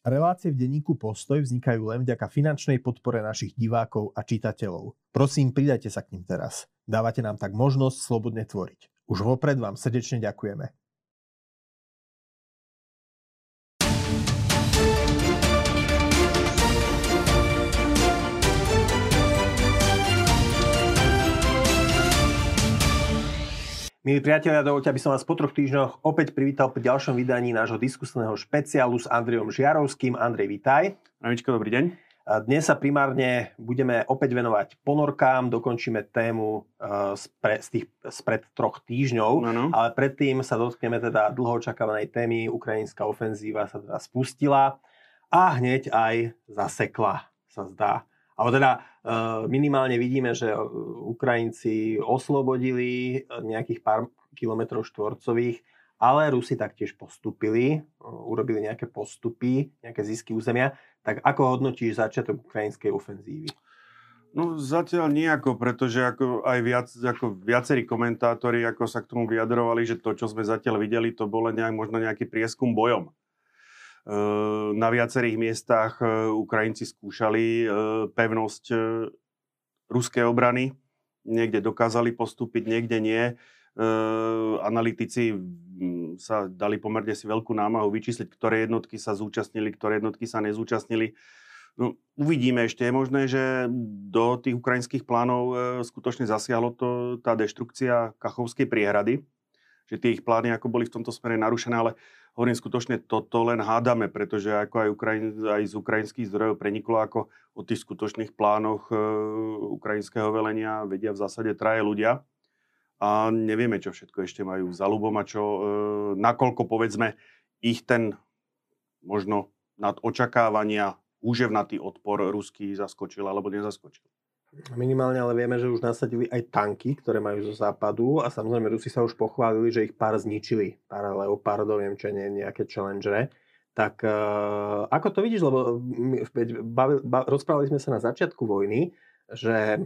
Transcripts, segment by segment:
Relácie v denníku Postoj vznikajú len vďaka finančnej podpore našich divákov a čitateľov. Prosím, pridajte sa k nim teraz. Dávate nám tak možnosť slobodne tvoriť. Už vopred vám srdečne ďakujeme. Milí priatelia, dovoľte, aby som vás po 3 týždňoch opäť privítal pri ďalšom vydaní nášho diskusného špeciálu s Andrejom Žiarovským. Andrej, vitaj. Aničko, dobrý deň. Dnes sa primárne budeme opäť venovať ponorkám, dokončíme tému spred 3 týždňov, ale predtým sa dotkneme teda dlho očakávanej témy. Ukrajinská ofenzíva sa teda spustila a hneď aj zasekla, sa zdá. Ale teda minimálne vidíme, že Ukrajinci oslobodili nejakých pár kilometrov štvorcových, ale Rusi taktiež postúpili, urobili nejaké postupy, nejaké zisky územia. Tak ako hodnotíš začiatok ukrajinskej ofenzívy? No zatiaľ nejako, pretože ako viacerí komentátori ako sa k tomu vyjadrovali, že to, čo sme zatiaľ videli, to bolo možno nejaký prieskum bojom. Na viacerých miestach Ukrajinci skúšali pevnosť ruskej obrany. Niekde dokázali postúpiť, niekde nie. Analytici sa dali pomerne si veľkú námahu vyčísliť, ktoré jednotky sa zúčastnili, ktoré jednotky sa nezúčastnili. No, uvidíme ešte. Je možné, že do tých ukrajinských plánov skutočne zasiahlo tá deštrukcia Kachovskej priehrady, že tie ich plány ako boli v tomto smere narušené, ale hovorím skutočne toto len hádame, pretože ako aj z ukrajinských zdrojov preniklo, ako o tých skutočných plánoch ukrajinského velenia vedia v zásade traje ľudia a nevieme, čo všetko ešte majú za ľubom a čo, nakoľko povedzme ich ten možno nad očakávania úževnatý odpor ruský zaskočil alebo nezaskočil. Minimálne, ale vieme, že už nasadili aj tanky, ktoré majú zo západu a samozrejme Rusi sa už pochválili, že ich pár zničili. Pár Leopardov, neviem čo, nejaké Challengere. Tak ako to vidíš? Lebo rozprávali sme sa na začiatku vojny, že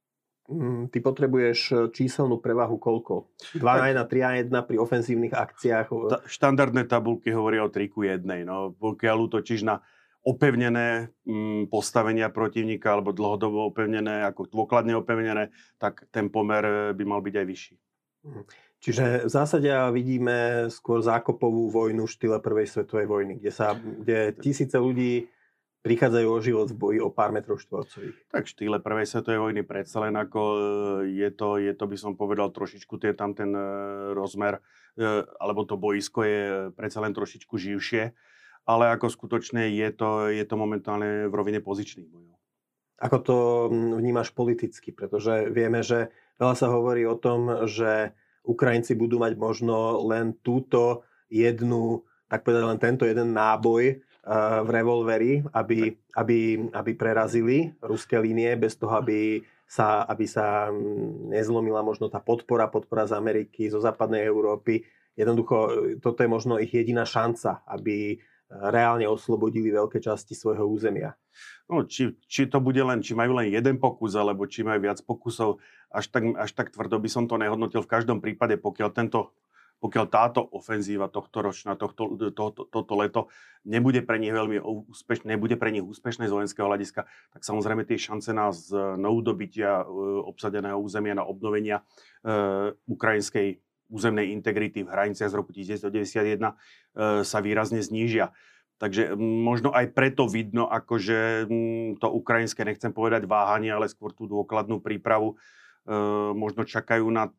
ty potrebuješ číselnú prevahu koľko? 2:1, 3:1 pri ofenzívnych akciách? Štandardné tabulky hovoria o 3:1. No, pokiaľ útočíš na opevnené postavenia protivníka alebo dlhodobo opevnené, ako dôkladne opevnené, tak ten pomer by mal byť aj vyšší. Čiže v zásade vidíme skôr zákopovú vojnu v štýle prvej svetovej vojny, kde tisíce ľudí prichádzajú o život v boji o pár metrov štvorcových. Tak v štýle prvej svetovej vojny predsa len ako je to by som povedal trošičku, je tam ten rozmer, alebo to boisko je predsa len trošičku živšie. Ale ako skutočne je to momentálne v rovine pozičných bojov. Ako to vnímaš politicky? Pretože vieme, že veľa sa hovorí o tom, že Ukrajinci budú mať možno len túto jednu, tak povedať len tento jeden náboj v revolveri, aby prerazili ruské línie bez toho, aby sa nezlomila možno tá podpora z Ameriky, zo západnej Európy. Jednoducho, toto je možno ich jediná šanca, aby reálne oslobodili veľké časti svojho územia. No, či to bude či majú len jeden pokus, alebo či majú viac pokusov, až tak tvrdo by som to nehodnotil. V každom prípade, pokiaľ táto ofenzíva tohtoročná, toto leto nebude pre nich veľmi úspešné, nebude pre nich úspešné z vojenského hľadiska, tak samozrejme tie šance na znovu dobytia obsadeného územia, na obnovenia ukrajinskej územnej integrity v hraniciach z roku 1991 sa výrazne znížia. Takže možno aj preto vidno, akože to ukrajinské, nechcem povedať váhanie, ale skôr tú dôkladnú prípravu možno čakajú na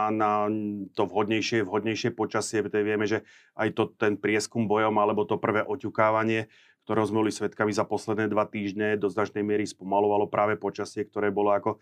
to vhodnejšie počasie, pretože vieme, že aj ten prieskum bojom alebo to prvé oťukávanie, ktorého sme boli svedkami za posledné 2 týždne, do značnej miery spomalovalo práve počasie, ktoré bolo ako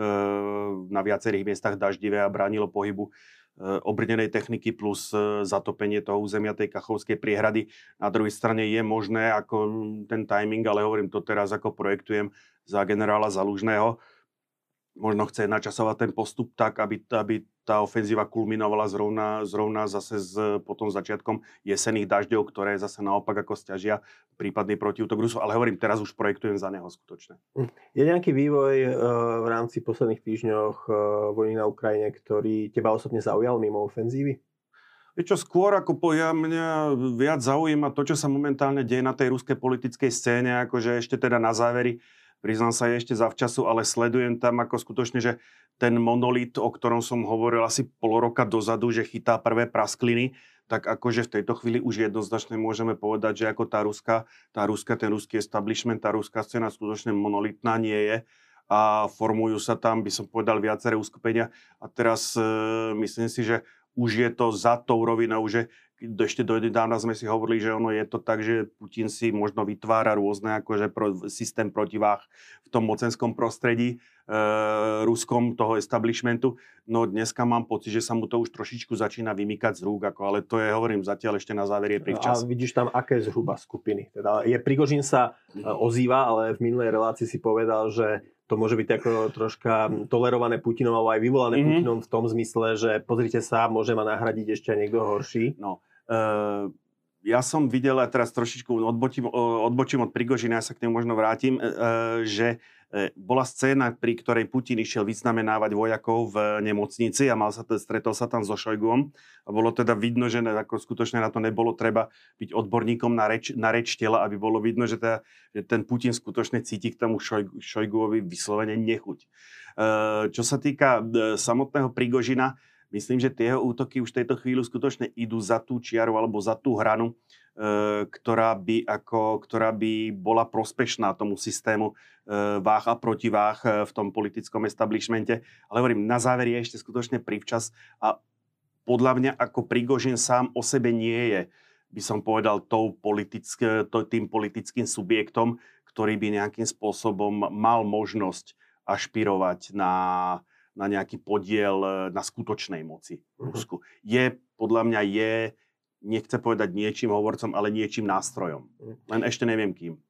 na viacerých miestach daždivé a bránilo pohybu obrnenej techniky plus zatopenie toho územia tej Kachovskej priehrady. Na druhej strane je možné ako ten timing, ale hovorím to teraz ako projektujem za generála Zalužného. Možno chce načasovať ten postup tak, aby tá ofenzíva kulminovala zrovna zase potom začiatkom jesenných dažďov, ktoré zase naopak ako sťažia prípadný protiútok Rusov. Ale hovorím, teraz už projektujem za neho skutočne. Je nejaký vývoj v rámci posledných týždňoch vojny na Ukrajine, ktorý teba osobne zaujal mimo ofenzívy? Čo skôr ako mňa viac zaujíma to, čo sa momentálne deje na tej ruskej politickej scéne, akože ešte teda na záveri, priznám sa ešte zavčasu, ale sledujem tam ako skutočne, že ten monolit, o ktorom som hovoril asi pol roka dozadu, že chytá prvé praskliny, tak akože v tejto chvíli už jednoznačne môžeme povedať, že ako ten ruský establishment, tá ruská scéna skutočne monolitná nie je a formujú sa tam, by som povedal, viaceré uskupenia a teraz myslím si, že už je to za tou rovinou, že ešte donedávna sme si hovorili, že ono je to tak, že Putin si možno vytvára rôzne akože systém protiváh v tom mocenskom prostredí ruskom toho establishmentu. No dneska mám pocit, že sa mu to už trošičku začína vymykať z rúk, ale to je, hovorím, zatiaľ ešte na záver je privčas. A vidíš tam aké zhruba skupiny? Teda Prigožin sa ozýva, ale v minulej relácii si povedal, že to môže byť ako troška tolerované Putinom, alebo aj vyvolané Putinom v tom zmysle, že pozrite sa, môže ma nahradiť ešte niekto horší. No, ja som videl, a teraz trošičku odbočím od Prigožina, ja sa k nemu možno vrátim, že bola scéna, pri ktorej Putin išiel vyznamenávať vojakov v nemocnici a stretol sa tam so Šojgom a bolo teda vidno, že ako skutočne na to nebolo treba byť odborníkom na reč tela, aby bolo vidno, že ten Putin skutočne cíti k tomu Šojguovi vyslovene nechuť. Čo sa týka samotného Prigožina, myslím, že tie jeho útoky už v tejto chvíli skutočne idú za tú čiaru alebo za tú hranu, ktorá by bola prospešná tomu systému váh a protiváh v tom politickom establishmente. Ale hovorím, na záver je ešte skutočne privčas a podľa mňa ako Prigožin sám o sebe nie je, by som povedal, tým politickým subjektom, ktorý by nejakým spôsobom mal možnosť ašpirovať na nejaký podiel na skutočnej moci v Rusku. Podľa mňa nechce povedať niečím hovorcom, ale niečím nástrojom. Len ešte neviem kým.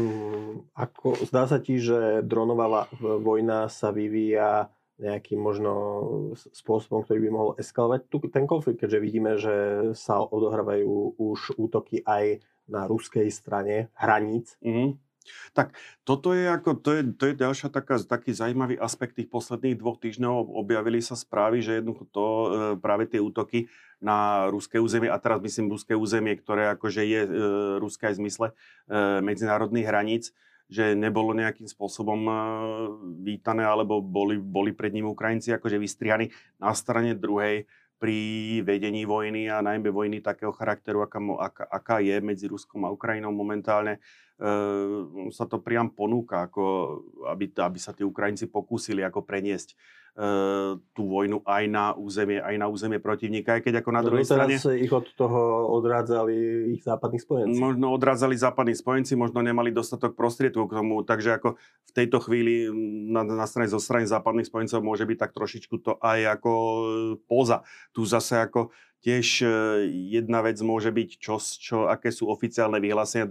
Zdá sa ti, že dronová vojna sa vyvíja nejakým možno spôsobom, ktorý by mohol eskalovať ten konflikt, keďže vidíme, že sa odohrávajú už útoky aj na ruskej strane hraníc. Tak toto je to je ďalšia taký zaujímavý aspekt tých posledných 2 týždňov. Objavili sa správy, že jednoducho práve tie útoky na ruské územie, a teraz myslím ruské územie, ktoré akože je ruské aj v zmysle medzinárodných hraníc, že nebolo nejakým spôsobom vítané, alebo boli pred ním Ukrajinci akože vystrihaní. Na strane druhej pri vedení vojny a najmä vojny takého charakteru, aká je medzi Ruskom a Ukrajinou momentálne, sa to priam ponúka, aby sa tí Ukrajinci pokúsili ako preniesť tú vojnu aj na územie protivníka, aj keď ako na druhej strane... Teraz ich od toho odrádzali ich západní spojenci. Možno odrádzali západní spojenci, možno nemali dostatok prostriedkov k tomu, takže ako v tejto chvíli zo strany západných spojencov môže byť tak trošičku to aj ako póza. Tu zase ako tiež jedna vec môže byť, aké sú oficiálne vyhlásenia,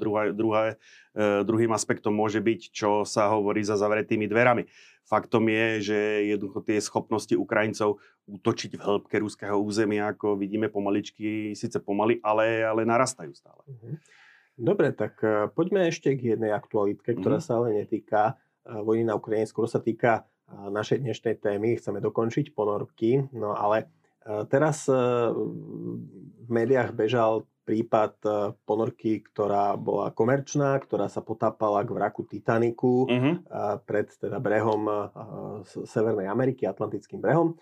druhým aspektom môže byť, čo sa hovorí za zavretými dverami. Faktom je, že jednoducho tie schopnosti Ukrajincov útočiť v hĺbke ruského územia, ako vidíme pomaličky, síce pomaly, ale narastajú stále. Dobre, tak poďme ešte k jednej aktualitke, ktorá sa ale netýka vojny na Ukrajine, skôr sa týka našej dnešnej témy. Chceme dokončiť ponorky, no ale teraz v médiách bežal prípad ponorky, ktorá bola komerčná, ktorá sa potápala k vraku Titaniku pred teda brehom Severnej Ameriky, Atlantickým brehom.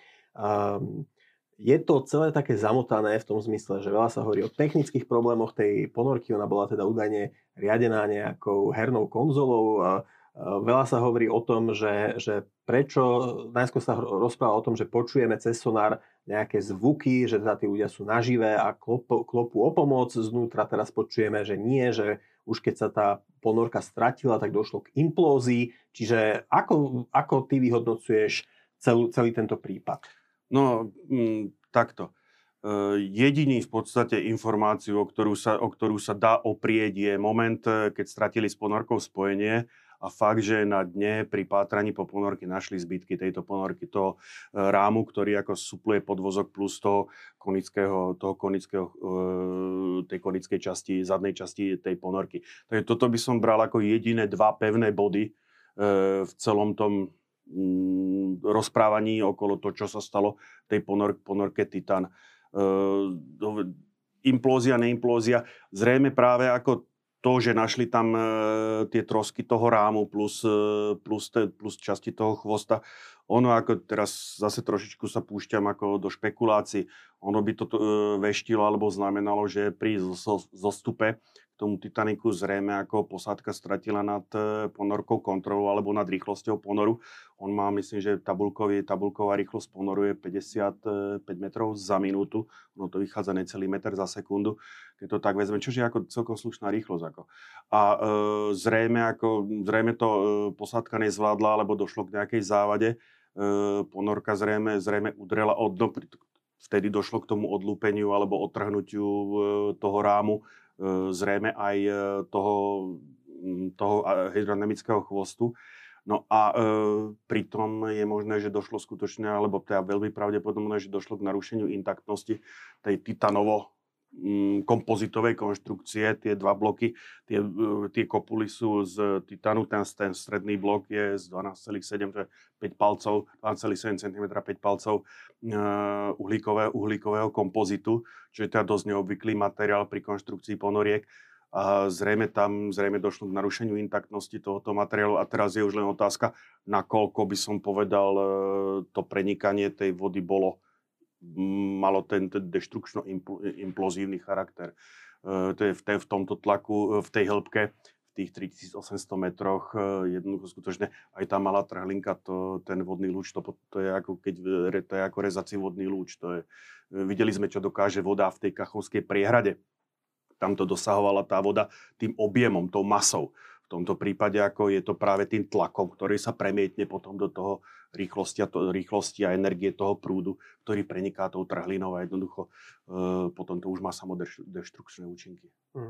Je to celé také zamotané v tom zmysle, že veľa sa hovorí o technických problémoch tej ponorky. Ona bola teda údajne riadená nejakou hernou konzolou. Veľa sa hovorí o tom, že prečo, najskôr sa rozpráva o tom, že počujeme cez sonár nejaké zvuky, že teda tí ľudia sú naživé a klopú o pomoc. Znútra teraz počujeme, že nie, že už keď sa tá ponorka stratila, tak došlo k implózii. Čiže ako ty vyhodnocuješ celý tento prípad? No, takto. Jediný v podstate informáciu, o ktorú sa dá oprieť, je moment, keď stratili s ponorkou spojenie. A fakt, že na dne pri pátraní po ponorky našli zbytky tejto ponorky, toho rámu, ktorý ako supluje podvozok plus tej konickej časti, zadnej časti tej ponorky. Takže toto by som bral ako jediné 2 pevné body v celom tom rozprávaní okolo toho, čo sa stalo tej ponorke Titan. implózia, neimplózia. Zrejme práve ako to, že našli tam tie trosky toho rámu plus časti toho chvosta. Ono ako teraz zase trošičku sa púšťam ako do špekulácií. Ono by to veštilo alebo znamenalo, že pri zostupe k tomu Titaniku zrejme ako posádka stratila nad ponorkou kontrolu alebo nad rýchlosťou ponoru. On má, myslím, že tabulková rýchlosť ponoru je 55 metrov za minútu. Ono to vychádza necelý meter za sekundu. Keď to tak vezme, čože je ako celkom slušná rýchlosť. Ako. A zrejme to posádka nezvládla, alebo došlo k nejakej závade. Ponorka zrejme udrela o dno. Vtedy došlo k tomu odlúpeniu alebo odtrhnutiu toho rámu. Zrejme aj toho hydrodynamického chvostu. No a pritom je možné, že došlo skutočne, alebo teda veľmi pravdepodobné, že došlo k narušeniu intaktnosti tej titanovo kompozitovej konštrukcie. Tie dva bloky, tie kopuly sú z titanu, ten stredný blok je z 12,7, to je 5 palcov, 12,7 cm, 5 palcov uhlíkového kompozitu, čo je teda dosť neobvyklý materiál pri konštrukcii ponoriek. A zrejme došlo k narušeniu intaktnosti tohoto materiálu a teraz je už len otázka, nakoľko by som povedal, to prenikanie tej vody malo ten deštrukčno-implozívny charakter. To je v tomto tlaku, v tej hĺbke, v tých 3800 metroch, jednoducho skutočne aj tá malá trhlinka, ten vodný lúč, to je ako to je ako rezací vodný lúč. Videli sme, čo dokáže voda v tej Kachovskej priehrade. Tam to dosahovala tá voda tým objemom, tou masou. V tomto prípade ako je to práve tým tlakom, ktorý sa premietne potom do toho rýchlosti a energie toho prúdu, ktorý preniká tou trhlinou a jednoducho potom to už má samodeštrukčné účinky.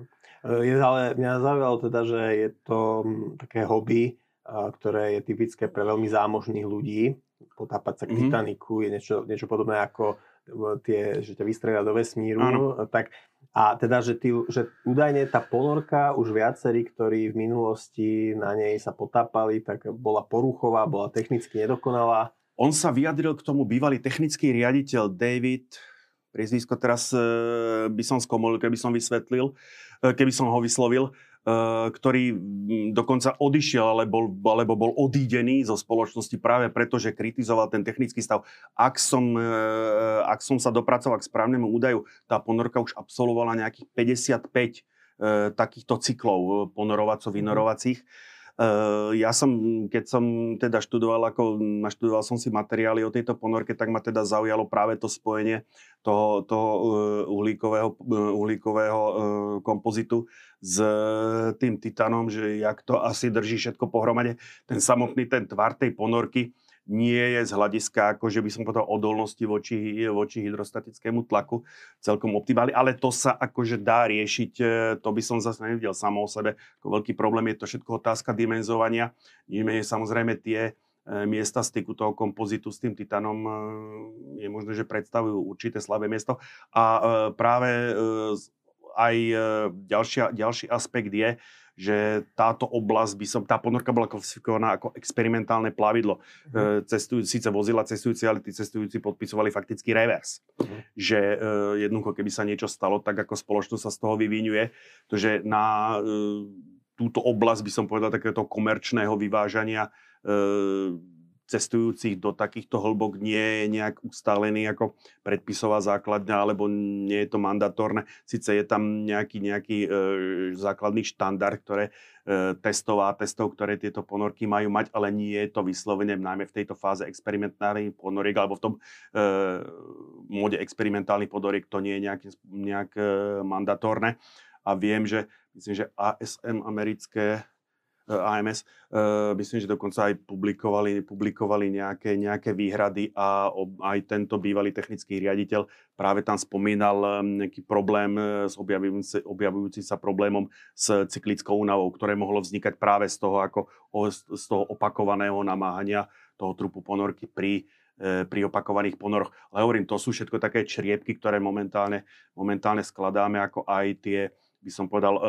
Ale mňa zaujalo teda, že je to také hobby, ktoré je typické pre veľmi zámožných ľudí. Potápať sa k Titaniku je niečo podobné ako že ťa vystrelia do vesmíru. Tak, a teda, že údajne tá ponorka už viacerí, ktorí v minulosti na nej sa potápali, tak bola poruchová, bola technicky nedokonalá. On sa vyjadril k tomu bývalý technický riaditeľ David, priezvisko teraz by som skomolil, keby som ho vyslovil, ktorý dokonca odišiel, alebo bol odídený zo spoločnosti práve preto, že kritizoval ten technický stav. Ak som sa dopracoval k správnemu údaju, tá ponorka už absolvovala nejakých 55 takýchto cyklov ponorovaco-vynorovacích. Keď som teda naštudoval som si materiály o tejto ponorke, tak ma teda zaujalo práve to spojenie toho uhlíkového kompozitu s tým titanom, že jak to asi drží všetko pohromade. Ten tvar tej ponorky nie je z hľadiska, akože by som povedal, odolnosti voči hydrostatickému tlaku celkom optimálny, ale to sa akože dá riešiť, to by som zase nevidel samo o sebe. Veľký problém je to všetko otázka dimenzovania. Samozrejme tie miesta styku toho kompozitu s tým titanom je možné, že predstavujú určité slabé miesto. A práve aj ďalší aspekt je, že táto oblasť tá ponorka bola klasifikovaná ako experimentálne plavidlo. Síce vozila cestujúci, ale tí cestujúci podpisovali fakticky revers. Že jednoducho, keby sa niečo stalo, tak ako spoločnosť sa z toho vyvinuje. Takže na túto oblasť by som povedal takéto komerčného vyvážania cestujúcich do takýchto hĺbok nie je nejak ustálený ako predpisová základňa, alebo nie je to mandatórne. Sice je tam nejaký základný štandard, testov, ktoré tieto ponorky majú mať, ale nie je to vyslovene najmä v tejto fáze experimentálnych ponoriek, alebo v tom móde experimentálnych ponoriek to nie je nejak mandatórne. A viem, že myslím, že AMS, myslím, že dokonca aj publikovali nejaké výhrady a aj tento bývalý technický riaditeľ práve tam spomínal nejaký problém s objavujúci sa problémom s cyklickou únavou, ktoré mohlo vznikať práve z toho opakovaného namáhania toho trupu ponorky pri opakovaných ponoroch. Ale hovorím, to sú všetko také čriepky, ktoré momentálne skladáme, ako aj tie, by som povedal,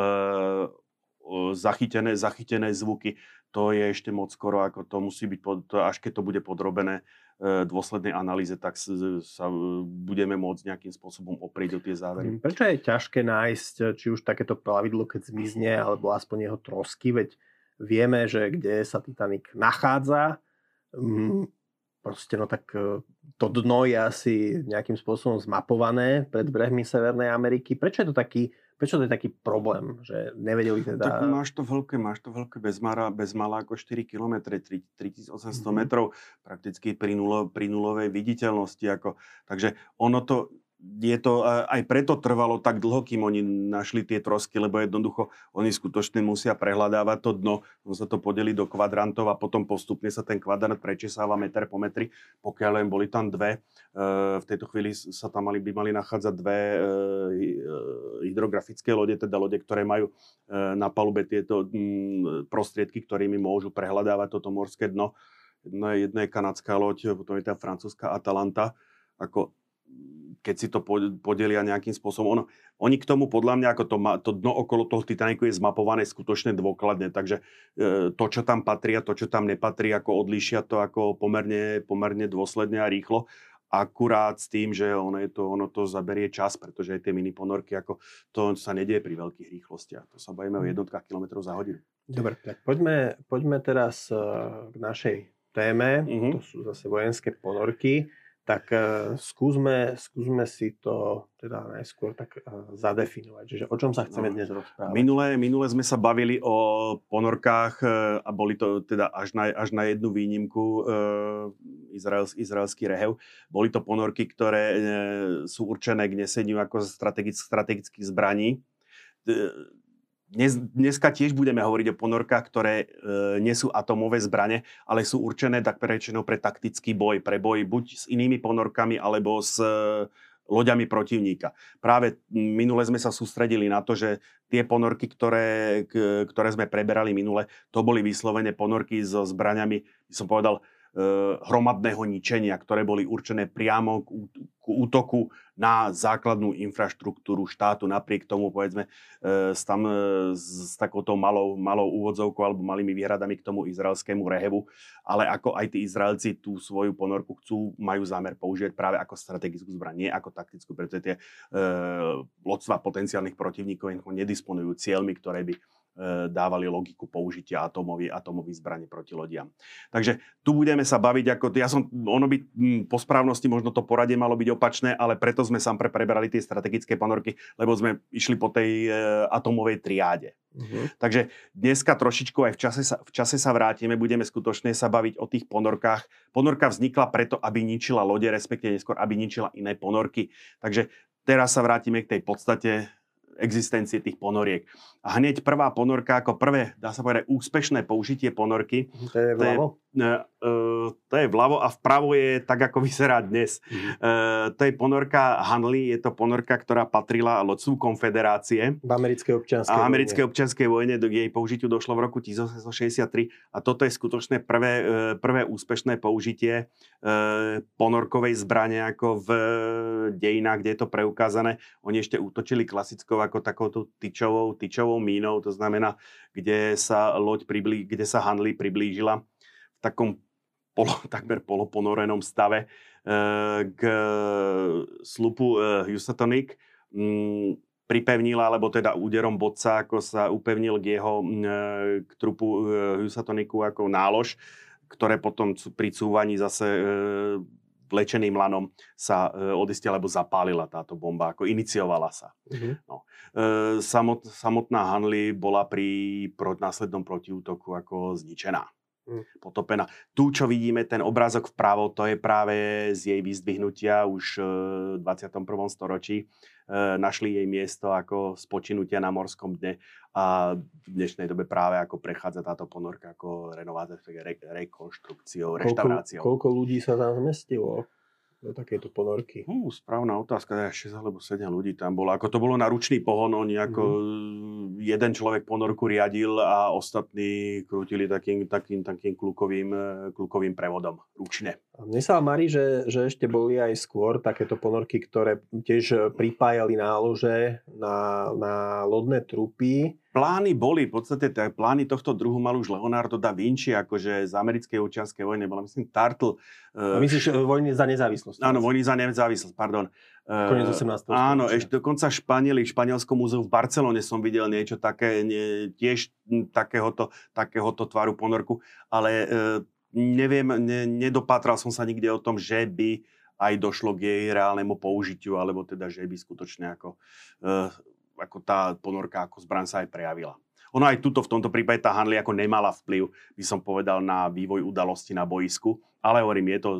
zachytené zvuky. To je ešte moc skoro, ako to musí byť, až keď to bude podrobené dôslednej analýze, tak sa budeme môcť nejakým spôsobom oprieť o tie závery. Prečo je ťažké nájsť či už takéto plavidlo, keď zmizne, alebo aspoň jeho trosky, veď vieme, že kde sa Titanic nachádza, proste no tak to dno je asi nejakým spôsobom zmapované pred brehmi Severnej Ameriky. Prečo to je taký problém, že nevedeli teda... Tak máš to veľké bez malá ako 4 km, 3800 metrov, prakticky pri nulovej viditeľnosti. Takže ono to... Je to, aj preto trvalo tak dlho, kým oni našli tie trosky, lebo jednoducho oni skutočne musia prehľadávať to dno, sa to podeli do kvadrantov a potom postupne sa ten kvadrant prečesáva meter po metri, pokiaľ len boli tam dve. V tejto chvíli sa tam by mali nachádzať dve hydrografické lode, teda lode, ktoré majú na palube tieto prostriedky, ktorými môžu prehľadávať toto morské dno. Jedna je kanadská loď, potom je tá francúzska Atalanta. Keď si to podelia nejakým spôsobom. Oni k tomu, podľa mňa, ako to dno okolo toho Titanicu je zmapované skutočne dôkladne, takže to, čo tam patrí a to, čo tam nepatrí, ako odlíšia to ako pomerne dôsledne a rýchlo. Akurát s tým, že ono to zaberie čas, pretože aj tie mini ponorky, to sa nedieje pri veľkých rýchlostiach. To sa bavíme o jednotkách kilometrov za hodinu. Dobre, tak poďme teraz k našej téme. To sú zase vojenské ponorky. Tak skúsme si to teda najskôr tak zadefinovať. Čiže o čom sa chceme dnes rozprávať? Minule sme sa bavili o ponorkách a boli to teda až na jednu výnimku izraelský rehev. Boli to ponorky, ktoré sú určené k neseniu ako strategických zbraní. Dneska tiež budeme hovoriť o ponorkách, ktoré nie sú atomové zbrane, ale sú určené tak prečeno pre taktický boj, pre boj buď s inými ponorkami, alebo s loďami protivníka. Práve minule sme sa sústredili na to, že tie ponorky, ktoré sme preberali minule, to boli vyslovene ponorky so zbraňami, by som povedal, hromadného ničenia, ktoré boli určené priamo k útoku na základnú infraštruktúru štátu. Napriek tomu, povedzme, tam s takouto malou úvodzovkou alebo malými výhradami k tomu izraelskému rehevu, ale ako aj tí Izraelci tú svoju ponorku majú zámer použiť práve ako strategickú zbraň, nie ako taktickú, pretože tie lodstva potenciálnych protivníkov nedisponujú cieľmi, ktoré by dávali logiku použitia atomových zbraní proti lodiam. Takže tu budeme sa baviť, ono by po správnosti možno to poradie malo byť opačné, ale preto sme preberali tie strategické ponorky, lebo sme išli po tej atomovej triáde. Takže dneska trošičku aj v čase sa vrátime, budeme skutočne sa baviť o tých ponorkách. Ponorka vznikla preto, aby ničila lode, respektíve neskôr, aby ničila iné ponorky. Takže teraz sa vrátime k tej podstate existencie tých ponoriek. A hneď prvá ponorka, ako prvé, dá sa povedať, úspešné použitie ponorky. To je vľavo? To je vľavo a vpravo je tak, ako vyzerá dnes. To je ponorka Hanley, je to ponorka, ktorá patrila lodstvu Konfederácie. V americkej občianskej vojne. K jej použitiu došlo v roku 1863 a toto je skutočne prvé úspešné použitie ponorkovej zbrane ako v dejinách, kde je to preukázané. Oni ešte útočili klasickou ako takouto tyčovou mínou, to znamená, kde sa Hanley priblížila v takom takmer poloponorenom stave k slupu Housatonic. Pripevnila, alebo teda úderom bodca, ako sa upevnil k trupu Housatonicu ako nálož, ktoré potom pri cúvaní zase vlečeným lanom sa odistia, alebo zapálila táto bomba, ako iniciovala sa. No. Samotná Hanley bola pri následnom protiútoku ako zničená. Potopená. Tu, čo vidíme, ten obrázok vpravo, to je práve z jej vyzdvihnutia už v 21. storočí. Našli jej miesto ako spočinutia na morskom dne a v dnešnej dobe práve ako prechádza táto ponorka ako renováciou, rekonštrukciou, reštauráciou. Koľko ľudí sa tam zmestilo do takéto ponorky? Správna otázka, 6 alebo 7 ľudí tam bolo. Ako to bolo na ručný pohon, oni ako jeden človek ponorku riadil a ostatní krútili takým klukovým prevodom ručne. Mne sa marí, že ešte boli aj skôr takéto ponorky, ktoré tiež pripájali nálože na lodné trupy plány boli, v podstate plány tohto druhu mal už Leonardo da Vinci, akože z americkej občianskej vojny, bola myslím Turtle. Myslíš vojny za nezávislosť? Áno, vojny za nezávislosť, pardon. Koniec 18. Áno, ešte dokonca v Španielskom múzeu v Barcelone som videl niečo také, tiež takéhoto tvaru ponorku, ale neviem, nedopátral som sa nikde o tom, že by aj došlo k jej reálnemu použitiu, alebo teda, že by skutočne ako tá ponorka ako zbraň sa aj prejavila. Ono aj tuto v tomto prípade tá Hanley ako nemala vplyv, by som povedal, na vývoj udalosti na boisku, ale hovorím, je to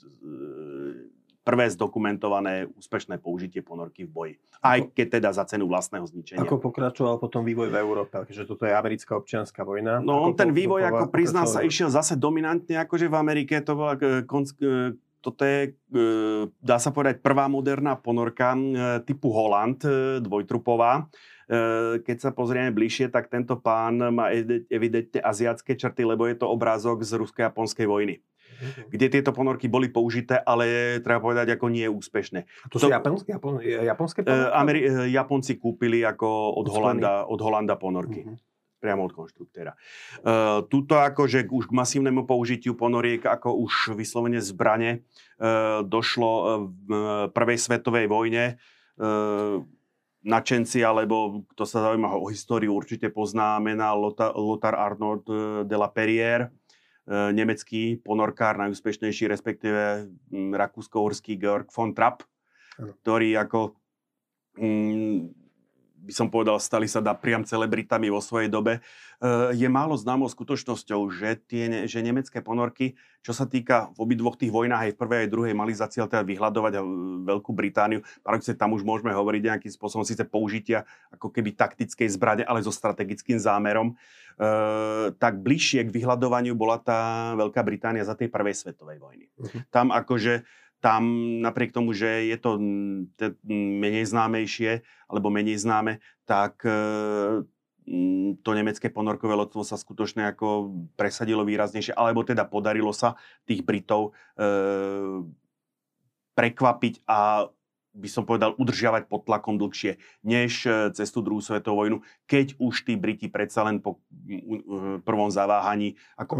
prvé zdokumentované úspešné použitie ponorky v boji. Aj keď teda za cenu vlastného zničenia. Ako pokračoval potom vývoj v Európe? Takže toto je americká občianská vojna. No ten vývoj, ako priznám sa, išiel zase dominantne, akože v Amerike to bola toto je, dá sa povedať, prvá moderná ponorka typu Holland, dvojtrupová. Keď sa pozrieme bližšie, tak tento pán má evidentne asiatské črty, lebo je to obrázok z rusko-japonskej vojny. Kde tieto ponorky boli použité, ale treba povedať, ako nie úspešné. To sú japonské ponorky? Japonci kúpili ako od Holanda ponorky. Priamo od konštruktéra. Tuto akože už k masívnemu použitiu ponoriek, ako už vyslovene zbrane, došlo v prvej svetovej vojne. Načenci, alebo kto sa zaujíma o históriu, určite pozná mená Lothar Arnold de la Perrière, nemecký ponorkár, najúspešnejší, respektíve rakúsko-uhorský Georg von Trapp, ktorý ako by som povedal, stali sa priam celebritami vo svojej dobe. Je málo známou skutočnosťou, že nemecké ponorky, čo sa týka v obidvoch tých vojnách, aj v prvej aj druhej, mali za cieľ teda vyhľadovať Veľkú Britániu. Paradoxne tam už môžeme hovoriť nejakým spôsobom síce použitia ako keby taktickej zbrane, ale so strategickým zámerom. Tak bližšie k vyhľadovaniu bola tá Veľká Británia za tej prvej svetovej vojny. Tam napriek tomu, že je to menej známejšie alebo menej známe, tak to nemecké ponorkové lodstvo sa skutočne ako presadilo výraznejšie, alebo teda podarilo sa tých Britov prekvapiť a by som povedal, udržiavať pod tlakom dlhšie, než cez tú druhú svetovú vojnu, keď už tí Briti predsa len po prvom zaváhaní ako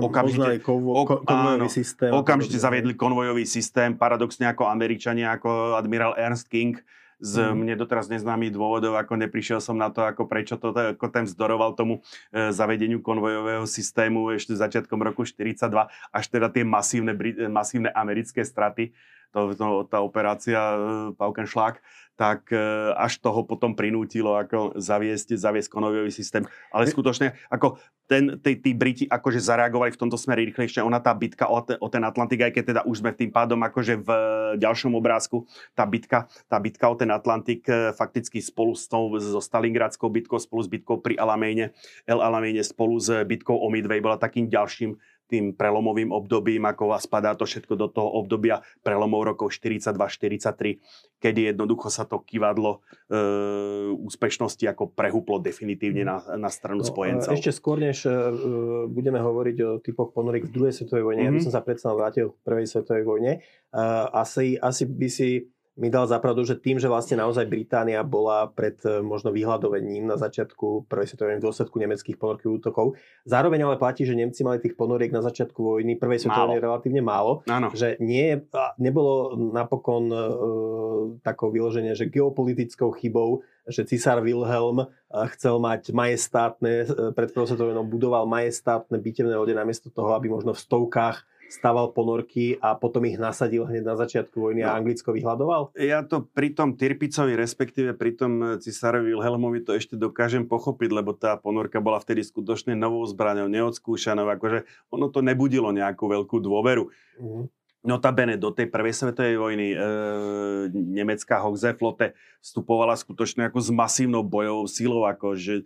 okamžite zaviedli konvojový systém, paradoxne ako Američania, ako admirál Ernst King, z mne doteraz neznámych dôvodov, ako neprišiel som na to, ako prečo to ako ten vzdoroval tomu zavedeniu konvojového systému ešte začiatkom roku 1942, až teda tie masívne americké straty, tá operácia Paukenschlag, tak až toho potom prinútilo ako zaviesť konvojový systém. Ale skutočne, ako tí Briti akože zareagovali v tomto smere rýchlejšie. Ona tá bitka o ten Atlantik, aj keď teda už sme tým pádom akože v ďalšom obrázku, tá bitka o ten Atlantik fakticky spolu so Stalingradskou bitkou, spolu s bitkou pri El Alameine, spolu s bitkou o Midway bola takým ďalším tým prelomovým obdobím, ako spadá to všetko do toho obdobia prelomov rokov 42-43, kedy jednoducho sa to kývadlo úspešnosti ako prehúplo definitívne na stranu spojencov. Ešte skôr, než budeme hovoriť o typoch ponoriek v druhej svetovej vojne, ja by som sa predsa vrátil v prvej svetovej vojne. Asi by si mi dal za pravdu, že tým, že vlastne naozaj Británia bola pred možno vyhľadovením na začiatku prvej svetovej vojny v dôsledku nemeckých ponorkových útokov. Zároveň ale platí, že Nemci mali tých ponoriek na začiatku vojny prvej svetovej vojny relatívne málo. Áno. Že nebolo napokon takou vyloženie, že geopolitickou chybou, že cisár Wilhelm chcel mať majestátne, pred prvou svetovou vojnou budoval majestátne bitevné lode namiesto toho, aby možno v stovkách staval ponorky a potom ich nasadil hneď na začiatku vojny a Anglicko vyhľadoval? Ja to pri tom Tirpicovi, respektíve pri tom cisárovi Wilhelmovi to ešte dokážem pochopiť, lebo tá ponorka bola vtedy skutočne novou zbraňou, neodskúšanou, akože ono to nebudilo nejakú veľkú dôveru. Notabene do tej prvej svetovej vojny nemecká Hochseeflotte vstupovala skutočne ako s masívnou bojovou silou, akože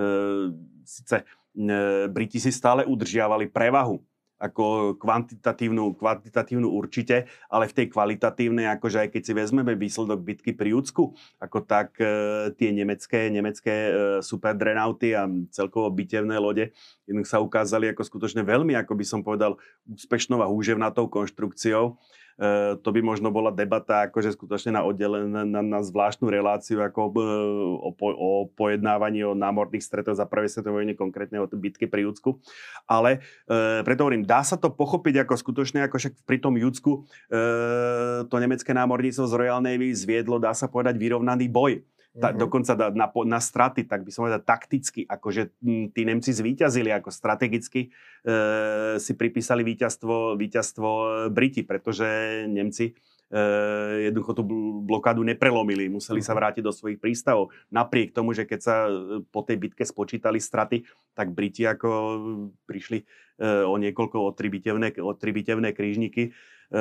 síce Briti si stále udržiavali prevahu, ako kvantitatívnu určite, ale v tej kvalitatívnej, akože aj keď si vezmeme výsledok bitky pri Ucku, ako tak tie nemecké superdrenauty a celkovo bitevné lode sa ukázali ako skutočne veľmi, ako by som povedal, úspešnou a húževnatou konštrukciou. to by možno bola debata akože skutočne na zvláštnu reláciu ako o pojednávaní o námorných stretoch za prvej svetovej vojne, konkrétne o bitke pri Judsku. Ale preto hovorím, dá sa to pochopiť ako skutočne, ako však pri tom Judsku to nemecké námorníctvo z Royal Navy zviedlo, dá sa povedať, vyrovnaný boj. Dokonca na straty, tak by som povedal takticky, akože tí Nemci zvíťazili, ako strategicky si pripísali víťazstvo Briti, pretože Nemci jednoducho tú blokádu neprelomili, museli sa vrátiť do svojich prístavov. Napriek tomu, že keď sa po tej bitke spočítali straty, tak Briti ako prišli o tri bitevné krížniky.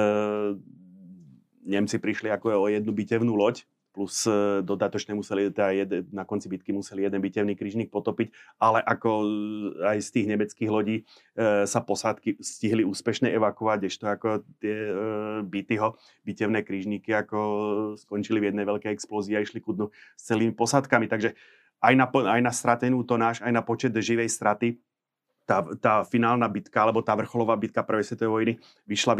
Nemci prišli ako o jednu bitevnú loď, plus dodatočne museli, na konci bitky museli jeden bitevný krížnik potopiť, ale ako aj z tých nemeckých lodí sa posádky stihli úspešne evakuovať, ešte ako tie bitevné krížniky ako skončili v jednej veľkej explózii a išli ku dnu s celými posádkami. Takže aj na stratenú tonáž, aj na počet živej straty tá finálna bitka, alebo tá vrcholová bitka prvej svetovej vojny vyšla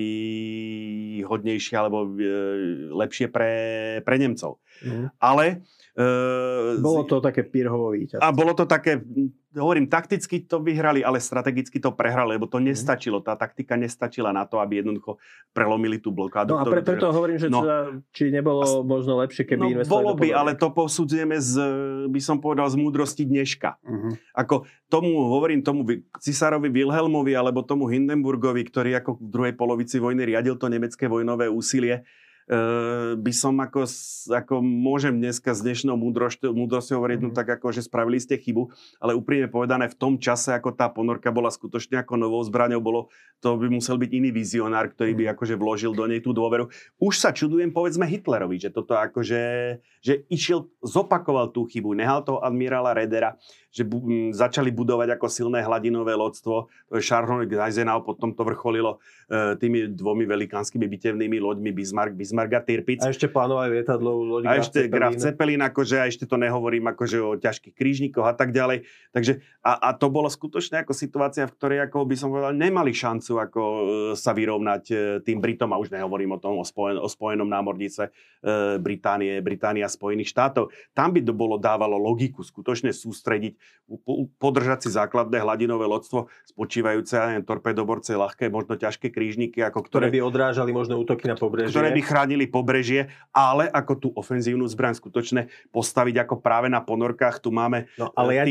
výhodnejšie alebo lepšie pre Nemcov. Ale bolo to také Pirhovo víťazstvo. A bolo to také, hovorím, takticky to vyhrali, ale strategicky to prehrali, lebo to nestačilo. Tá taktika nestačila na to, aby jednoducho prelomili tú blokádu. No a preto hovorím, že či nebolo možno lepšie, keby investovali. Bolo by, ale to posudzujeme by som povedal, z múdrosti dneška. Ako hovorím tomu cisárovi Wilhelmovi alebo tomu Hindenburgovi, ktorý ako v druhej polovici vojny riadil to nemecké vojnové úsilie, by som ako môžem dneska s dnešnou múdrosťou hovoriť, tak ako, že spravili ste chybu, ale úprimne povedané v tom čase, ako tá ponorka bola skutočne ako novou zbraňou, to by musel byť iný vizionár, ktorý by akože vložil do nej tú dôveru. Už sa čudujem, povedzme, Hitlerovi, že toto akože, že zopakoval tú chybu, nehal toho admirála Redera, že začali budovať ako silné hladinové lodstvo. Scharnhorst-Gneisenau, potom to vrcholilo tými dvomi velikánskymi bitevnými loďmi Bismarck a Tirpitz. A ešte plánovali lietadlovú loď Graf Zeppelin, akože, a ešte to nehovorím akože o ťažkých krížnikoch a tak ďalej. Takže, a to bola skutočne ako situácia, v ktorej, ako by som povedal, nemali šancu ako sa vyrovnať tým Britom, a už nehovorím o tom, o spojenom námornice Británia a Spojených štátov. Tam by to dávalo logiku skutočne sústrediť, podržať si základné hladinové lodstvo, spočívajúce aj torpedoborce, ľahké, možno ťažké krížniky, ktoré by odrážali možno útoky na pobrežie. Ktoré by chránili pobrežie, ale ako tú ofenzívnu zbraň skutočne postaviť ako práve na ponorkách. Tu máme... No, ale ja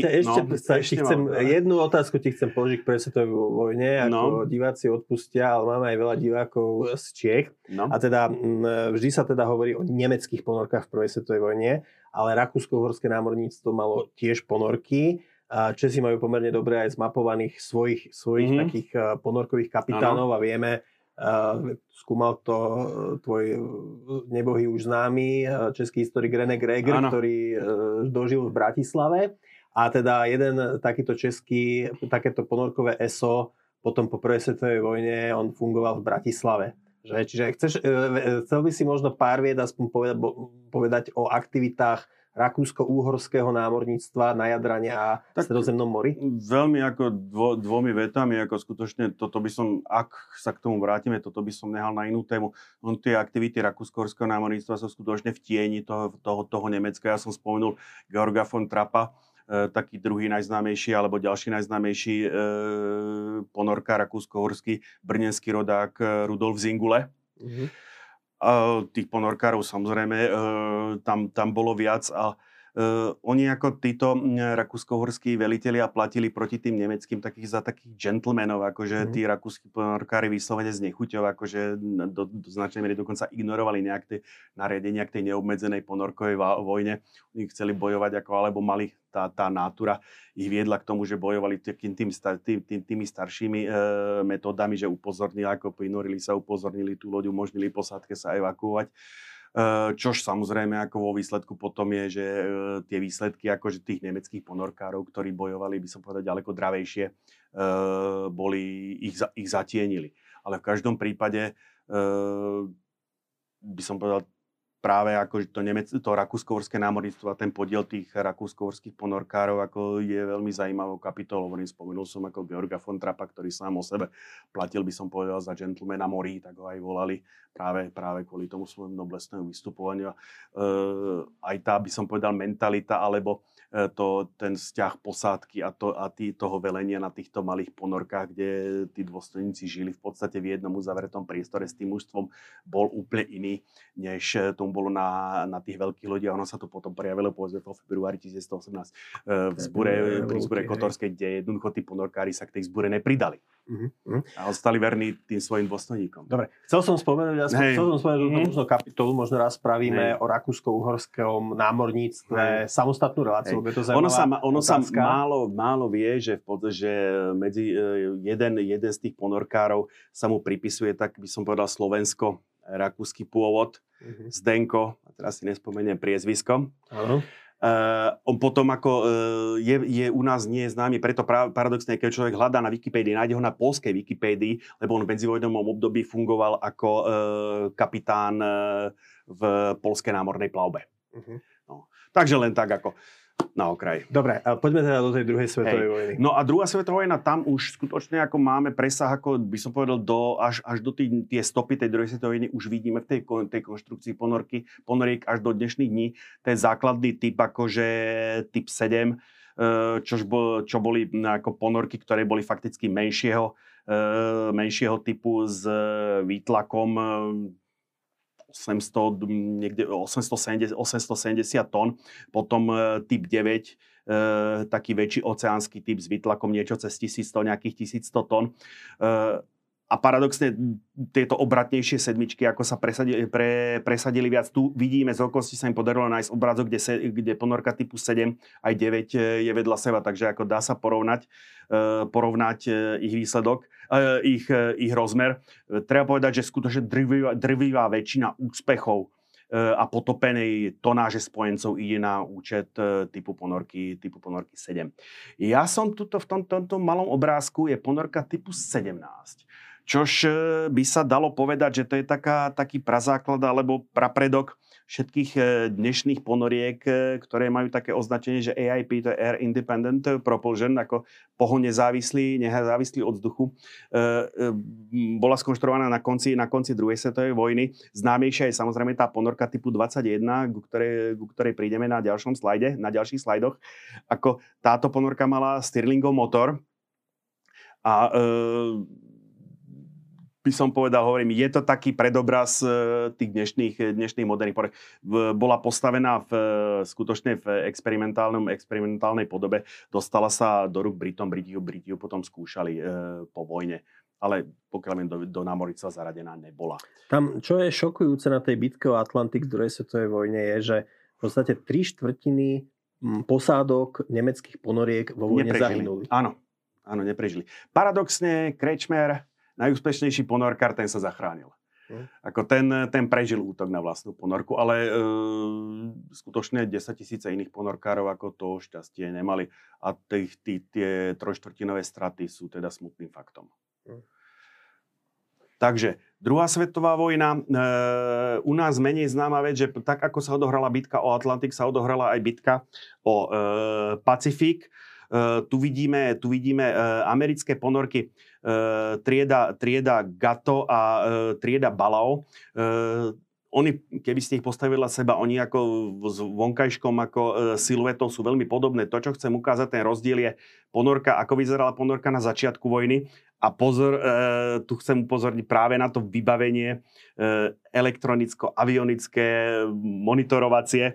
jednu otázku ti chcem položiť k prvej svetovej vojne, ako diváci odpustia, ale máme aj veľa divákov z Čiech. No. A teda vždy sa teda hovorí o nemeckých ponorkách v prvej svetovej vojne, ale rakúsko-uhorské námorníctvo malo tiež ponorky. Česi majú pomerne dobre aj zmapovaných svojich takých ponorkových kapitánov a vieme, skúmal to tvoj nebohý už známy český historik René Greger, ktorý dožil v Bratislave. A teda jeden takýto takéto ponorkové ESO potom po prvej svetovej vojne on fungoval v Bratislave. Čiže chcel by si možno pár vied aspoň povedať o aktivitách rakúsko-úhorského námorníctva na Jadrane a Stredozemnom mori? Veľmi ako dvomi vetami, ako skutočne toto by som, ak sa k tomu vrátime, toto by som nehal na inú tému. Tie aktivity rakúsko-úhorského námorníctva sú skutočne v tieni toho Nemecka. Ja som spomenul Georga von Trappa, taký druhý najznámejší, alebo ďalší najznámejší ponorka rakúsko-uhorský, brnenský rodák Rudolf Zingule. Tých ponorkárov samozrejme tam bolo viac a oni ako títo rakúsko-uhorskí velitelia platili proti tým nemeckým za takých gentlemanov, akože tí rakúski ponorkári vyslovene s nechuťou, akože do značnej miery dokonca ignorovali nejak tie nariadenia k tej neobmedzenej ponorkovej vojne. Oni chceli bojovať alebo mali tá nátura ich viedla k tomu, že bojovali tými staršími metódami, že upozornili tú loď, umožnili posádke sa evakuovať. Čož samozrejme ako vo výsledku potom je, že tie výsledky akože tých nemeckých ponorkárov, ktorí bojovali, by som povedal, ďaleko dravejšie, ich zatienili. Ale v každom prípade by som povedal, práve ako to rakúsko-uhorské námorníctvo a ten podiel tých rakúsko-uhorských ponorkárov ako je veľmi zaujímavou kapitolou. Spomenul som ako Georga von Trappa, ktorý sám o sebe platil, by som povedal, za gentlemana morí, tak ho aj volali práve kvôli tomu svojmu noblesnému vystupovaniu. Aj tá, by som povedal, mentalita, alebo ten vzťah posádky a toho velenia na týchto malých ponorkách, kde tí dôstojníci žili v podstate v jednom uzavretom priestore s tým mužstvom, bol úplne iný, než tomu bolo na tých veľkých lodiach. Ono sa to potom prejavilo povedzme v februári 1918 pri zbure Kotorskej, kde jednoducho tí ponorkári sa k tej zbure nepridali. A ostali verní tým svojim dôstojníkom. Dobre, chcel som spomenúť túto kapitolu, možno raz spravíme o rakúsko-uhorskom námorníctve samostatnú reláciu. Ono sa málo vie, že medzi jeden z tých ponorkárov sa mu pripisuje, tak by som povedal, slovensko-rakúsky pôvod, Zdenko, a teraz si nespomeniem priezvisko. On potom ako je u nás nie je známy, preto paradoxne, keď človek hľadá na Wikipédii, nájde ho na poľskej Wikipédii, lebo on v medzivojnovom období fungoval ako kapitán v poľskej námornej plavbe. No. Takže len tak ako na okraj. Dobre, poďme teda do tej druhej svetovej vojny. No a druhá svetová vojna, tam už skutočne ako máme presah, ako by som povedal, až do tie stopy tej druhej svetovej vojny už vidíme v tej konštrukcii ponoriek až do dnešných dní. Ten základný typ, akože typ 7, čo boli ako ponorky, ktoré boli fakticky menšieho typu s výtlakom 870 tón, potom typ 9, taký väčší oceánsky typ s výtlakom niečo cez 1100, nejakých 1100 tón. A paradoxne tieto obratnejšie sedmičky, ako sa presadili viac, tu vidíme, z okolností sa im podarilo nájsť obrázok, kde ponorka typu 7 aj 9 je vedľa seba, takže ako dá sa porovnať ich výsledok, ich rozmer. Treba povedať, že skutočne drvivá väčšina úspechov a potopenej tonáže spojencov ide na účet typu ponorky 7. Ja som tuto v tomto malom obrázku je ponorka typu 17. Čož by sa dalo povedať, že to je taký prazáklad alebo prapredok všetkých dnešných ponoriek, ktoré majú také označenie, že AIP, to je Air Independent Propulsion, ako pohon nezávislý od vzduchu. Bola skonštruovaná na konci druhej svetovej vojny. Známejšia je samozrejme tá ponorka typu 21, ku ktorej prídeme na ďalších slajdoch. Ako táto ponorka mala Stirlingov motor a by som povedal, je to taký predobraz tých dnešných moderných ponoriek. Bola postavená skutočne v experimentálnej podobe. Dostala sa do rúk Britom, Briti ju potom skúšali po vojne. Ale pokiaľ viem, do námorníctva zaradená nebola. Tam, čo je šokujúce na tej bitke o Atlantik v druhej svetovej vojne, je, že v podstate 3/4 posádok nemeckých ponoriek vo vojne zahynuli. Áno, neprežili. Paradoxne, Kretschmer, najúspešnejší ponorkár, ten sa zachránil. Ako ten prežil útok na vlastnú ponorku, ale skutočne 10 000 iných ponorkárov ako to šťastie nemali. A tie 3/4 straty sú teda smutným faktom. Takže druhá svetová vojna, u nás menej známa vec, že tak ako sa odohrala bitka o Atlantik, sa odohrala aj bitka o Pacifik. Tu vidíme americké ponorky trieda Gato a trieda Balao. Oni, keby ste ich postavili na seba, oni ako s vonkajškom, ako siluetou sú veľmi podobné. To, čo chcem ukázať, ten rozdiel je ponorka, ako vyzerala ponorka na začiatku vojny. A pozor, tu chcem upozorniť práve na to vybavenie elektronicko-avionické, monitorovacie.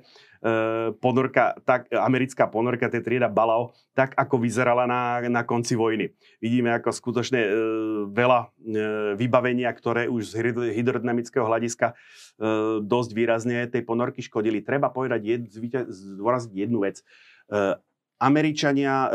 Americká ponorka, tie trieda Balao, tak ako vyzerala na konci vojny. Vidíme ako skutočne veľa vybavenia, ktoré už z hydrodynamického hľadiska dosť výrazne tej ponorky škodili. Treba povedať, zdôrazniť jednu vec. Američania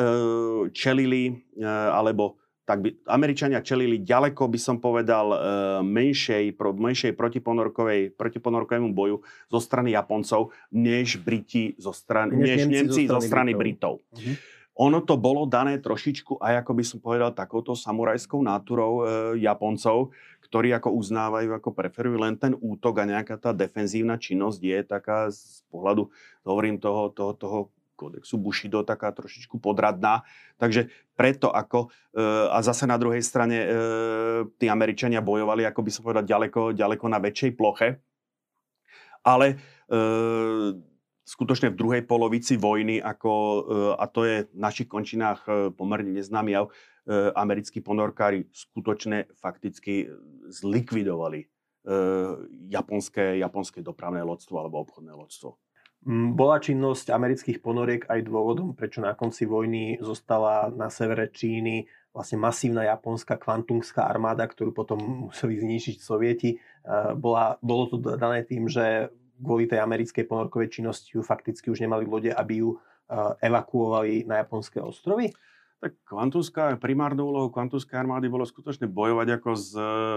Američania čelili ďaleko, by som povedal, menšej protiponorkovému boju zo strany Japoncov, než Nemci zo strany Britov. Ono to bolo dané trošičku aj, ako by som povedal, takouto samurajskou náturou Japoncov, ktorí ako uznávajú, ako preferujú len ten útok a nejaká tá defenzívna činnosť je taká z pohľadu, hovorím toho kódexu Bushido, taká trošičku podradná. Takže preto a zase na druhej strane tí Američania bojovali, ako by som povedal, ďaleko na väčšej ploche. Ale skutočne v druhej polovici vojny, a to je v našich končinách pomerne neznámy jav, americkí ponorkári skutočne fakticky zlikvidovali japonské dopravné lodstvo alebo obchodné lodstvo. Bola činnosť amerických ponoriek aj dôvodom, prečo na konci vojny zostala na severe Číny vlastne masívna japonská kvantungská armáda, ktorú potom museli zničiť Sovieti. Bolo to dané tým, že kvôli tej americkej ponorkovej činnosti fakticky už nemali lode, aby ju evakuovali na japonské ostrovy? Tak primárnou úlohou kvantúskej armády bolo skutočne bojovať ako s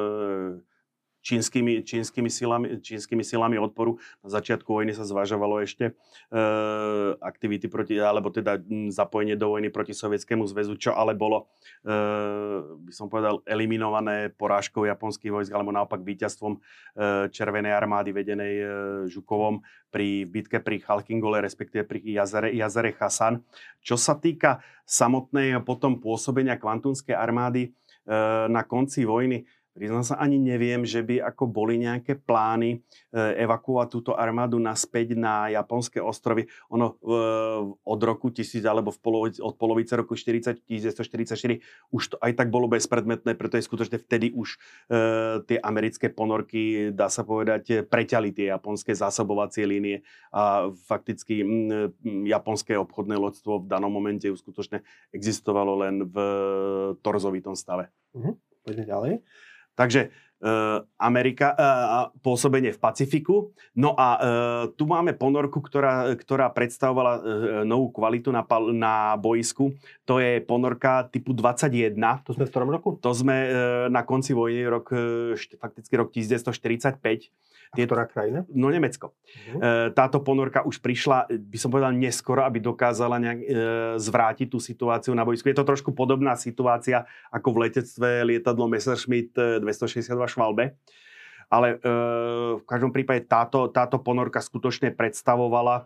čínskymi silami odporu. Na začiatku vojny sa zvažovalo ešte aktivity alebo teda zapojenie do vojny proti Sovietskému zväzu, čo ale bolo, by som povedal, eliminované porážkou japonských vojsk, alebo naopak víťazstvom Červenej armády vedenej Žukovom v bitke pri Chalkingole, respektíve pri jazere Chasan. Čo sa týka samotnej potom pôsobenia kvantúnskej armády na konci vojny, priznám sa, ani neviem, že by ako boli nejaké plány evakuovať túto armádu naspäť na japonské ostrovy. Ono od roku 1000 alebo od polovice roku 1944 už to aj tak bolo bezpredmetné, pretože skutočne vtedy už tie americké ponorky, dá sa povedať, preťali tie japonské zásobovacie línie a fakticky japonské obchodné lodstvo v danom momente už skutočne existovalo len v torzovitom stave. Poďme ďalej. Takže Amerika, pôsobenie v Pacifiku. No a tu máme ponorku, ktorá predstavovala novú kvalitu na boisku. To je ponorka typu 21. To sme v ktorom roku? To sme na konci vojny, fakticky rok 1945. Ktorá krajina? No Nemecko. Táto ponorka už prišla, by som povedal, neskoro, aby dokázala zvrátiť tú situáciu na boisku. Je to trošku podobná situácia ako v letectve lietadlo Messerschmitt 262 Schwalbe. Ale v každom prípade táto ponorka skutočne predstavovala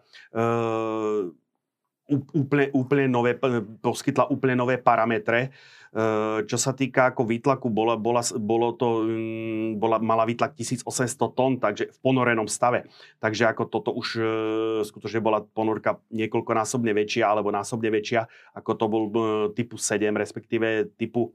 poskytla úplne nové parametre. Čo sa týka ako výtlaku, mala výtlak 1800 tón, takže v ponorenom stave. Takže ako toto už skutočne bola ponorka niekoľkonásobne väčšia, alebo násobne väčšia, ako to bol typu 7, respektíve typu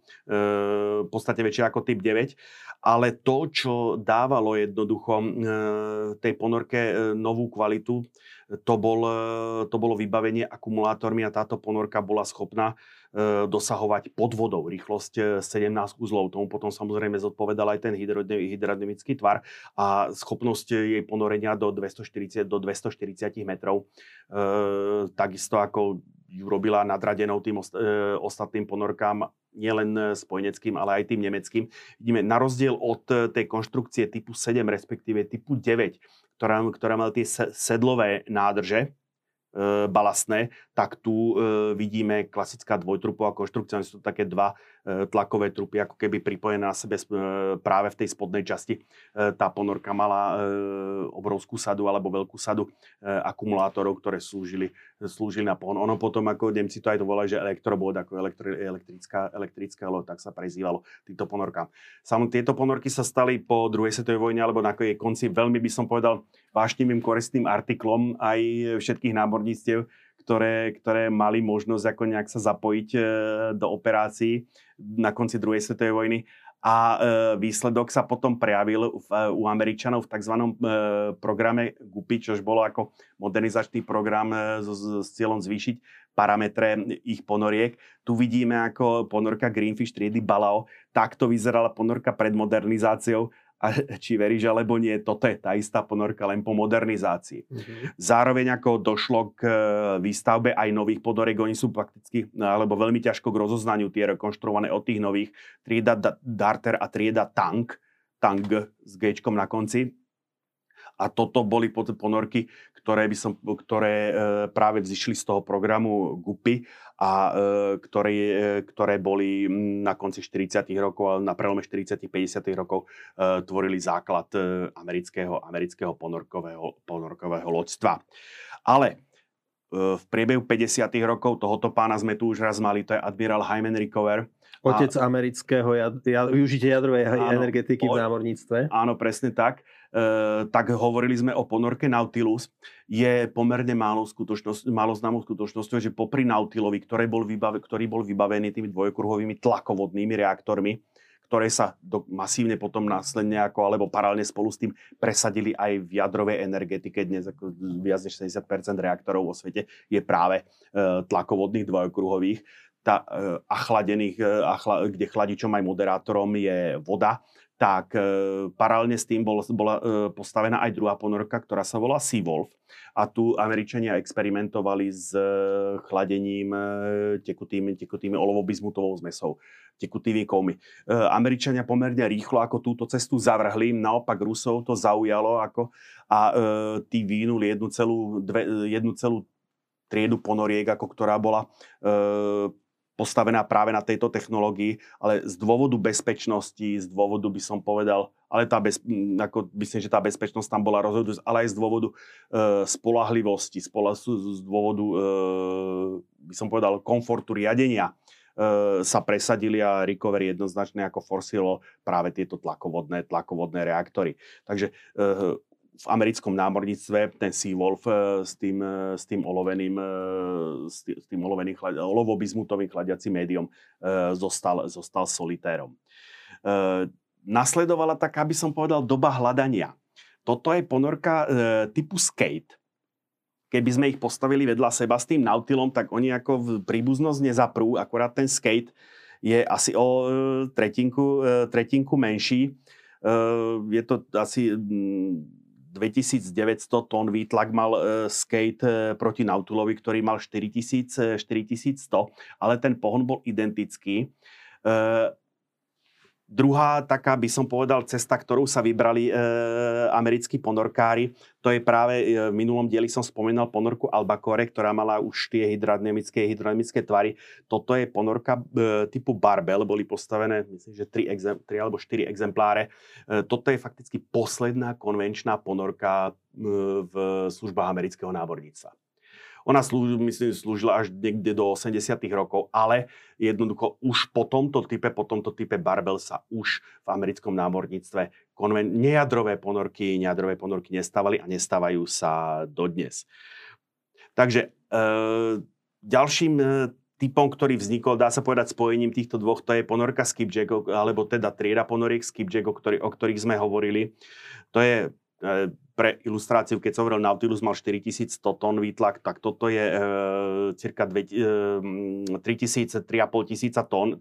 v podstate väčšia ako typ 9. Ale to, čo dávalo jednoducho tej ponorke novú kvalitu, to bolo vybavenie akumulátormi a táto ponorka bola schopná dosahovať pod vodou rýchlosť 17 uzlov. Tomu potom samozrejme zodpovedal aj ten hydrodynamický tvar a schopnosť jej ponorenia do 240 metrov. Takisto ako ju robila nadradenou tým ostatným ponorkám, nielen spojeneckým, ale aj tým nemeckým. Vidíme, na rozdiel od tej konštrukcie typu 7, respektíve typu 9, ktorá mala tie sedlové nádrže, balastné, tak tu vidíme klasická dvojtrupová konštrukcia. Sú to také dva tlakové trupy, ako keby pripojené na sebe práve v tej spodnej časti. Tá ponorka mala obrovskú sadu alebo veľkú sadu akumulátorov, ktoré slúžili na pohon. Ono potom, ako Nemci to aj to volajú, že elektrobod, ako elektrická loď, tak sa prezývalo týmto ponorkám. Tieto ponorky sa stali po druhej svetovej vojne alebo na jej konci veľmi, by som povedal, vášnivým koristným artiklom aj všetkých námorníctiev, ktoré mali možnosť ako nejak sa zapojiť do operácií na konci druhej svetovej vojny. A výsledok sa potom prejavil u Američanov v tzv. Programe GUPI, čož bolo ako modernizačný program s cieľom zvýšiť parametre ich ponoriek. Tu vidíme ako ponorka Greenfish triedy Balao. Takto vyzerala ponorka pred modernizáciou. A či veríš, alebo nie, toto je tá istá ponorka len po modernizácii. Zároveň ako došlo k výstavbe aj nových ponoriek, oni sú prakticky, alebo veľmi ťažko k rozoznaniu tie rekonštruované od tých nových. Trieda Darter a trieda Tang s G-čkom na konci. A toto boli ponorky, ktoré práve vzýšli z toho programu GUPI a ktoré boli na konci 40. rokov a na prelome 40. 50. rokov tvorili základ amerického ponorkového loďstva. Ale v priebehu 50. rokov tohoto pána sme tu už raz mali, to je admirál Hyman Rickover. Otec amerického využitia jadrovej energetiky v námorníctve. Áno, presne tak. Tak hovorili sme o ponorke Nautilus. Je pomerne málo známou skutočnosťou, že popri Nautilovi, ktorý bol vybavený tými dvojkruhovými tlakovodnými reaktormi, ktoré sa masívne potom následne alebo paralelne spolu s tým presadili aj v jadrovej energetike. Dnes ako viac než 70% reaktorov vo svete je práve tlakovodných dvojkruhových. Kde chladičom aj moderátorom je voda, tak paralelne s tým bola postavená aj druhá ponorka, ktorá sa volá Seawolf. A tu Američania experimentovali s chladením tekutými olovobizmutovou zmesou, tekutými kovmi. Američania pomerne rýchlo ako túto cestu zavrhli, naopak Rusov to zaujalo a tí vynuli jednu celú triedu ponoriek, ktorá bola postavená práve na tejto technológii, ale z dôvodu bezpečnosti, z dôvodu by som povedal, ale myslím, že tá bezpečnosť tam bola rozhodujúca, ale aj z dôvodu spoľahlivosti, z dôvodu, by som povedal, komfortu riadenia sa presadili a Rickover jednoznačne forsilo práve tieto tlakovodné reaktory. Takže v americkom námorníctve ten Seawolf s tým olovobizmutovým chladiacím médium zostal solitérom. Nasledovala taká, by som povedal, doba hľadania. Toto je ponorka typu skate. Keby sme ich postavili vedľa seba s tým Nautilom, tak oni príbuznosť nezaprú, akorát ten skate je asi o tretinku menší. Je to asi 2900 tón výtlak mal skate proti Nautilovi, ktorý mal 4100, ale ten pohon bol identický. Druhá taká, by som povedal, cesta, ktorú sa vybrali americkí ponorkári, to je práve, v minulom dieli som spomínal ponorku Albacore, ktorá mala už tie hydrodynamické tvary. Toto je ponorka typu Barbel, boli postavené, myslím, že 3 alebo 4 exempláre. Toto je fakticky posledná konvenčná ponorka v službách amerického námorníctva. Ona slúžila až niekde do 80. rokov, ale jednoducho už po tomto type Barbel sa už v americkom námorníctve nejadrové ponorky nestávali a nestávajú sa dodnes. Takže ďalším typom, ktorý vznikol, dá sa povedať spojením týchto dvoch, to je ponorka Skipjack, alebo teda trieda ponoriek Skipjack, o ktorých sme hovorili. To je pre ilustráciu, keď som hovoril, Nautilus mal 4100 tón výtlak, tak toto je cirka 3500 tón.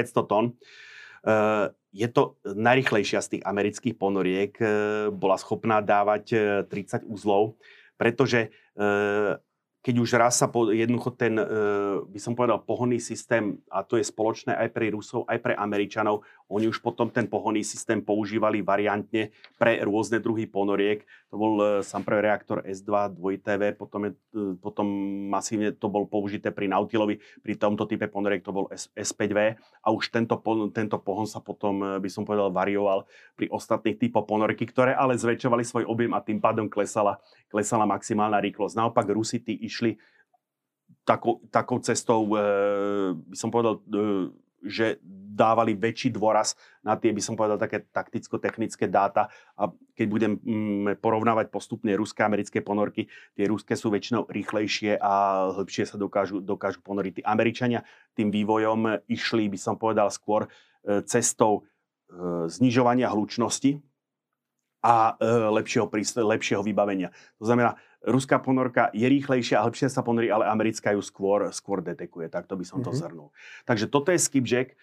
Je to najrýchlejšia z tých amerických ponoriek. Bola schopná dávať 30 uzlov, pretože keď už raz sa jednoducho ten, by som povedal, pohonný systém, a to je spoločné aj pre Rusov, aj pre Američanov, oni už potom ten pohonný systém používali variantne pre rôzne druhy ponoriek. To bol sám pre reaktor S2 2TV, potom masívne to bol použité pri Nautilovi, pri tomto type ponoriek to bol S5V a už tento pohon sa potom, by som povedal, varioval pri ostatných typoch ponoriky, ktoré ale zväčšovali svoj objem a tým pádom klesala maximálna rýchlosť. Naopak Rusi išli takou cestou, by som povedal, že dávali väčší dôraz na tie, by som povedal, také takticko-technické dáta. A keď budem porovnávať postupne ruské a americké ponorky, tie ruské sú väčšinou rýchlejšie a hĺbšie sa dokážu ponoriť. Tí Američania tým vývojom išli, by som povedal, skôr cestou znižovania hlučnosti a lepšieho vybavenia. To znamená, ruská ponorka je rýchlejšia a hĺbšie sa ponorí, ale americká ju skôr detekuje. Takto by som to zhrnul. Takže toto je Skipjack.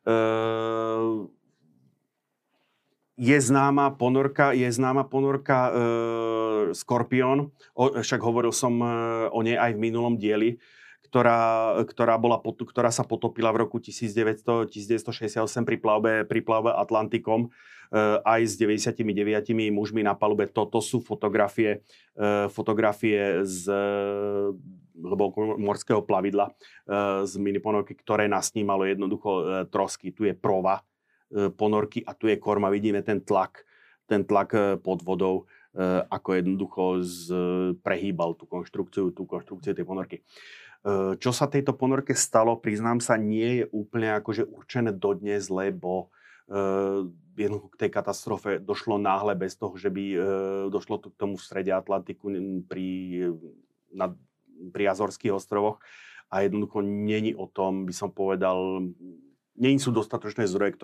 Je známa ponorka Scorpion. Však hovoril som o nej aj v minulom dieli, ktorá sa potopila v roku 1968 pri plavbe Atlantikom aj s 99 mužmi na palube. Toto sú fotografie z hlbokomorského plavidla z miniponorky, ktoré nasnímalo jednoducho trosky. Tu je prova ponorky a tu je korma. Vidíme ten tlak pod vodou, ako jednoducho prehýbal tú konštrukciu tej ponorky. Čo sa tejto ponorke stalo, priznám sa, nie je úplne akože určené dodnes, lebo jednoducho k tej katastrofe došlo náhle bez toho, že by došlo k tomu v strede Atlantiku pri Azorských ostrovoch a jednoducho není o tom, by som povedal, nie sú dostatočné zdroje,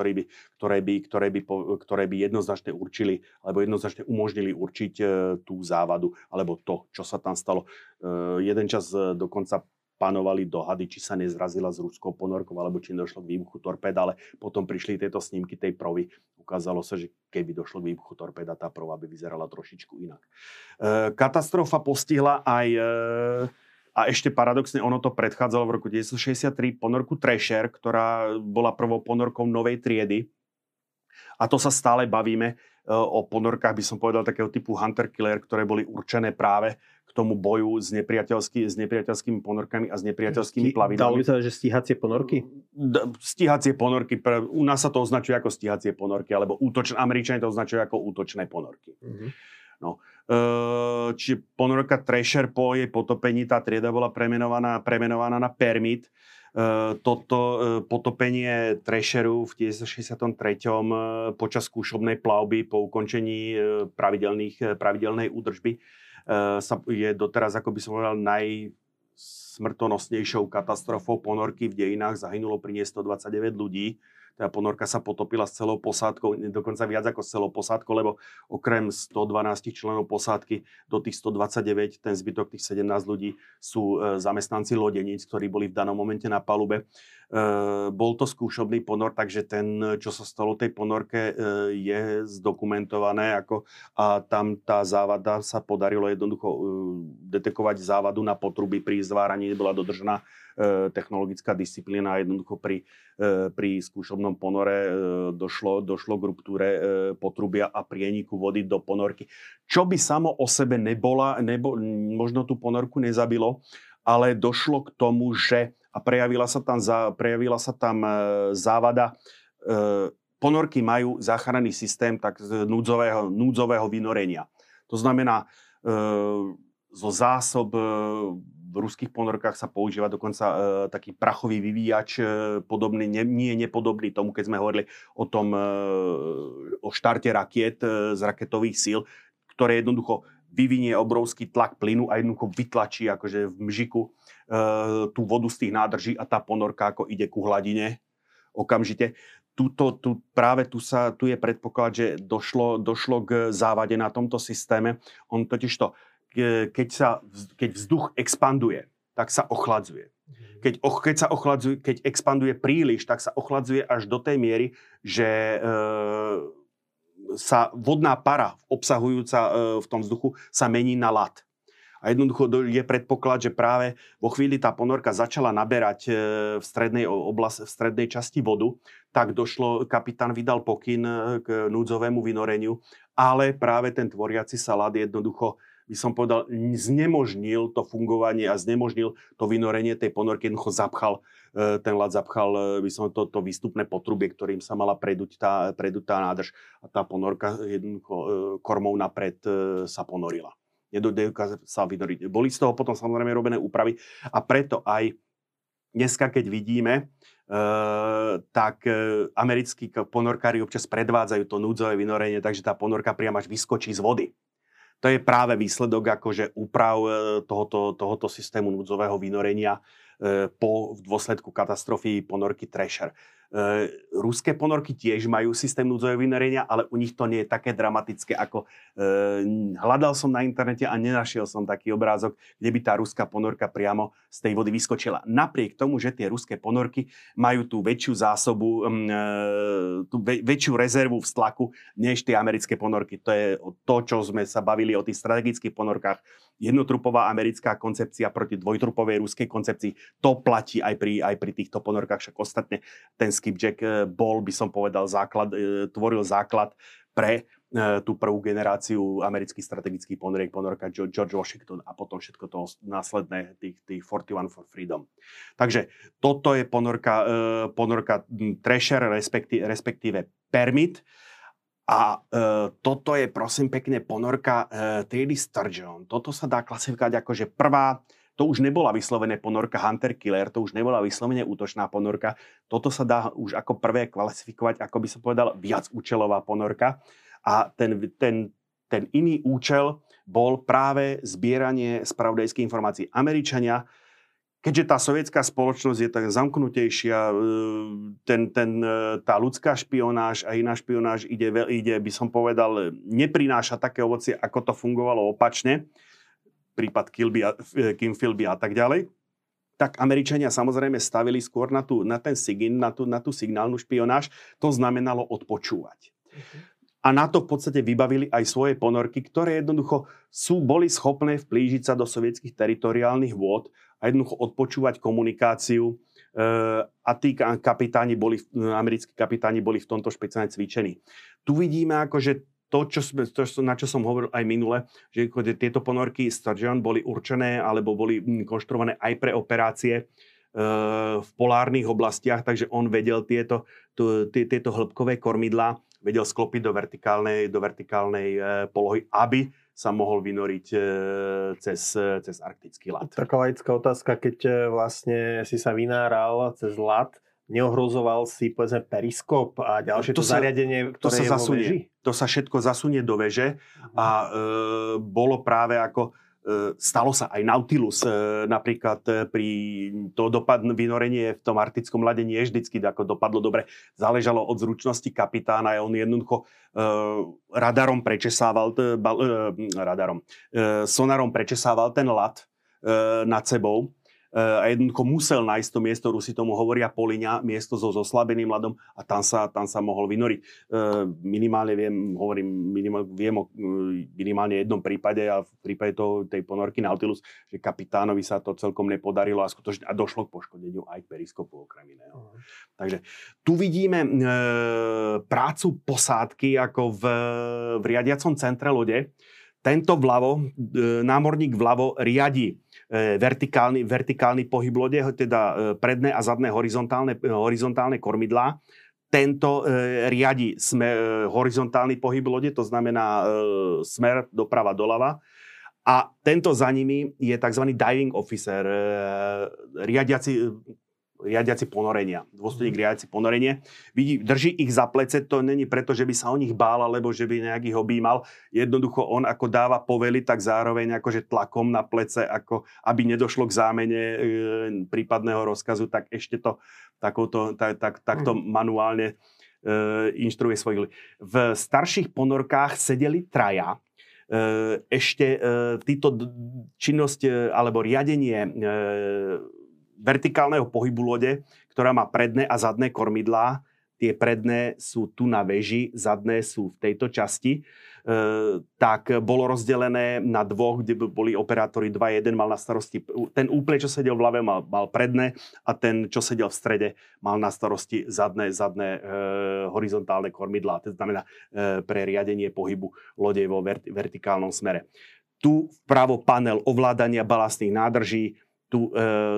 ktoré by jednoznačne určili alebo jednoznačne umožnili určiť tú závadu alebo to, čo sa tam stalo. Jeden čas dokonca panovali dohady, či sa nezrazila s ruskou ponorkou, alebo či došlo k výbuchu torpéda, ale potom prišli tieto snímky tej provy. Ukázalo sa, že keby došlo k výbuchu torpéda, tá prova by vyzerala trošičku inak. Katastrofa postihla aj, a ešte paradoxne, ono to predchádzalo v roku 1963, ponorku Thrasher, ktorá bola prvou ponorkou novej triedy. A to sa stále bavíme o ponorkách, by som povedal, takého typu Hunter-Killer, ktoré boli určené práve k tomu boju s nepriateľskými ponorkami a s nepriateľskými plavidlami. Dalo by sa, že stíhacie ponorky? Stíhacie ponorky. U nás sa to označuje ako stíhacie ponorky, alebo Američania to označujú ako útočné ponorky. Mm-hmm. No. Čiže ponorka Thrasher po jej potopení, tá trieda bola premenovaná na Permit. Toto potopenie Thrasheru v 1963 počas skúšobnej plavby po ukončení pravidelnej údržby je doteraz, ako by som povedal, najsmrtonosnejšou katastrofou ponorky v dejinách. Zahynulo pri nej 129 ľudí. Tá ponorka sa potopila s celou posádkou, dokonca viac ako s celou posádkou, lebo okrem 112 členov posádky do tých 129, ten zbytok tých 17 ľudí sú zamestnanci lodeníc, ktorí boli v danom momente na palube. Bol to skúšobný ponor, takže čo sa stalo tej ponorke, je zdokumentované, a tam tá závada sa podarilo jednoducho detekovať závadu na potrubí pri zváraní, bola dodržaná technologická disciplína a jednoducho pri skúšobnom ponore došlo k ruptúre potrubia a prieniku vody do ponorky. Čo by samo o sebe možno tú ponorku nezabilo, ale došlo k tomu, že prejavila sa tam závada. Ponorky majú záchranný systém tak núdzového vynorenia. To znamená, zo zásob v ruských ponorkách sa používa dokonca taký prachový vyvíjač, podobný, nie nepodobný tomu, keď sme hovorili o štarte rakiet z raketových síl, ktoré jednoducho vyvinie obrovský tlak plynu a jednoducho vytlačí akože v mžiku tú vodu z tých nádrží a tá ponorka ako ide ku hladine okamžite. Tu je predpoklad, že došlo k závade na tomto systéme. On totižto, keď vzduch expanduje, tak sa ochladzuje. Keď expanduje príliš, tak sa ochladzuje až do tej miery, že sa vodná para obsahujúca v tom vzduchu sa mení na ľad. A jednoducho je predpoklad, že práve vo chvíli tá ponorka začala naberať v strednej časti vodu, tak kapitán vydal pokyn k núdzovému vynoreniu, ale práve ten tvoriaci sa ľad jednoducho, by som povedal, znemožnil to fungovanie a znemožnil to vynorenie tej ponorky, jednoducho ten ľad zapchal by som to výstupné potrubie, ktorým sa mala preduť tá nádrž a tá ponorka jednoducho kormou napred sa ponorila. Nedokázala sa vynoriť. Boli z toho potom samozrejme robené úpravy a preto aj dneska, keď vidíme, tak americkí ponorkári občas predvádzajú to núdzové vynorenie, takže tá ponorka priam až vyskočí z vody. To je práve výsledok akože úprav tohoto systému núdzového vynorenia v dôsledku katastrofy ponorky Thrasher. Ruské ponorky tiež majú systém núdzového vynorenia, ale u nich to nie je také dramatické ako... Hľadal som na internete a nenašiel som taký obrázok, kde by tá ruská ponorka priamo z tej vody vyskočila. Napriek tomu, že tie ruské ponorky majú tú väčšiu zásobu, tú väčšiu rezervu v stlaku, než tie americké ponorky. To je to, čo sme sa bavili o tých strategických ponorkách jednotrupová americká koncepcia proti dvojtrupovej ruskej koncepcii. To platí aj pri týchto ponorkách, však ostatne ten skipjack bol, by som povedal, tvoril základ pre tú prvú generáciu amerických strategických ponoriek, ponorka George Washington a potom všetko to následné, tých 41 for Freedom. Takže toto je ponorka Thrasher, respektíve Permit. A toto je, prosím pekne, ponorka triedy Sturgeon. Toto sa dá klasifikovať ako, že prvá, to už nebola vyslovené ponorka Hunter-Killer, to už nebola vyslovene útočná ponorka. Toto sa dá už ako prvé klasifikovať, ako by som povedal, viacúčelová ponorka. A ten iný účel bol práve zbieranie spravodajských informácií. Američania, keďže tá sovietská spoločnosť je tak zamknutejšia, tá ľudská špionáž a iná špionáž ide, by som povedal, neprináša také ovocie, ako to fungovalo opačne, prípad Kim Philby a tak ďalej, tak Američania samozrejme stavili skôr na tú signálnu špionáž, to znamenalo odpočúvať. A na to v podstate vybavili aj svoje ponorky, ktoré jednoducho boli schopné vplížiť sa do sovietských teritoriálnych vôd a jednoducho odpočúvať komunikáciu. A tí americkí kapitáni boli v tomto špeciálne cvičení. Tu vidíme akože na čo som hovoril aj minule, že tieto ponorky Sturgeon boli určené alebo boli konštruované aj pre operácie v polárnych oblastiach, takže on vedel tieto hĺbkové kormidlá vedel sklopiť do vertikálnej polohy, aby sa mohol vynoriť cez arktický ľad. Taká laická otázka, keď vlastne si sa vynáral cez ľad, neohrozoval si, povedzme, periskop a ďalšie zariadenie, ktoré je vo veži? To sa všetko zasunie do veže a bolo práve ako stalo sa aj Nautilus, napríklad pri vynorenie v tom arktickom ľade nie vždycky ako dopadlo dobre. Záležalo od zručnosti kapitána a on jednoducho sonarom prečesával ten ľad nad sebou a jednoducho musel nájsť to miesto, Rusi tomu hovoria poliňa, miesto so zoslabeným ľadom a tam sa mohol vynoriť. Minimálne viem o minimálne jednom prípade a v prípade tej ponorky Nautilus, že kapitánovi sa to celkom nepodarilo a došlo k poškodeniu aj k periskopu okrem iného. Takže tu vidíme prácu posádky ako v riadiacom centre lode. Tento námorník vľavo riadi vertikálny pohyb lode, teda predné a zadné horizontálne kormidlá. Tento riadi horizontálny pohyb lode, to znamená smer doprava doľava. A tento za nimi je tzv. Diving officer, riadiaci ponorenia. Dôstojník riadiaci ponorenie. Drží ich za plece, to není preto, že by sa o nich bál, alebo že by nejak ich objímal. Jednoducho on ako dáva povely, tak zároveň akože tlakom na plece, ako aby nedošlo k zámene prípadného rozkazu, tak ešte to takto manuálne inštruuje svojich ľudí. V starších ponorkách sedeli traja. Ešte títo činnosť alebo riadenie vertikálneho pohybu lode, ktorá má predné a zadné kormidlá. Tie predné sú tu na veži, zadné sú v tejto časti. Tak bolo rozdelené na dvoch, kde boli operátori 2-1, mal na starosti, ten úplne, čo sedel v hlave, mal predné a ten, čo sedel v strede, mal na starosti zadné horizontálne kormidlá. To znamená pre riadenie pohybu lode vo vertikálnom smere. Tu vpravo panel ovládania balastných nádrží, tu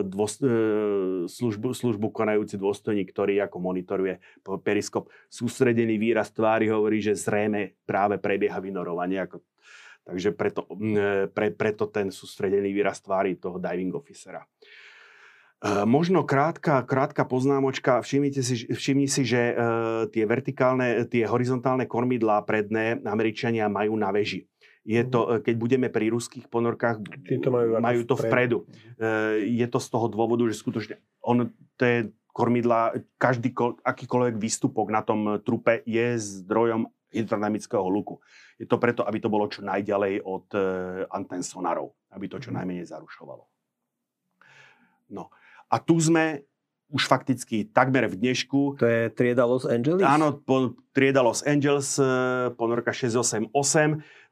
službu konajúci dôstojník, ktorý ako monitoruje periskop. Sústredený výraz tvári hovorí, že zrejme práve prebieha vynorovanie. Takže preto ten sústredený výraz tvári toho diving officera. Možno krátka poznámočka. Všimni si, že tie horizontálne kormidlá predné Američania majú na veži. Je to, keď budeme pri ruských ponorkách, majú to vpredu. Je to z toho dôvodu, že skutočne tie kormidlá, akýkoľvek výstupok na tom trupe je zdrojom hydrodynamického hluku. Je to preto, aby to bolo čo najďalej od antén sonarov, aby to čo najmenej zarušovalo. No. A tu sme už fakticky takmer v dnešku. To je trieda Los Angeles? Áno, trieda Los Angeles, ponorka 688.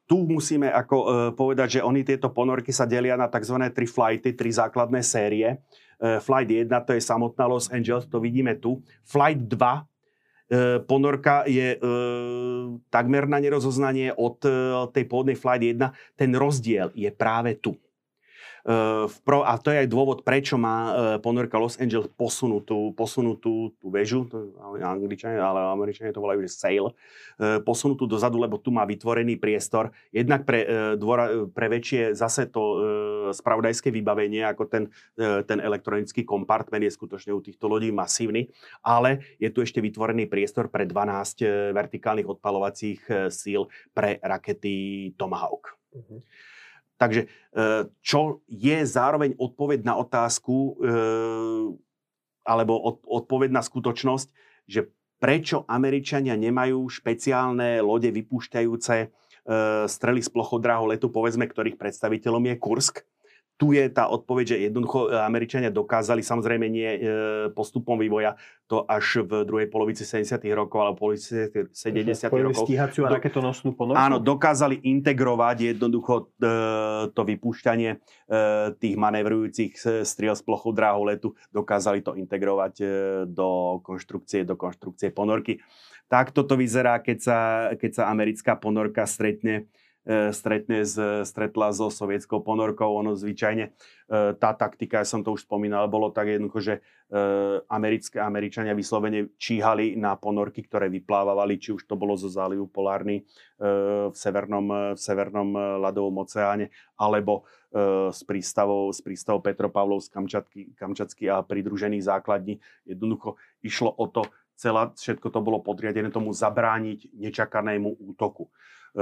tu musíme povedať, že oni tieto ponorky sa delia na tzv. 3 flighty, 3 základné série. Flight 1 to je samotná Los Angeles, to vidíme tu. Flight 2 ponorka je takmer na nerozoznanie od tej pôvodnej Flight 1. Ten rozdiel je práve tu. A to je aj dôvod, prečo má ponorka Los Angeles posunutú tú väžu, ale Američania to volajú, že sail, posunutú dozadu, lebo tu má vytvorený priestor. Jednak pre väčšie zase to spravodajské vybavenie, ako ten elektronický kompartment je skutočne u týchto lodí masívny, ale je tu ešte vytvorený priestor pre 12 vertikálnych odpaľovacích síl pre rakety Tomahawk. Uh-huh. Takže čo je zároveň odpoveď na otázku alebo odpoveď na skutočnosť, že prečo Američania nemajú špeciálne lode vypúšťajúce strely z plochodráhov letu, povedzme, ktorých predstaviteľom je Kursk. Tu je tá odpoveď, že jednoducho Američania dokázali, samozrejme nie postupom vývoja, to až v druhej polovici 70. rokov alebo polovici 70. rokov. Stíhaciu a raketonosnú ponorku? Áno, dokázali integrovať jednoducho to vypúšťanie tých manévrujúcich striel z plochodráhov letu, dokázali to integrovať do konštrukcie ponorky. Takto to vyzerá, keď sa americká ponorka stretla so sovietskou ponorkou. Ono zvyčajne, tá taktika, ja som to už spomínal, bolo tak jednoducho, že Američania vyslovene číhali na ponorky, ktoré vyplávali, či už to bolo zo zálivu Polárny v severnom ľadovom oceáne, alebo z prístavov Petropavlovsk, Kamčatsky a pridružených základní. Jednoducho išlo o to, všetko to bolo podriadené tomu zabrániť nečakanému útoku.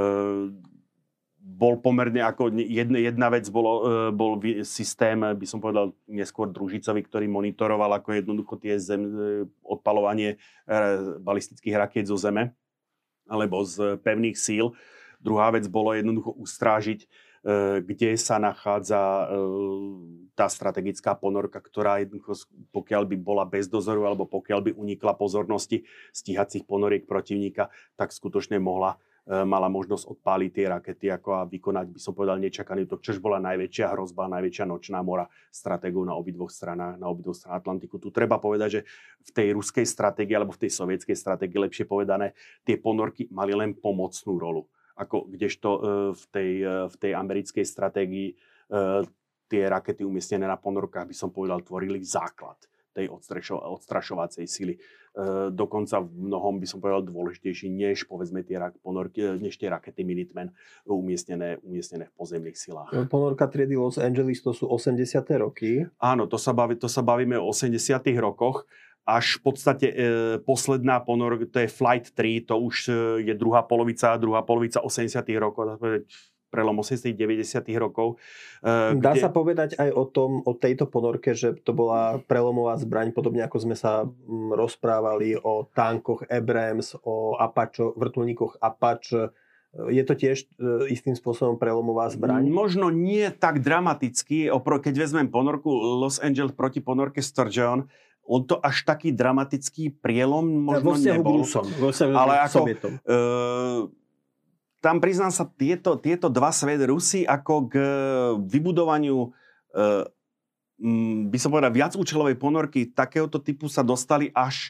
Bol pomerne jedna vec bol systém, by som povedal neskôr družicový, ktorý monitoroval ako jednoducho tie odpaľovanie balistických rakiet zo zeme alebo z pevných síl. Druhá vec bolo jednoducho ustrážiť, kde sa nachádza tá strategická ponorka, ktorá jednoducho, pokiaľ by bola bez dozoru alebo pokiaľ by unikla pozornosti stíhacích ponoriek protivníka, tak skutočne mala možnosť odpáliť tie rakety a vykonať, by som povedal, nečakaný útok, čož bola najväčšia hrozba, najväčšia nočná mora stratégov na obidvoch stranách Atlantiku. Tu treba povedať, že v tej ruskej stratégii alebo v tej sovietskej stratégii, lepšie povedané, tie ponorky mali len pomocnú rolu. Kdežto v tej americkej stratégii tie rakety umiestnené na ponorkách, by som povedal, tvorili základ tej odstrašovacej sily. Dokonca v mnohom, by som povedal, dôležitejší než povedzme tie rakety Minuteman umiestnené v pozemných silách. Ponorka triedy Los Angeles, to sú 80. roky. Áno, to sa bavíme o 80. rokoch. Až v podstate posledná ponorka, to je Flight 3, to už je druhá polovica 80. rokov, prelom 80. 90. rokov. Dá sa povedať aj o tejto ponorke, že to bola prelomová zbraň, podobne ako sme sa rozprávali o tankoch Abrams, o vrtuľníkoch Apache. Je to tiež istým spôsobom prelomová zbraň? Možno nie tak dramaticky. Keď vezmem ponorku Los Angeles proti ponorke Sturgeon, on to až taký dramatický prielom možno nebol. Ale ako tam priznám sa, tieto dva svety Rusi ako k vybudovaniu by som povedal viacúčelovej ponorky takéhoto typu sa dostali až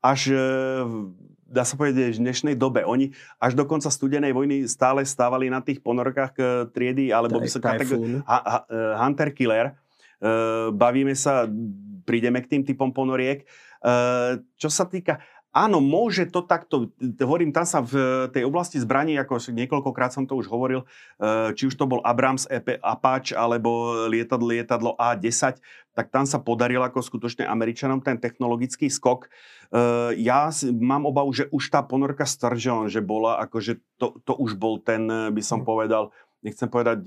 dá sa povedať, v dnešnej dobe. Oni až do konca studenej vojny stále stávali na tých ponorkách triedy, alebo by sa Hunter Killer. Bavíme sa, prídeme k tým typom ponoriek. Čo sa týka, áno, môže to takto, hovorím, tam sa v tej oblasti zbraní, ako niekoľkokrát som to už hovoril, či už to bol Abrams Apache alebo lietadlo A-10, tak tam sa podaril ako skutočne Američanom ten technologický skok. Ja mám obavu, že už tá ponorka Sturgeon, že bola, akože to už bol ten, by som povedal, nechcem povedať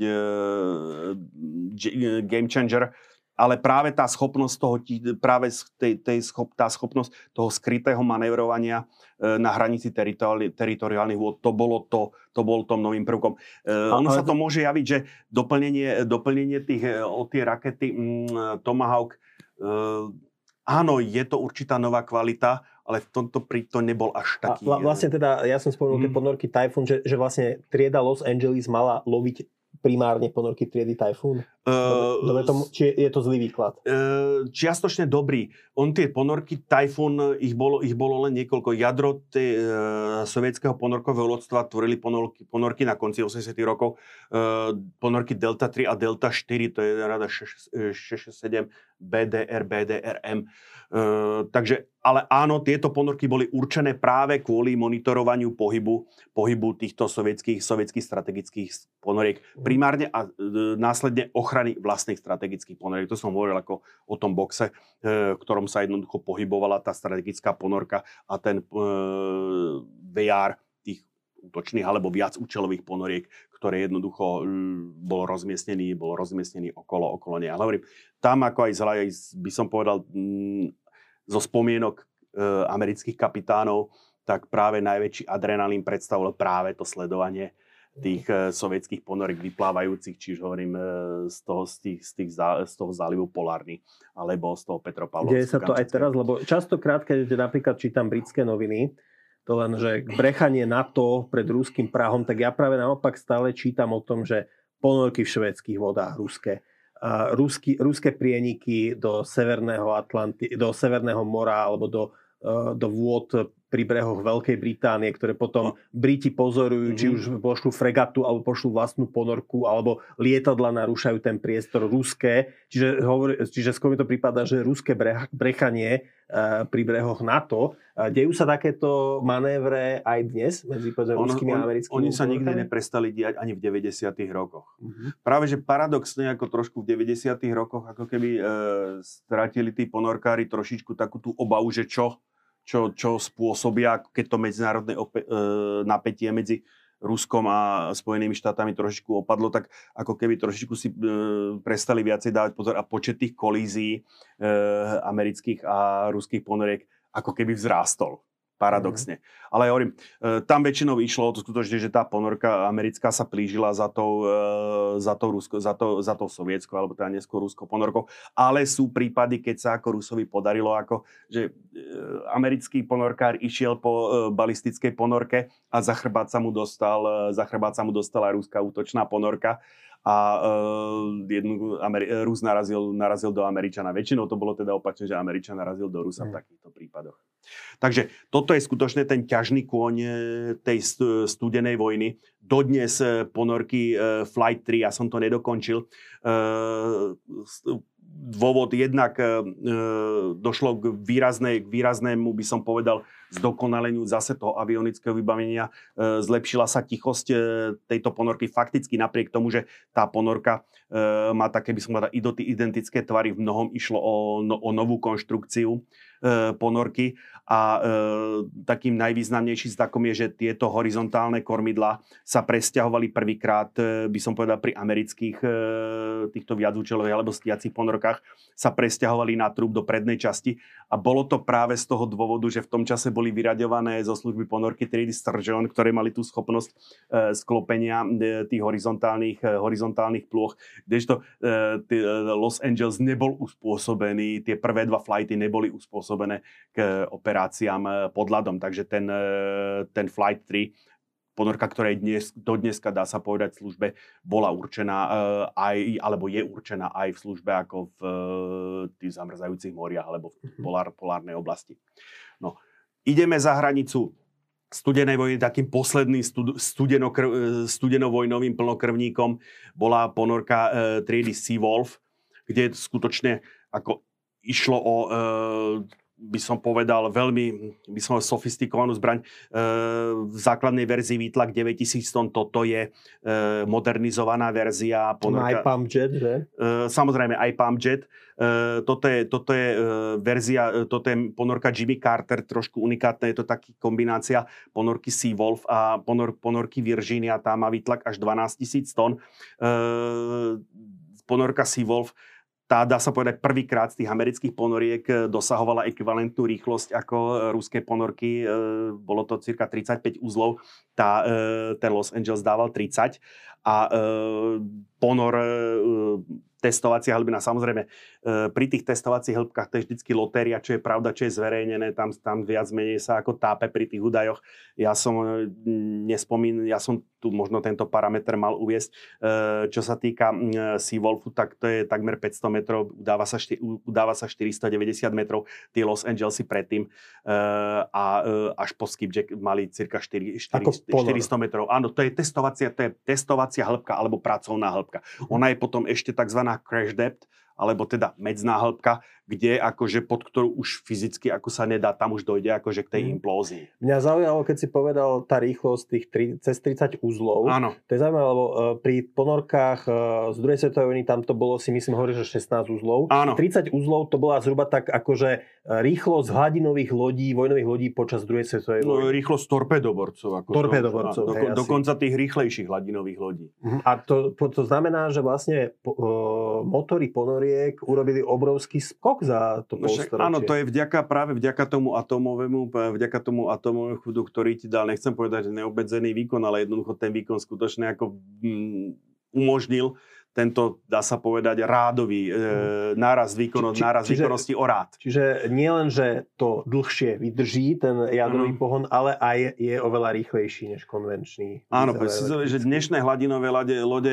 game changer, ale práve tá schopnosť tá schopnosť toho skrytého manévrovania na hranici teritoriálnych vôd, to bol tom novým prvkom. Ono sa to môže javiť, že doplnenie o tie rakety Tomahawk, áno, je to určitá nová kvalita, ale v tomto to nebol až taký. Vlastne teda, ja som spomenul tie ponorky Typhoon, že vlastne trieda Los Angeles mala loviť primárne ponorky triedy Typhoon? Či je to zlý výklad? Čiastočne dobrý. Tie ponorky Typhoon, ich bolo len niekoľko. Jadro sovietskeho ponorkového lodstva tvorili ponorky na konci 80. rokov. Ponorky Delta 3 a Delta 4, to je rada 667 BDR, BDRM. Takže, ale áno, tieto ponorky boli určené práve kvôli monitorovaniu pohybu týchto sovietských strategických ponoriek. Primárne a následne ochrany vlastných strategických ponoriek. To som hovoril ako o tom boxe, v ktorom sa jednoducho pohybovala tá strategická ponorka a ten VR tých útočných alebo viac účelových ponoriek, ktoré jednoducho bolo rozmiestnený okolo nej. Ale hovorím, tam ako aj by som povedal zo spomienok amerických kapitánov, tak práve najväčší adrenalín predstavilo práve to sledovanie tých sovietských ponoriek vyplávajúcich, čiže hovorím z toho zálivu Polárny alebo z toho Petropavlovského. Deje sa to aj teraz, lebo častokrát, keď napríklad čítam britské noviny, to len, že brechanie NATO pred ruským prahom, tak ja práve naopak stále čítam o tom, že ponorky v švédskych vodách ruské. Ruské prieniky do Severného mora alebo do vôd pri brehoch Veľkej Británie, ktoré potom Briti pozorujú, či už pošlú fregatu, alebo pošlú vlastnú ponorku, alebo lietadla narúšajú ten priestor ruské. Čiže skôr mi to prípada, že ruské brechanie pri brehoch NATO. Dejú sa takéto manévre aj dnes medzi ruskými a americkými? Oni sa nikdy neprestali diať ani v 90. rokoch. Práve, že paradoxne, ako trošku v 90. rokoch, ako keby stratili tí ponorkári trošičku takú tú obavu, že čo spôsobia, keď to medzinárodné napätie medzi Ruskom a Spojenými štátami trošičku opadlo, tak ako keby trošičku si prestali viacej dávať pozor a počet tých kolízií amerických a ruských ponoriek ako keby vzrástol. Paradoxne. Ale hovorím, tam väčšinou išlo o to skutočne, že tá ponorka americká sa plížila za tou sovietskou, alebo teda neskôr ruskou ponorkou. Ale sú prípady, keď sa ako Rusovi podarilo, že americký ponorkár išiel po balistickej ponorke a za chrbát sa mu dostala ruská útočná ponorka. A Rus narazil do Američana. Väčšinou to bolo teda opačne, že Američan narazil do Rusa v takýchto prípadoch. Takže toto je skutočne ten ťažný kôň tej studenej vojny. Dodnes ponorky Flight 3, ja som to nedokončil, dôvod jednak došlo k výraznému, by som povedal, zdokonaleniu zase toho avionického vybavenia. Zlepšila sa tichosť tejto ponorky. Fakticky napriek tomu, že tá ponorka má také, by som povedal, identické tvary, v mnohom išlo o novú konštrukciu ponorky a takým najvýznamnejším znakom je, že tieto horizontálne kormidlá sa presťahovali prvýkrát, by som povedal, pri amerických týchto viacúčelových alebo stiacich ponorkách sa presťahovali na trúb do prednej časti a bolo to práve z toho dôvodu, že v tom čase boli vyraďované zo služby ponorky triedy Sturgeon, ktoré mali tú schopnosť sklopenia tých horizontálnych plôch, kdežto Los Angeles nebol uspôsobený, tie prvé dva flighty neboli uspôsobené k operáciám pod ľadom. Takže ten Flight 3, ponorka, ktorá je do dneska, dá sa povedať, v službe, bola určená alebo je určená aj v službe ako v tých zamrzajúcich moriach alebo v polárnej oblasti. No. Ideme za hranicu studenej vojny, takým posledným studenovojnovým plnokrvníkom bola ponorka triedy Seawolf, kde skutočne ako išlo o, by som povedal, veľmi sofistikovanú zbraň. V základnej verzii výtlak 9000 tón, toto je modernizovaná verzia ponorka. Aj Pump Jet, že? Samozrejme, aj Pump Jet. Toto je verzia, toto je ponorka Jimmy Carter, trošku unikátne, je to taký kombinácia ponorky Seawolf a ponorky Virginia, tá má výtlak až 12 000 tón. Ponorka Seawolf, tá, dá sa povedať, prvýkrát z tých amerických ponoriek dosahovala ekvivalentnú rýchlosť ako ruské ponorky. Bolo to cirka 35 uzlov. Ten Los Angeles dával 30. A ponor testovacia hĺbina. Samozrejme, pri tých testovacích hĺbkach to je vždycky lotéria, čo je pravda, čo je zverejnené, tam viac menej sa ako tápe pri tých údajoch. Ja som tu možno tento parameter mal uviesť. Čo sa týka Seawolfu, tak to je takmer 500 metrov, udáva sa 490 metrov, tie Los Angelesy predtým a až po Skipjack mali cirka 400 metrov. Áno, to je testovacia hĺbka alebo pracovná hĺbka. Ona je potom ešte takzvaná crash depth, alebo teda medzná hĺbka, kde akože pod ktorú už fyzicky ako sa nedá, tam už dojde akože k tej implózii. Mňa zaujalo, keď si povedal tá rýchlosť tých cez 30 uzlov. Áno. To je zaujímavé, lebo pri ponorkách z druhej svetovej vojny tam to bolo, si myslím, hovorí, že 16 uzlov. Áno. 30 uzlov to bola zhruba tak akože rýchlosť hladinových lodí, vojnových lodí počas druhej svetovej vojny. No, rýchlosť torpedoborcov. Torpedoborcov. Dokonca tých rýchlejších hladinových lodí. A to znamená, že vlastne motory ponoriek urobili obrovský skok za to polstoročie. Áno, to je práve vďaka tomu atomovému chudu, ktorý ti dal, nechcem povedať, že neobmedzený výkon, ale jednoducho ten výkon skutočne ako umožnil tento, dá sa povedať, rádový nárast výkonnosti o rád. Čiže nie len, že to dlhšie vydrží, ten jadrový pohon, ale aj je oveľa rýchlejší než konvenčný. Áno, že dnešné hladinové lode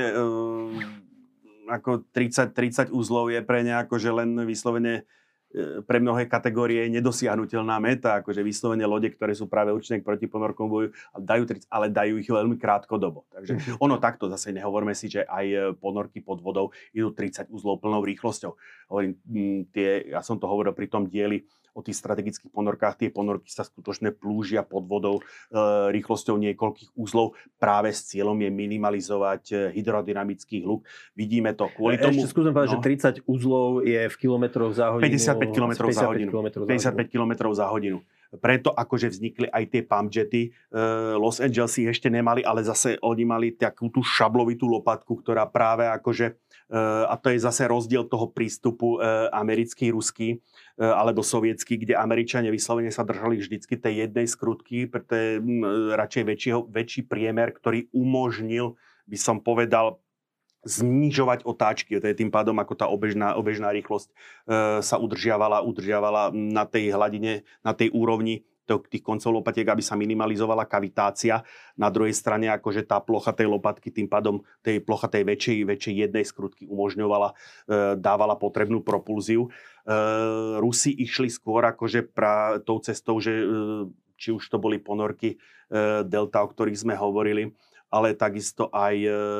ako 30 uzlov je pre ne akože len vyslovene pre mnohé kategórie nedosiahnutelná meta, akože vyslovene lode, ktoré sú práve určené k protiponorkom boju, ale dajú ich veľmi krátkodobo. Takže ono takto, zase nehovorme si, že aj ponorky pod vodou idú 30 uzlov plnou rýchlosťou. Hovorím, ja som to hovoril pri tom dieli o tých strategických ponorkách, tie ponorky sa skutočne plúžia pod vodou rýchlosťou niekoľkých uzlov. Práve s cieľom je minimalizovať hydrodynamický hluk. Vidíme to kvôli tomu. Ešte skúsim povedať, že 30 uzlov je v kilometroch za hodinu. 55 km za hodinu. Preto akože vznikli aj tie pumpjety. Los Angeles ich ešte nemali, ale zase oni mali takú tú šablovitú lopatku, ktorá práve akože, a to je zase rozdiel toho prístupu americký, ruský alebo sovietský, kde Američania vyslovene sa držali vždycky tej jednej skrutky, preto je radšej väčší priemer, ktorý umožnil, by som povedal, znižovať otáčky. To je tým pádom, ako tá obežná rýchlosť sa udržiavala na tej hladine, na tej úrovni tých koncov lopatiek, aby sa minimalizovala kavitácia. Na druhej strane, akože tá plocha tej lopatky, tým pádom tej plocha tej väčšej jednej skrutky umožňovala, dávala potrebnú propulziu. Rusi išli skôr akože tou cestou, že či už to boli ponorky Delta, o ktorých sme hovorili, ale takisto aj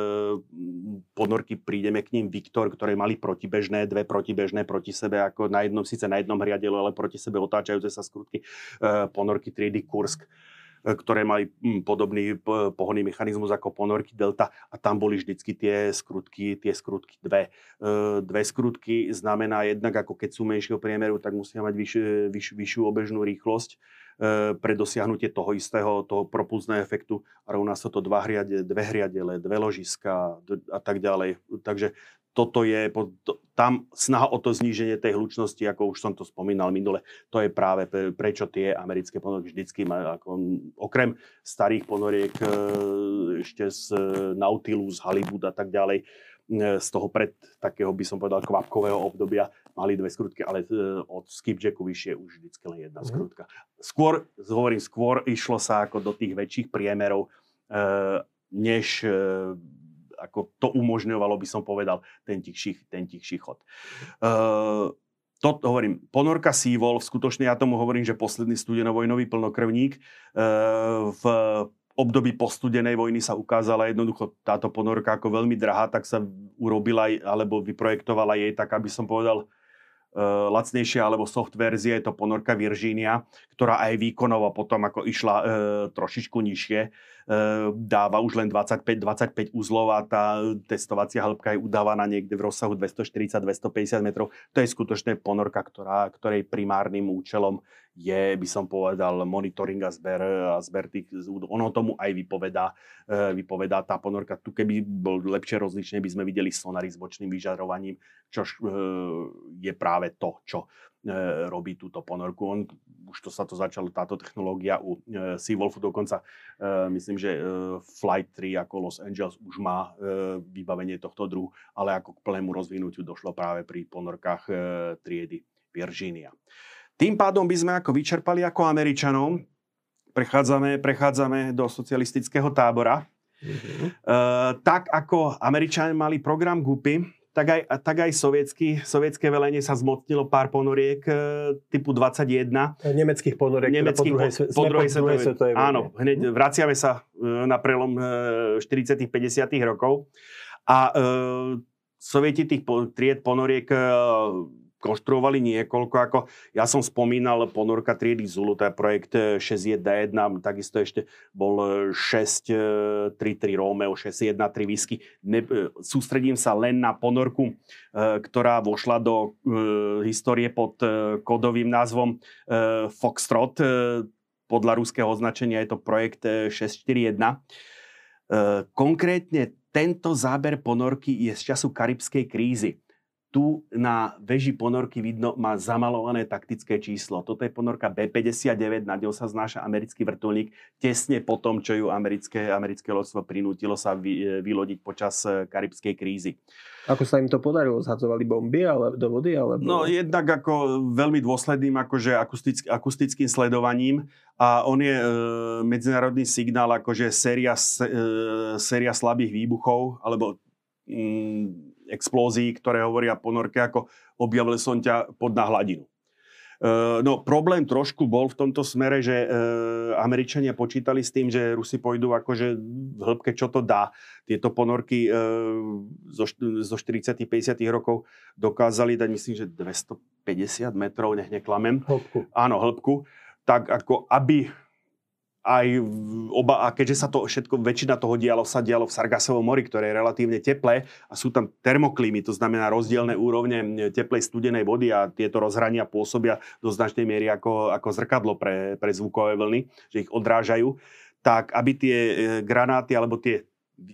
ponorky, prídeme k ním Viktor, ktoré mali dve protibežné proti sebe, ako síce na jednom hriadelu, ale proti sebe otáčajúce sa skrutky, ponorky triedy Kursk, ktoré mali podobný pohonný mechanizmus ako ponorky Delta, a tam boli vždycky tie skrutky dve. Dve skrutky znamená jednak, ako keď sú menšieho priemeru, tak musia mať vyššiu obežnú rýchlosť pre dosiahnutie toho propulzného efektu. A rovná sa to dve hriadele, dve ložiska a tak ďalej. Takže toto je, tam snaha o to zníženie tej hlučnosti, ako už som to spomínal minule, to je práve prečo tie americké ponorky vždycky majú, ako, okrem starých ponoriek ešte z Nautilus, Hollywood a tak ďalej, z toho takého, by som povedal, kvapkového obdobia mali dve skrutky, ale od Skipjacku vyššie už vždycky len jedna skrutka. Skôr išlo sa ako do tých väčších priemerov, než ako to umožňovalo, by som povedal, ten tichší chod. To hovorím, ponorka Seawolf, skutočne ja tomu hovorím, že posledný studenovojnový plnokrvník. V období postudenej vojny sa ukázala jednoducho táto ponorka ako veľmi drahá, tak sa urobila alebo vyprojektovala jej tak, aby som povedal, lacnejšia alebo soft verzia, je to ponorka Virginia, ktorá aj výkonovo potom ako išla trošičku nižšie, dáva už len 25 uzlov a tá testovacia hĺbka je udávaná niekde v rozsahu 240-250 metrov. To je skutočne ponorka, ktorej primárnym účelom je, by som povedal, monitoring a zber tých údov. Ono tomu aj vypovedá tá ponorka. Tu keby bol lepšie rozlične, by sme videli sonary s bočným vyžarovaním, čo je práve to, čo robí túto ponorku. už to sa to začalo, táto technológia u Seawolfu dokonca, myslím, že Flight 3 ako Los Angeles už má vybavenie tohto druhu, ale ako k plnému rozvinutiu došlo práve pri ponorkách triedy Virginia. Tým pádom by sme ako vyčerpali ako Američanom, prechádzame do socialistického tábora. Tak ako Američania mali program GUPI, tak aj sovietské velenie sa zmocnilo pár ponoriek typu 21. Nemeckých ponoriek po druhej svetovej vojne. Áno, hneď vraciame sa na prelom 40. 50. rokov. A sovieti tých tried ponoriek konštruovali niekoľko, ako ja som spomínal ponorka triedy Zulu, to je projekt 61D1, takisto ešte bol 633 Romeo, 613 Whisky. Sústredím sa len na ponorku, ktorá vošla do histórie pod kódovým názvom Foxtrot. Podľa ruského označenia je to projekt 641. Konkrétne tento záber ponorky je z času karibskej krízy. Tu na veži ponorky vidno, má zamalované taktické číslo. Toto je ponorka B-59, na ňou sa znáša americký vrtuľník tesne po tom, čo ju americké loďstvo prinútilo sa vylodiť počas karibskej krízy. Ako sa im to podarilo? Zhadzovali bomby do vody? Alebo... No jednak ako veľmi dôsledným akože akustickým sledovaním a on je medzinárodný signál akože séria slabých výbuchov alebo explózií, ktoré hovoria ponorke ako objavil som ťa pod na hladinu. No problém trošku bol v tomto smere, že Američania počítali s tým, že Rusi pôjdu akože v hĺbke, čo to dá. Tieto ponorky zo 40. 50. rokov dokázali dať, myslím, že 250 metrov, nech neklamem. Hĺbku. Áno, hĺbku. Tak ako aby aj a keďže sa to všetko, väčšina toho sa dialo v Sargasovom mori, ktoré je relatívne teplé a sú tam termoklímy, to znamená rozdielne úrovne teplej studenej vody a tieto rozhrania pôsobia do značnej miery ako zrkadlo pre zvukové vlny, že ich odrážajú, tak aby tie granáty alebo tie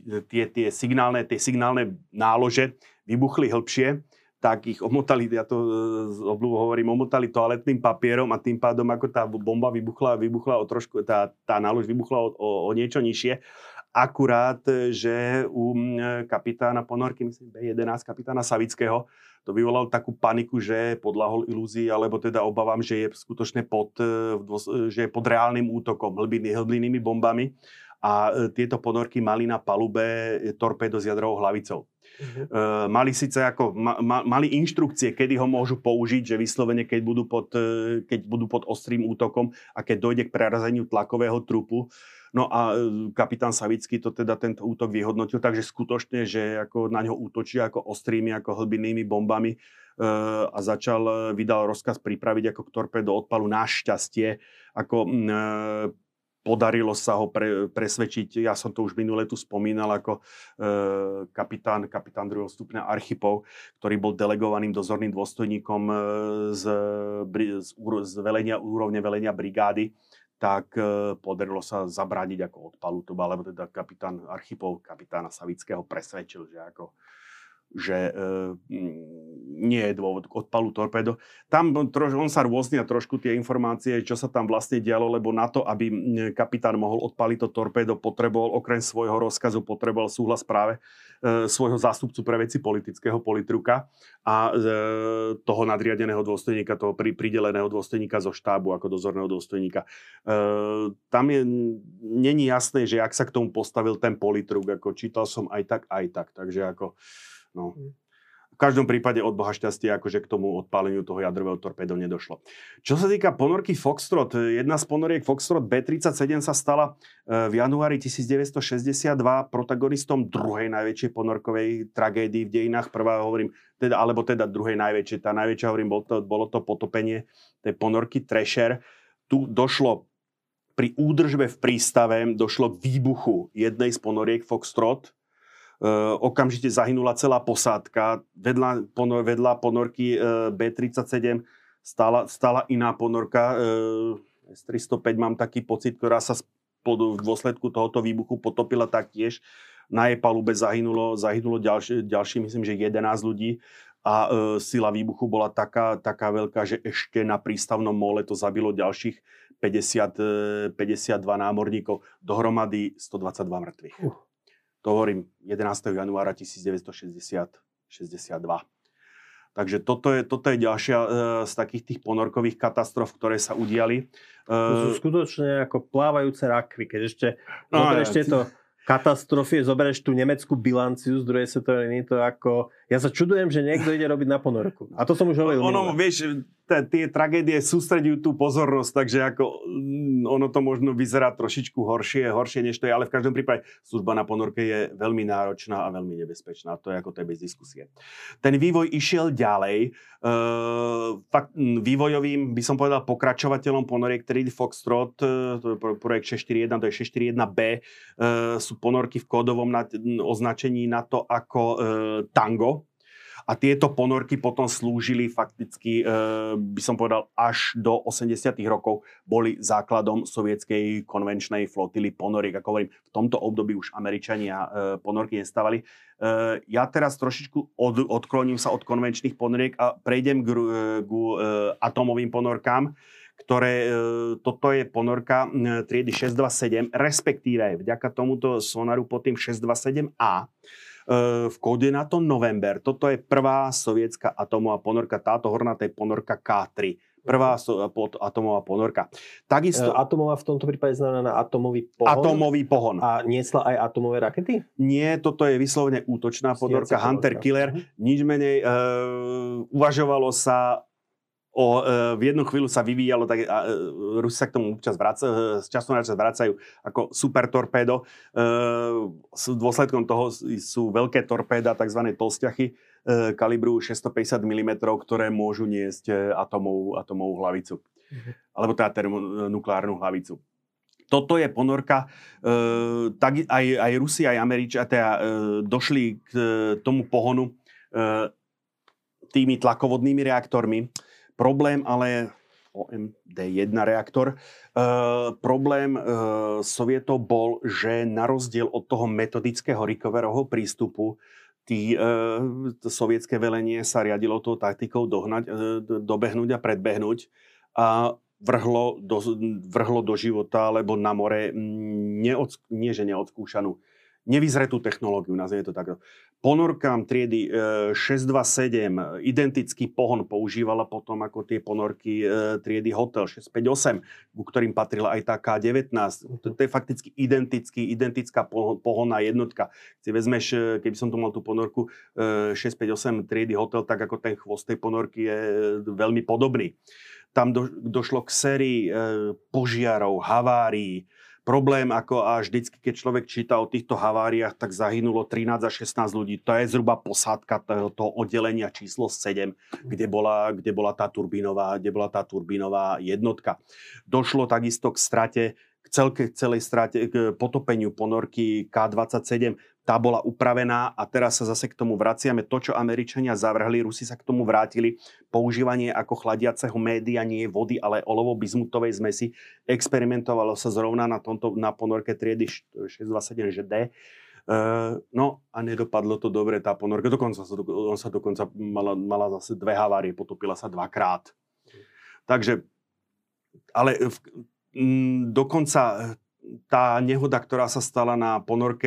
signálne nálože vybuchli hĺbšie, tak ich omotali, ja to z obľubu hovorím, omotali toaletným papierom a tým pádom, ako tá bomba vybuchla o trošku, tá nálož vybuchla o niečo nižšie. Akurát, že u kapitána ponorky, myslím B11, kapitána Savického, to vyvolalo takú paniku, že podľahol ilúzii, alebo teda obávam, že je skutočne pod reálnym útokom, hlbinými bombami. A tieto ponorky mali na palube torpédo s jadrovou hlavicou. Mali síce mali inštrukcie, kedy ho môžu použiť, že vyslovene, keď budú pod ostrým útokom a keď dojde k prerazeniu tlakového trupu. No a kapitán Savický to teda tento útok vyhodnotil, takže skutočne, že ako na ňo útočia ako ostrými, ako hlbinnými bombami a vydal rozkaz pripraviť ako k torpédo odpalu. Našťastie, ako podarilo sa ho presvedčiť, ja som to už minule tu spomínal, ako kapitán 2. stupňa Archipov, ktorý bol delegovaným dozorným dôstojníkom z úrovne velenia brigády, tak podarilo sa zabrániť ako odpalu. To bol, alebo teda kapitán Archipov, kapitána Savického presvedčil, že nie je dôvod k odpalu torpédo. Tam on sa rôznia trošku tie informácie, čo sa tam vlastne dialo, lebo na to, aby kapitán mohol odpaliť to torpédo, potreboval okrem svojho rozkazu, súhlas práve svojho zástupcu pre veci politického politruka a toho nadriadeného dôstojníka, toho prideleného dôstojníka zo štábu ako dozorného dôstojníka. Tam není jasné, že ak sa k tomu postavil ten politruk, ako čítal som aj tak, takže ako no. V každom prípade od Boha šťastie, akože k tomu odpáleniu toho jadrového torpédo nedošlo. Čo sa týka ponorky Foxtrot, jedna z ponoriek Foxtrot B-37 sa stala v januári 1962 protagonistom druhej najväčšej ponorkovej tragédii v dejinách. Prvá hovorím, teda druhej najväčšej. Tá najväčšia, hovorím, bolo to potopenie tej ponorky Thrasher. Tu došlo pri údržbe v prístave, došlo k výbuchu jednej z ponoriek Foxtrot. Okamžite zahynula celá posádka. Vedľa ponorky B-37 stála iná ponorka S-305, mám taký pocit, ktorá sa v dôsledku tohoto výbuchu potopila taktiež. Na jej palube zahynulo ďalší, myslím, že 11 ľudí. a sila výbuchu bola taká veľká, že ešte na prístavnom mole to zabilo ďalších 52 námorníkov, dohromady 122 mŕtvych. To hovorím 11. januára 1962. Takže toto je ďalšia z takých tých ponorkových katastrof, ktoré sa udiali. To sú skutočne ako plávajúce rakvy, keď ešte to katastrofy, zoberieš tú nemeckú bilanciu z druhej svetovej vojny, to ako... Ja sa čudujem, že niekto ide robiť na ponorku. A to som už hovoril. Vieš, tie tragédie sústreďujú tú pozornosť, takže ako ono to možno vyzerá trošičku horšie, než to je, ale v každom prípade služba na ponorke je veľmi náročná a veľmi nebezpečná. To je ako to je bez diskusie. Ten vývoj išiel ďalej. Vývojovým, by som povedal, pokračovateľom ponoriek triedy Foxtrot, to je projekt 641, to je 641B, sú ponorky v kódovom označení na to ako Tango. A tieto ponorky potom slúžili fakticky, by som povedal, až do 80. rokov boli základom sovietskej konvenčnej flotily ponoriek. Ako hovorím, v tomto období už Američania ponorky nestávali. Ja teraz trošičku odkloním sa od konvenčných ponoriek a prejdem k atomovým ponorkám, ktoré, toto je ponorka triedy 627, respektíve vďaka tomuto sonaru pod tým 627A, v kóde na to November. Toto je prvá sovietská atomová ponorka. Táto hornatá je ponorka K3. Prvá atomová ponorka. Takisto... Atomová v tomto prípade znamená atomový pohon? Atomový pohon. A niesla aj atomové rakety? Nie, toto je vyslovene útočná ponorka Hunter Killer. Nič menej. Uvažovalo sa v jednu chvíľu sa vyvíjalo, tak Rusi sa k tomu občas z času na čas vracajú ako super torpédo. Dôsledkom toho sú veľké torpéda, tzv. Tolsťachy, kalibru 650 mm, ktoré môžu niesť atomovú hlavicu. Alebo teda termonukleárnu hlavicu. Toto je ponorka, tak aj Rusi, aj Američania došli k tomu pohonu tými tlakovodnými reaktormi. Problém ale OMD-1 reaktor. Problém Sovietov bol, že na rozdiel od toho metodického Rickerovho prístupu sovietské velenie sa riadilo tou taktikou dobehnúť a predbehnúť a vrhlo do života alebo na more nevyzretú technológiu, nazvime to takto. Ponorkám triedy 627 identický pohon používala potom ako tie ponorky triedy Hotel 658, ku ktorým patrila aj tá K19. To je fakticky identická pohonná jednotka. Si vezmeš, keby som tu mal tú ponorku 658 triedy Hotel, tak ako ten chvost tej ponorky je veľmi podobný. Tam došlo k sérii požiarov, havárií. Problém, ako až vždycky, keď človek číta o týchto haváriách, tak zahynulo 13 až 16 ľudí. To je zhruba posádka toho oddelenia číslo 7, kde bola tá turbínová jednotka. Došlo takisto k strate, k celej strate, k potopeniu ponorky K27. Tá bola upravená a teraz sa zase k tomu vraciame. To, čo Američania zavrhli, Rusi sa k tomu vrátili. Používanie ako chladiaceho média, nie vody, ale olovo-bizmutovej zmesi. Experimentovalo sa zrovna na ponorke triedy 627ŽD. No a nedopadlo to dobre, tá ponorka. On sa dokonca mala zase 2 havárie, potopila sa 2-krát. Takže, ale dokonca tá nehoda, ktorá sa stala na ponorke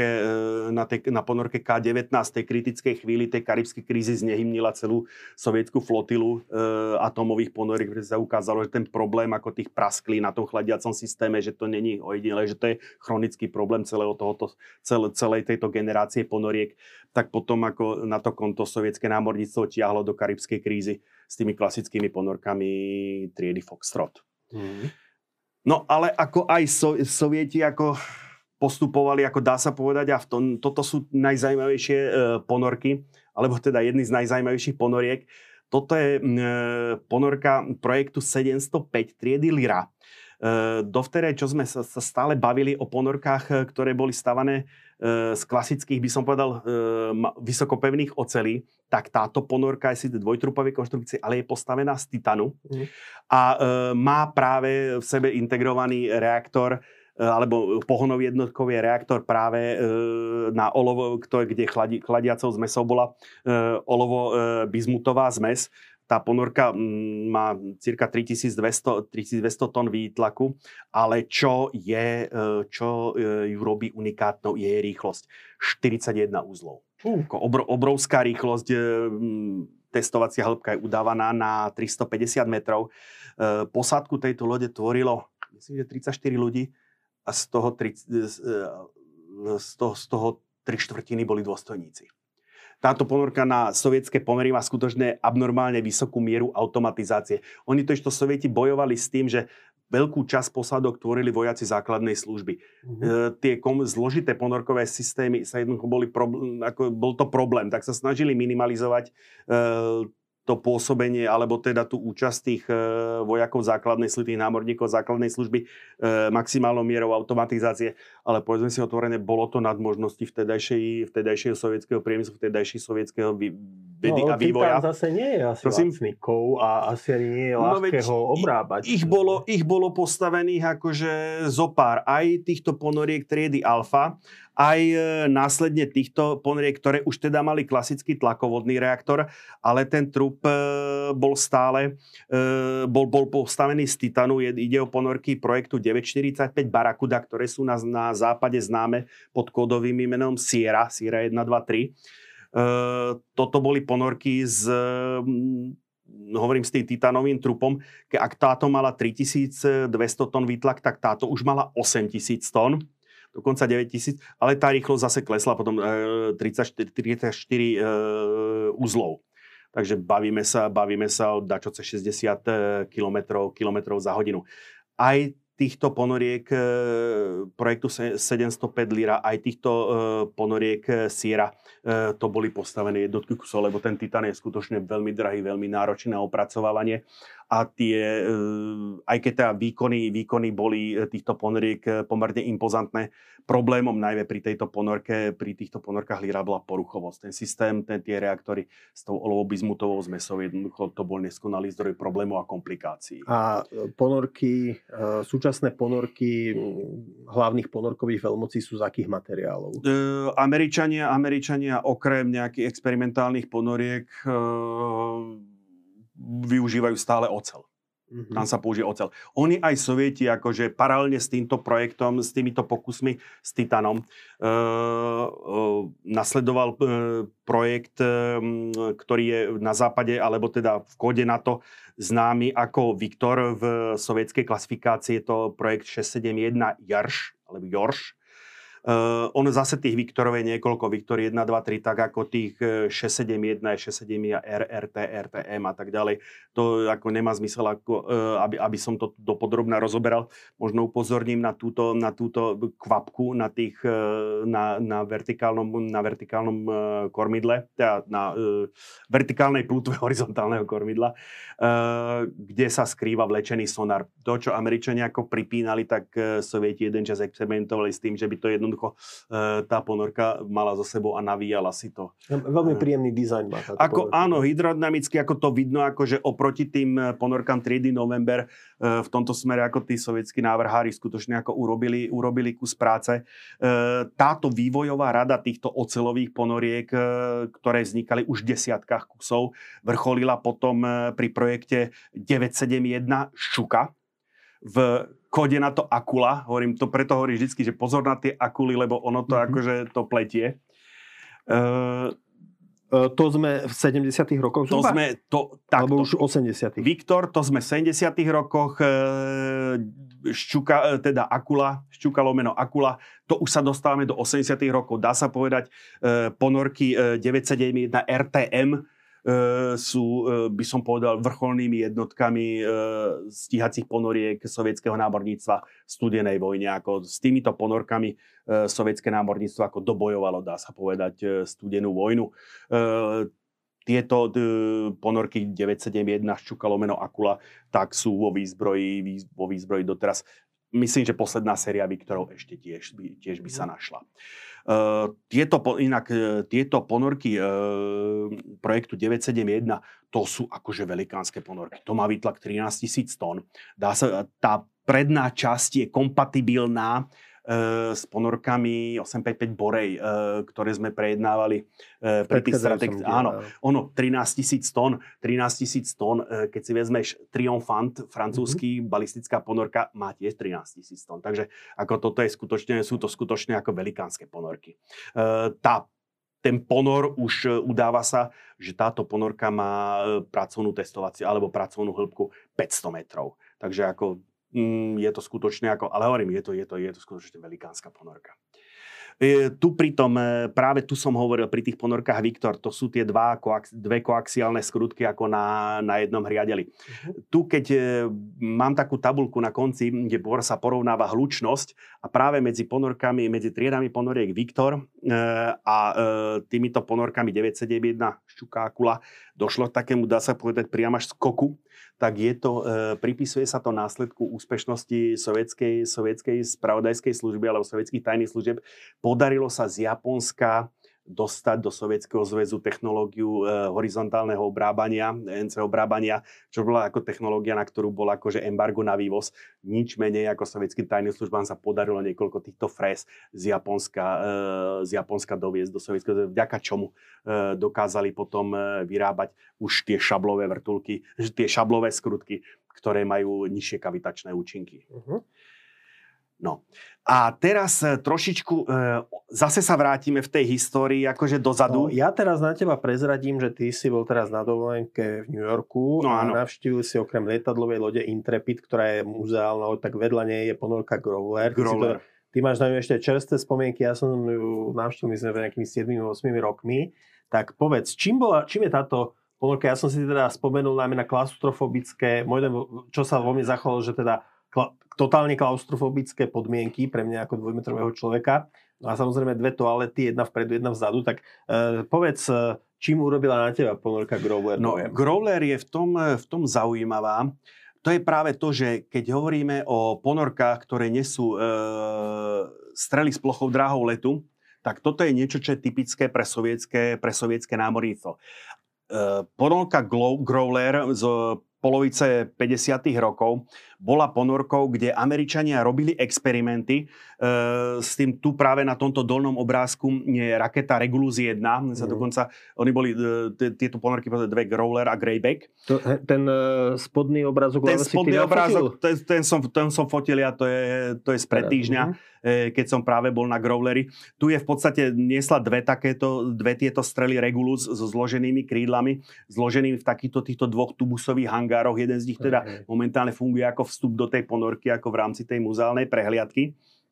K19, tej kritickej chvíli, tej karibskej krízy, znehymnila celú sovietsku flotilu atomových ponoriek, pretože sa ukázalo, že ten problém ako tých prasklí na tom chladiacom systéme, že to není ojedinelé, že to je chronický problém celej tejto generácie ponoriek, tak potom ako na to konto sovietské námorníctvo tiahlo do karibskej krízy s tými klasickými ponorkami triedy Foxtrot. No ale ako aj Sovieti ako postupovali, ako dá sa povedať, a toto sú najzajímavejšie ponorky, alebo teda jedny z najzajímavejších ponoriek. Toto je ponorka projektu 705 triedy Lyra. Dovtedy, čo sme sa stále bavili o ponorkách, ktoré boli stavané z klasických, by som povedal, vysokopevných ocelí, tak táto ponorka je síce dvojtrupovej konštrukcie, ale je postavená z titanu a má práve v sebe integrovaný reaktor alebo pohonový jednotkový reaktor práve na olovo, kde chladiacou zmesou bola olovo-bizmutová zmes. Tá ponorka má cirka 3200 tón výtlaku, ale čo ju robí unikátnou, je jej rýchlosť. 41 uzlov. Obrovská rýchlosť. Testovacia hĺbka je udávaná na 350 metrov. Posádku tejto lode tvorilo, myslím, že 34 ľudí a z toho 3/4 boli dôstojníci. Táto ponorka na sovietské pomery má skutočne abnormálne vysokú mieru automatizácie. Oni totižto Sovieti bojovali s tým, že veľkú časť posádok tvorili vojaci základnej služby. Tie zložité ponorkové systémy sa jednoducho bol to problém, tak sa snažili minimalizovať to pôsobenie, alebo teda tú účasť tých vojakov základnej služby, tých námorníkov základnej služby maximálnou mierou automatizácie. Ale povedzme si otvorene, bolo to nad možnosti vtedajšieho sovietskeho priemyslu, vtedajšieho sovietskeho vedy a vývoja. Titán zase nie je asi lacný kov a asi ani nie je ľahké ho obrábať. Ich bolo postavených akože zopár aj týchto ponoriek triedy Alfa, aj následne týchto ponoriek, ktoré už teda mali klasický tlakovodný reaktor, ale ten trup bol stále bol postavený z titánu. Ide o ponorky projektu 945 Barakuda, ktoré sú na západe známe pod kódovým menom Sierra 1, 2, 3. Toto boli ponorky hovorím s tým titánovým trupom. Ak táto mala 3200 tón výtlak, tak táto už mala 8000 tón. Dokonca 9000, ale tá rýchlosť zase klesla potom 34 uzlov. Takže bavíme sa o dačo cez 60 kilometrov za hodinu. Aj týchto ponoriek projektu 705 Lyra, aj týchto ponoriek Sierra, to boli postavené jednotky kusov, lebo ten titán je skutočne veľmi drahý, veľmi náročný na opracovávanie. A aj keď teda výkony boli týchto ponoriek pomerne impozantné, problémom najmä pri týchto ponorkách Lyra bola poruchovosť. Ten systém, tie reaktory s tou olovo-bizmutovou zmesou, jednoducho to bol neskonalý zdroj problémov a komplikácií. A súčasné ponorky hlavných ponorkových veľmocí sú z akých materiálov? Američania okrem nejakých experimentálnych ponoriek využívajú stále oceľ. Tam sa použije oceľ. Oni aj Sovieti, akože paralelne s týmto projektom, s týmito pokusmi s titánom, nasledoval projekt, ktorý je na západe, alebo teda v kóde NATO známy ako Viktor. V sovietskej klasifikácii je to projekt 671 Jarš, alebo Jorš. Ono zase tých Viktorov je niekoľko, Viktor 1, 2, 3, tak ako tých 671, 671 RRT, RTM a tak ďalej. To ako nemá zmysel, aby som to dopodrobne rozoberal. Možno upozorním na túto kvapku na vertikálnom kormidle, teda na vertikálnej plútve horizontálneho kormidla, kde sa skrýva vlečený sonar. To, čo Američania ako pripínali, tak Sovieti jeden čas experimentovali s tým, že by to jednoducho tá ponorka mala za sebou a navíjala si to. Veľmi príjemný dizajn má táto ponorka. Áno, hydrodynamicky, ako to vidno, akože oproti tým ponorkám triedy November v tomto smere, ako tí sovietskí návrhári skutočne ako urobili kus práce. Táto vývojová rada týchto oceľových ponoriek, ktoré vznikali už v desiatkách kusov, vrcholila potom pri projekte 971 Ščuka. V kóde na to Akula, preto hovorím vždycky, že pozor na tie Akuly, lebo ono to akože to pletie. To sme v 70. rokoch zhruba? Alebo už 80. Viktor, to sme v 70. rokoch, Ščuka, teda Akula, Ščuka lomeno Akula, to už sa dostávame do 80. rokov. Dá sa povedať, ponorky 971 RTM, sú, by som povedal, vrcholnými jednotkami stíhacích ponoriek sovietskeho námorníctva v studenej vojne. Ako s týmito ponorkami sovietské námorníctvo ako dobojovalo, dá sa povedať, studenú vojnu. Tieto ponorky 971 Ščuka lomeno Akula Tak sú vo výzbroji doteraz. Myslím, že posledná séria Viktorov ešte tiež by sa našla. Tieto ponorky projektu 971, to sú akože velikánske ponorky. To má výtlak 13 000 tón. predná časť je kompatibilná s ponorkami 855 Borej, ktoré sme prejednávali pri tých strategických. Áno, 13 000 tón. 13 000 tón, keď si vezmeš Triomphant, francúzsky balistická ponorka, má tiež 13 000 tón. Takže ako toto sú to skutočne ako velikánske ponorky. Ten ponor už udáva sa, že táto ponorka má pracovnú testovaciu alebo pracovnú hĺbku 500 metrov. Takže ako je to skutočne ako, ale hovorím, je to skutočne velikánska ponorka. Tu pritom, práve tu som hovoril pri tých ponorkách Viktor, to sú tie dve koaxiálne skrutky ako na jednom hriadeli. Tu keď mám takú tabuľku na konci, kde sa porovnáva hlučnosť a práve medzi ponorkami, medzi triedami ponoriek Viktor a týmito ponorkami 971 Šťukákula došlo k takému, dá sa povedať, priam až skoku, tak pripisuje sa to následku úspešnosti sovietskej spravodajskej služby alebo sovietských tajných služieb. Podarilo sa z Japonska dostať do Sovietskeho zväzu technológiu horizontálneho obrábania, NC obrábania, čo bola ako technológia, na ktorú bol akože embargo na vývoz. Nič menej ako sovietským tajným službám sa podarilo niekoľko týchto frés z Japonska doviesť do Sovietskeho zväzu, vďaka čomu dokázali potom vyrábať už tie šablové vrtuľky, tie šablové skrutky, ktoré majú nižšie kavitačné účinky. No. A teraz trošičku zase sa vrátime v tej histórii akože dozadu. No, ja teraz na teba prezradím, že ty si bol teraz na dovolenke v New Yorku a navštívil si okrem lietadlovej lode Intrepid, ktorá je muzeálna, tak vedľa nej je ponorka Growler. Ty máš na ňu ešte čerstvé spomienky, ja som ju navštívil, myslím, nejakými 7-8 rokmi. Tak povedz, čím je táto ponorka? Ja som si teda spomenul najmä na klaustrofobické, čo sa vo mne zachovalo, že teda totálne klaustrofobické podmienky pre mňa ako dvojmetrového človeka. No a samozrejme dve toalety, jedna vpredu, jedna vzadu. Tak povedz, čím urobila na teba ponorka Growler? No, Growler je v tom zaujímavá. To je práve to, že keď hovoríme o ponorkách, ktoré nesú strely s plochou dráhou letu, tak toto je niečo, čo je typické pre sovietské námorníctvo. Ponorka Growler z polovice 50. rokov bola ponorkou, kde Američania robili experimenty s tým tu práve na tomto dolnom obrázku je raketa Regulus 1. Dokonca, oni boli tieto ponorky, dve Growler a Greyback. Ten spodný obrázok, ten som fotil ja, to je spred týždňa, keď som práve bol na Growleri. Tu je v podstate niesla dve tieto strely Regulus so zloženými krídlami, zloženými v týchto dvoch tubusových hangároch. Jeden z nich teda momentálne funguje ako vstup do tej ponorky, ako v rámci tej muzeálnej prehliadky.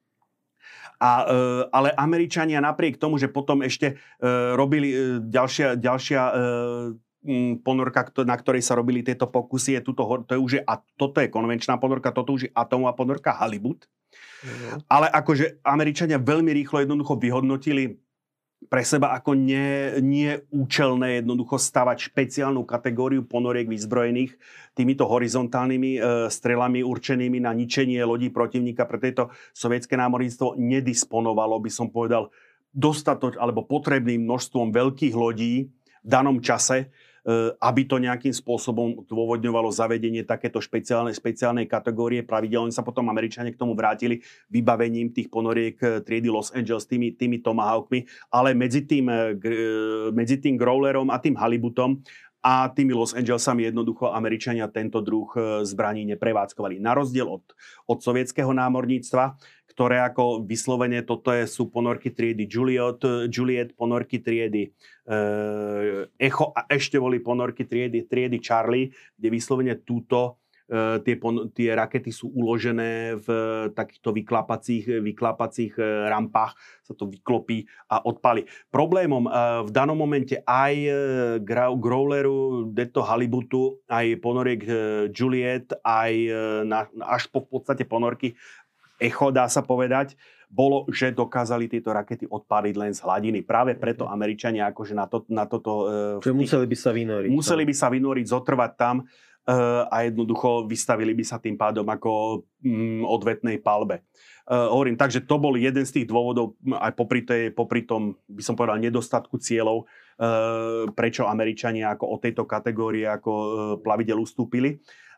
Ale Američania napriek tomu, že potom ešte robili ďalšia ponorka, na ktorej sa robili tieto pokusy, toto je konvenčná ponorka, toto už je atomová ponorka Halibut. Ale akože Američania veľmi rýchlo jednoducho vyhodnotili pre seba ako nie účelné jednoducho stavať špeciálnu kategóriu ponoriek vyzbrojených týmito horizontálnymi strelami určenými na ničenie lodí protivníka. Preto to sovietské námorníctvo nedisponovalo, by som povedal, alebo potrebným množstvom veľkých lodí v danom čase, aby to nejakým spôsobom dôvodňovalo zavedenie takéto špeciálnej kategórie. Pravidelne sa potom Američania k tomu vrátili vybavením tých ponoriek triedy Los Angeles tými Tomahawkmi, ale medzi tým Growlerom a tým Halibutom a tými Los Angelesami jednoducho Američania tento druh zbraní neprevádzkovali. Na rozdiel od sovietskeho námorníctva, ktoré ako vyslovene sú ponorky triedy Juliet, ponorky triedy Echo a ešte boli ponorky triedy Charlie, kde vyslovene tie rakety sú uložené v takýchto vyklapacích rampách, sa to vyklopí a odpali. Problémom v danom momente aj Growleru, Halibutu, aj ponoriek Juliet, aj až po v podstate ponorky Echo, dá sa povedať, bolo, že dokázali tieto rakety odpáliť len z hladiny. Práve preto Američania akože na toto... museli by sa vynoriť. Museli by sa vynoriť, zotrvať tam a jednoducho vystavili by sa tým pádom ako odvetnej palbe. Hovorím, takže to bol jeden z tých dôvodov, aj popri tom, by som povedal, nedostatku cieľov, prečo Američania ako od tejto kategórie ako plavidel ustúpili.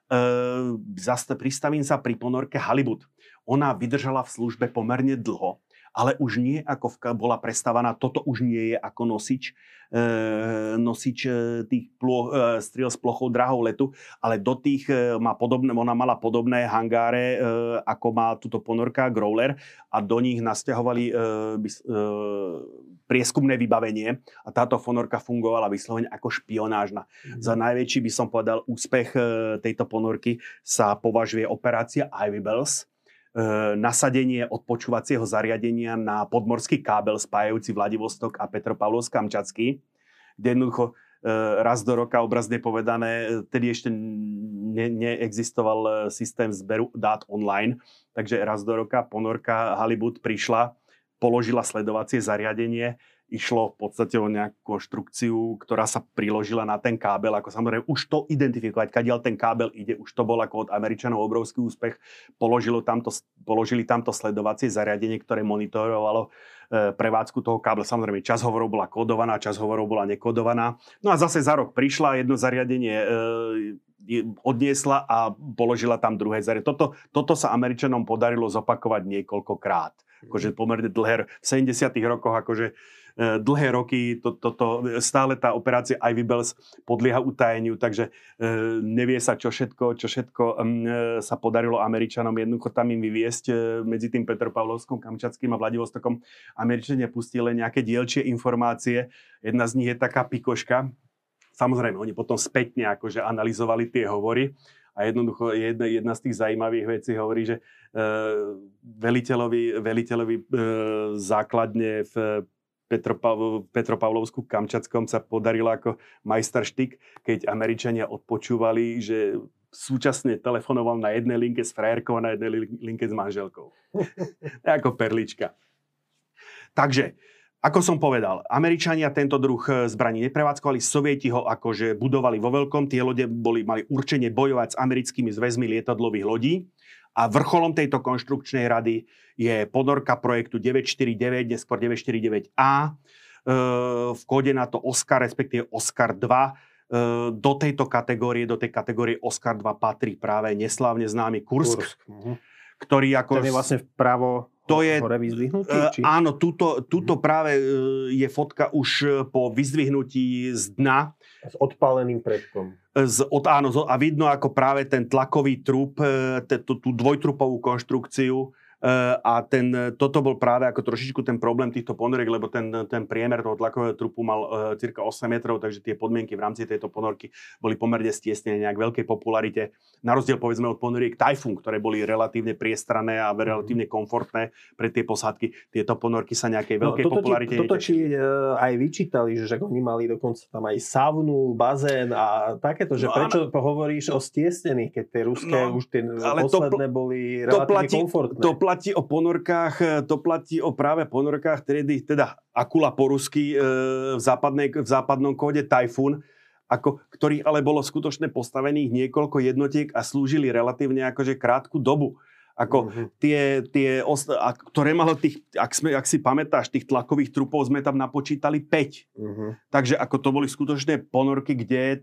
Pristavím sa pri ponorke Halibut. Ona vydržala v službe pomerne dlho, ale už nie ako bola prestávaná, toto už nie je ako nosič tých striel s plochou drahou letu, ale do tých ona mala podobné hangáre, ako má túto ponorka Growler a do nich nasťahovali prieskumné vybavenie a táto ponorka fungovala vyslovene ako špionážna. Za najväčší by som povedal úspech tejto ponorky sa považuje operácia Ivy Bells, nasadenie odpočúvacieho zariadenia na podmorský kábel spájajúci Vladivostok a Petropavlovsk-Kamčatský, kde jednoducho raz do roka, obrazne povedané, tedy ešte neexistoval systém zberu dát online, takže raz do roka ponorka Halibut prišla, položila sledovacie zariadenie, išlo v podstate o nejakú konštrukciu, ktorá sa priložila na ten kábel, ako samozrejme už to identifikovať, kadiaľ ten kábel ide, už to bol ako od Američanov obrovský úspech. Položili tamto sledovacie zariadenie, ktoré monitorovalo prevádzku toho kábla. Samozrejme, časť hovorov bola kódovaná, časť hovorov bola nekódovaná. No a zase za rok prišla, jedno zariadenie odniesla a položila tam druhé zariadenie. Toto sa Američanom podarilo zopakovať niekoľkokrát. Akože pomerne dlhé, v 70. rokoch akože dlhé roky stále tá operácia Ivy Bells podlieha utajeniu, takže nevie sa, čo všetko sa podarilo Američanom jednoducho tam im vyviesť medzi tým Petropavlovskom, Kamčatským a Vladivostokom. Američania pustili nejaké dielčie informácie. Jedna z nich je taká pikoška. Samozrejme, oni potom spätne akože analyzovali tie hovory. A jednoducho jedna z tých zaujímavých vecí hovorí, že veliteľovi základne v Petropavlovsku Kamčatskom sa podarilo ako majsterštyk, keď Američania odpočúvali, že súčasne telefonoval na jednej linke s frajerkou a na jednej linke s manželkou. Ako perlička. Takže, ako som povedal, Američania tento druh zbraní neprevádzkovali, Sovieti ho akože budovali vo veľkom, tie lode mali určenie bojovať s americkými zväzmi lietadlových lodí a vrcholom tejto konštrukčnej rady je ponorka projektu 949, neskôr 949A, v kóde na to Oscar, respektíve Oscar 2. Do tej kategórie Oscar 2 patrí práve neslávne známy Kursk. Ktorý ako... Ten je vlastne vpravo hore vyzdvihnutý? Áno, túto práve je fotka už po vyzdvihnutí z dna. S odpáleným predkom. Áno, a vidno ako práve ten tlakový trup, tú dvojtrupovú konštrukciu. A toto bol práve ako trošičku ten problém týchto ponoriek, lebo ten priemer toho tlakového trupu mal cirka 8 metrov, takže tie podmienky v rámci tejto ponorky boli pomerne stiesnené nejak veľkej popularite. Na rozdiel povedzme od ponoriek Typhoon, ktoré boli relatívne priestranné a relatívne komfortné pre tie posádky. Tieto ponorky sa nejakej veľkej popularite netešili. Toto ti aj vyčítali, že oni mali dokonca tam aj saunu, bazén a takéto, že prečo hovoríš o stiesnených, keď tie ruské už tie posledné boli relatívne komfortné. To platí o práve ponorkách triedy, teda Akula po rusky v západnom kóde Typhoon, ktorých ale bolo skutočne postavených niekoľko jednotiek a slúžili relatívne akože krátku dobu. Ako ktoré malo tých, ak si pamätáš, tých tlakových trupov sme tam napočítali 5. Takže ako to boli skutočné ponorky, kde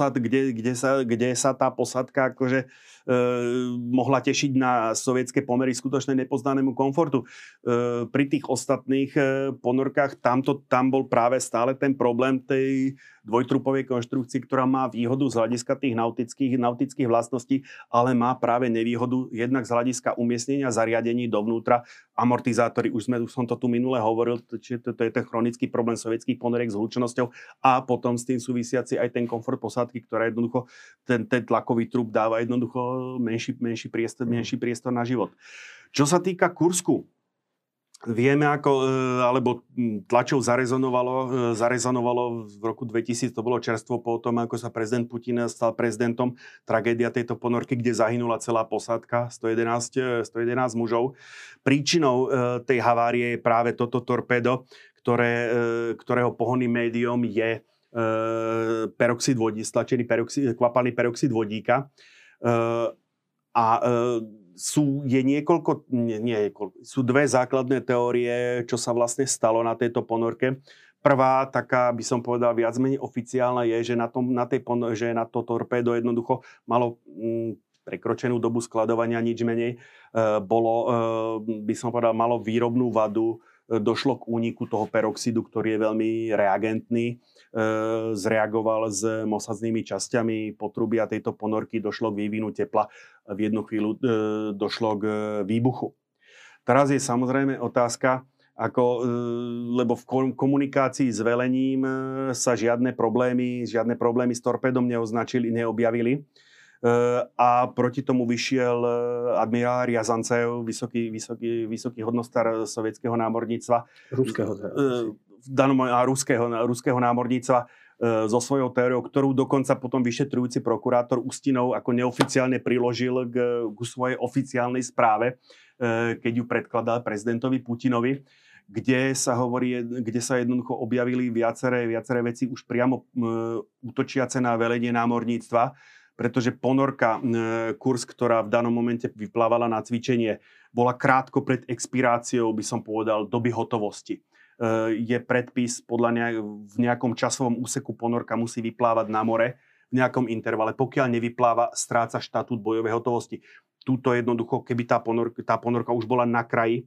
sa tá posádka akože mohla tešiť na sovietské pomery skutočne nepoznanému komfortu. Pri tých ostatných ponorkách tam bol práve stále ten problém tej dvojtrupovej konštrukcii, ktorá má výhodu z hľadiska tých nautických vlastností, ale má práve nevýhodu jednak z hľadiska umiestnenia zariadení dovnútra. Amortizátory, už som to tu minule hovoril, čiže to je ten chronický problém sovietských ponoriek s hlučnosťou a potom s tým súvisiaci aj ten komfort posádky, ktorá jednoducho ten tlakový trup dáva jednoducho menší priestor na život. Čo sa týka Kursku, vieme alebo tlačov zarezonovalo v roku 2000, to bolo čerstvo po tom, ako sa prezident Putin stal prezidentom, tragédia tejto ponorky, kde zahynula celá posádka, 111 mužov. Príčinou tej havárie je práve toto torpédo, ktorého pohonným médium je peroxid vodíka, stlačený kvapalný peroxid vodíka. Sú dve základné teórie, čo sa vlastne stalo na tejto ponorke. Prvá taká, by som povedal, viac menej oficiálna je, že že na to torpédo jednoducho malo prekročenú dobu skladovania, nič menej. By som povedal, malo výrobnú vadu, došlo k úniku toho peroxidu, ktorý je veľmi reagentný. Zreagoval s mosaznými časťami potrubia tejto ponorky, došlo k vývinu tepla, v jednu chvíľu došlo k výbuchu. Teraz je samozrejme otázka, lebo v komunikácii s velením sa žiadne problémy s torpédom neobjavili. A proti tomu vyšiel admirál Riazancev, vysoký hodnostar sovietskeho námorníctva. Ruského námorníctva so svojou teóriou, ktorú dokonca potom vyšetrujúci prokurátor Ustinov ako neoficiálne priložil k svojej oficiálnej správe, keď ju predkladal prezidentovi Putinovi, kde sa jednoducho objavili viaceré veci už priamo útočiace na velenie námorníctva, pretože ponorka Kursk, ktorá v danom momente vyplávala na cvičenie, bola krátko pred expiráciou, by som povedal, doby hotovosti. Je predpis, v nejakom časovom úseku ponorka musí vyplávať na more v nejakom intervale. Pokiaľ nevypláva, stráca štatút bojovej hotovosti. Tuto jednoducho, keby tá ponorka už bola na kraji